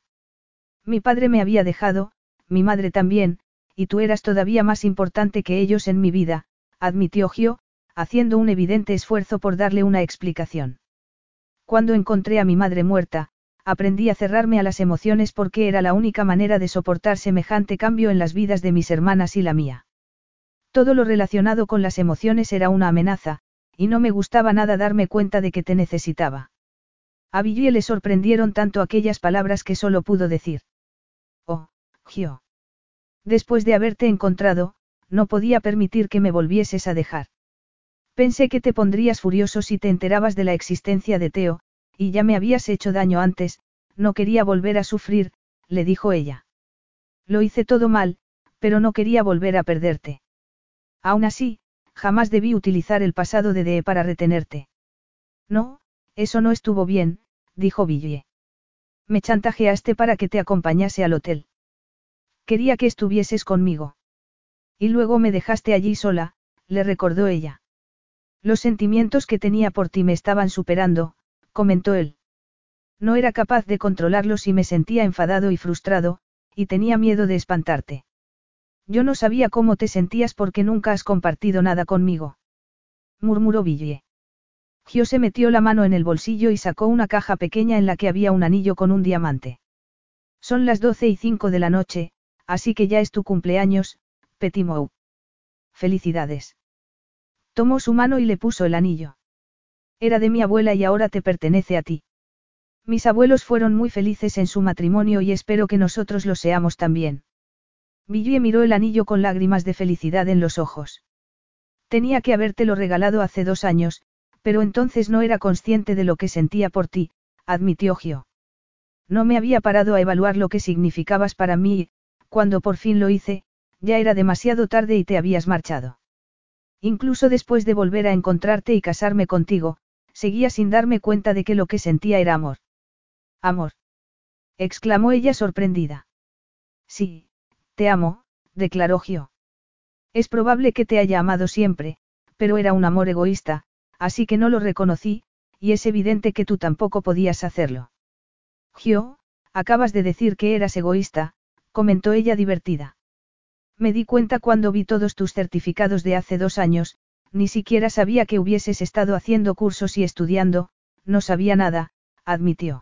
Mi padre me había dejado, mi madre también, y tú eras todavía más importante que ellos en mi vida, admitió Gio, haciendo un evidente esfuerzo por darle una explicación. Cuando encontré a mi madre muerta, aprendí a cerrarme a las emociones porque era la única manera de soportar semejante cambio en las vidas de mis hermanas y la mía. Todo lo relacionado con las emociones era una amenaza, y no me gustaba nada darme cuenta de que te necesitaba. A Villie le sorprendieron tanto aquellas palabras que solo pudo decir: Oh, Gio. Después de haberte encontrado, no podía permitir que me volvieses a dejar. Pensé que te pondrías furioso si te enterabas de la existencia de Theo, y ya me habías hecho daño antes, no quería volver a sufrir, le dijo ella. Lo hice todo mal, pero no quería volver a perderte. Aún así, jamás debí utilizar el pasado de Dee para retenerte. No, eso no estuvo bien, dijo Villie. Me chantajeaste para que te acompañase al hotel. Quería que estuvieses conmigo. Y luego me dejaste allí sola, le recordó ella. Los sentimientos que tenía por ti me estaban superando, comentó él. No era capaz de controlarlos y me sentía enfadado y frustrado, y tenía miedo de espantarte. Yo no sabía cómo te sentías porque nunca has compartido nada conmigo. Murmuró Villie. Gio se metió la mano en el bolsillo y sacó una caja pequeña en la que había un anillo con un diamante. Son las 12:05 de la noche, así que ya es tu cumpleaños, Petit Mou. Felicidades. Tomó su mano y le puso el anillo. Era de mi abuela y ahora te pertenece a ti. Mis abuelos fueron muy felices en su matrimonio y espero que nosotros lo seamos también. Villie miró el anillo con lágrimas de felicidad en los ojos. Tenía que habértelo regalado hace 2 años, pero entonces no era consciente de lo que sentía por ti, admitió Gio. No me había parado a evaluar lo que significabas para mí y, cuando por fin lo hice, ya era demasiado tarde y te habías marchado. Incluso después de volver a encontrarte y casarme contigo, seguía sin darme cuenta de que lo que sentía era amor. Amor. Exclamó ella sorprendida. Sí, te amo, declaró Gio. Es probable que te haya amado siempre, pero era un amor egoísta, así que no lo reconocí, y es evidente que tú tampoco podías hacerlo. Gio, acabas de decir que eras egoísta, comentó ella divertida. Me di cuenta cuando vi todos tus certificados de hace 2 años, ni siquiera sabía que hubieses estado haciendo cursos y estudiando, no sabía nada, admitió.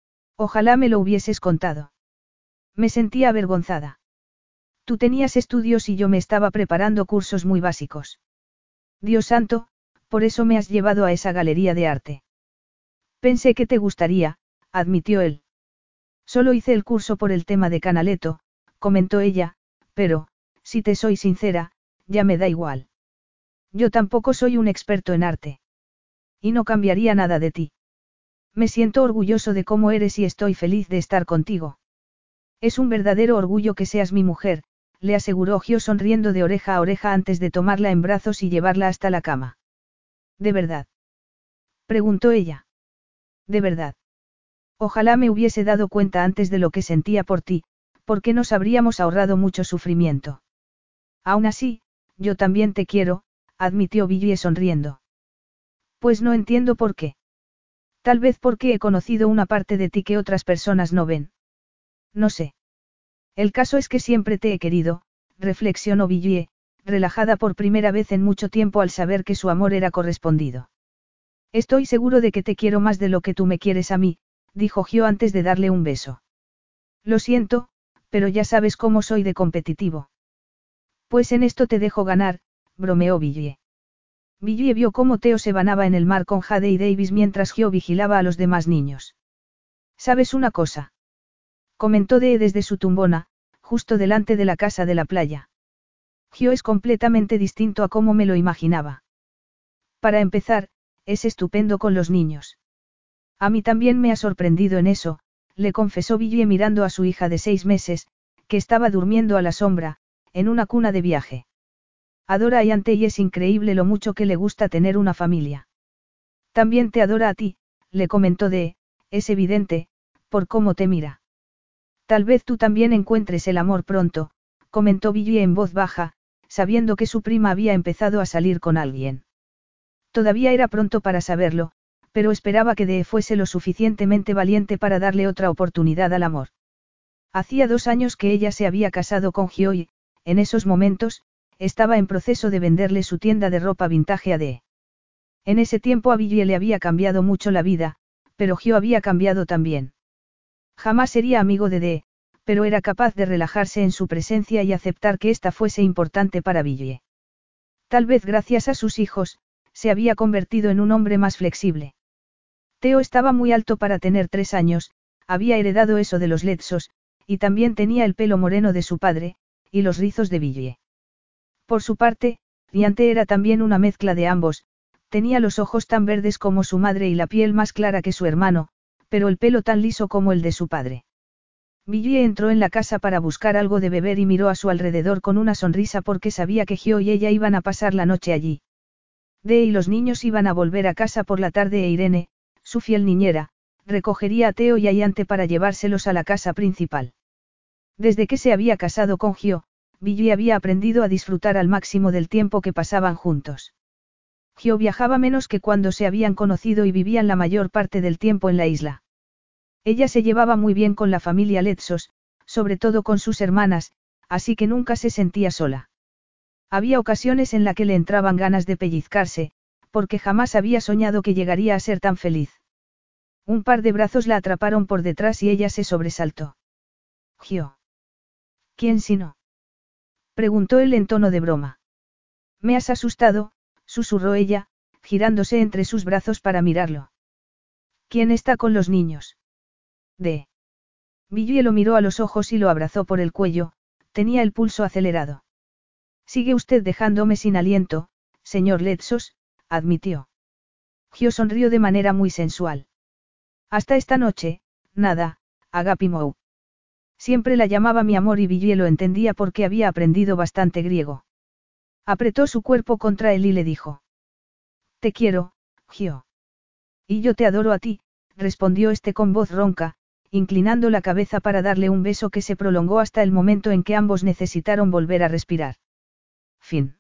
Ojalá me lo hubieses contado. Me sentía avergonzada. Tú tenías estudios y yo me estaba preparando cursos muy básicos. Dios santo, por eso me has llevado a esa galería de arte. Pensé que te gustaría, admitió él. Solo hice el curso por el tema de Canaletto, comentó ella, pero, si te soy sincera, ya me da igual. Yo tampoco soy un experto en arte. Y no cambiaría nada de ti. Me siento orgulloso de cómo eres y estoy feliz de estar contigo. Es un verdadero orgullo que seas mi mujer, le aseguró Gio sonriendo de oreja a oreja antes de tomarla en brazos y llevarla hasta la cama. ¿De verdad? Preguntó ella. ¿De verdad? Ojalá me hubiese dado cuenta antes de lo que sentía por ti, porque nos habríamos ahorrado mucho sufrimiento. Aún así, yo también te quiero, admitió Billie sonriendo. Pues no entiendo por qué. Tal vez porque he conocido una parte de ti que otras personas no ven. No sé. El caso es que siempre te he querido, reflexionó Billie, relajada por primera vez en mucho tiempo al saber que su amor era correspondido. Estoy seguro de que te quiero más de lo que tú me quieres a mí, dijo Gio antes de darle un beso. Lo siento, pero ya sabes cómo soy de competitivo. Pues en esto te dejo ganar, bromeó Billie. Billie vio cómo Theo se banaba en el mar con Jade y Davis mientras Gio vigilaba a los demás niños. ¿Sabes una cosa? Comentó Dee desde su tumbona, justo delante de la casa de la playa. Gio es completamente distinto a cómo me lo imaginaba. Para empezar, es estupendo con los niños. A mí también me ha sorprendido en eso, le confesó Billie mirando a su hija de 6 meses, que estaba durmiendo a la sombra, en una cuna de viaje. Adora a Yante y es increíble lo mucho que le gusta tener una familia. También te adora a ti, le comentó Dee, es evidente, por cómo te mira. Tal vez tú también encuentres el amor pronto, comentó Billie en voz baja, sabiendo que su prima había empezado a salir con alguien. Todavía era pronto para saberlo, pero esperaba que Dee fuese lo suficientemente valiente para darle otra oportunidad al amor. Hacía 2 años que ella se había casado con Gio y, en esos momentos, estaba en proceso de venderle su tienda de ropa vintage a Dee. En ese tiempo a Billie le había cambiado mucho la vida, pero Gio había cambiado también. Jamás sería amigo de Dee, pero era capaz de relajarse en su presencia y aceptar que ésta fuese importante para Billie. Tal vez gracias a sus hijos, se había convertido en un hombre más flexible. Theo estaba muy alto para tener 3 años, había heredado eso de los Letsos, y también tenía el pelo moreno de su padre, y los rizos de Billie. Por su parte, Yante era también una mezcla de ambos, tenía los ojos tan verdes como su madre y la piel más clara que su hermano, pero el pelo tan liso como el de su padre. Billie entró en la casa para buscar algo de beber y miró a su alrededor con una sonrisa porque sabía que Gio y ella iban a pasar la noche allí. Dee y los niños iban a volver a casa por la tarde e Irene, su fiel niñera, recogería a Theo y a Yante para llevárselos a la casa principal. Desde que se había casado con Gio, Billie había aprendido a disfrutar al máximo del tiempo que pasaban juntos. Gio viajaba menos que cuando se habían conocido y vivían la mayor parte del tiempo en la isla. Ella se llevaba muy bien con la familia Letsos, sobre todo con sus hermanas, así que nunca se sentía sola. Había ocasiones en las que le entraban ganas de pellizcarse, porque jamás había soñado que llegaría a ser tan feliz. Un par de brazos la atraparon por detrás y ella se sobresaltó. Gio. ¿Quién si no? Preguntó él en tono de broma. Me has asustado, susurró ella, girándose entre sus brazos para mirarlo. ¿Quién está con los niños? De. Billie lo miró a los ojos y lo abrazó por el cuello, tenía el pulso acelerado. Sigue usted dejándome sin aliento, señor Letsos, admitió. Gio sonrió de manera muy sensual. Hasta esta noche, nada, Agapimou. Siempre la llamaba mi amor y Billie lo entendía porque había aprendido bastante griego. Apretó su cuerpo contra él y le dijo. Te quiero, Gio. Y yo te adoro a ti, respondió este con voz ronca, inclinando la cabeza para darle un beso que se prolongó hasta el momento en que ambos necesitaron volver a respirar. Fin.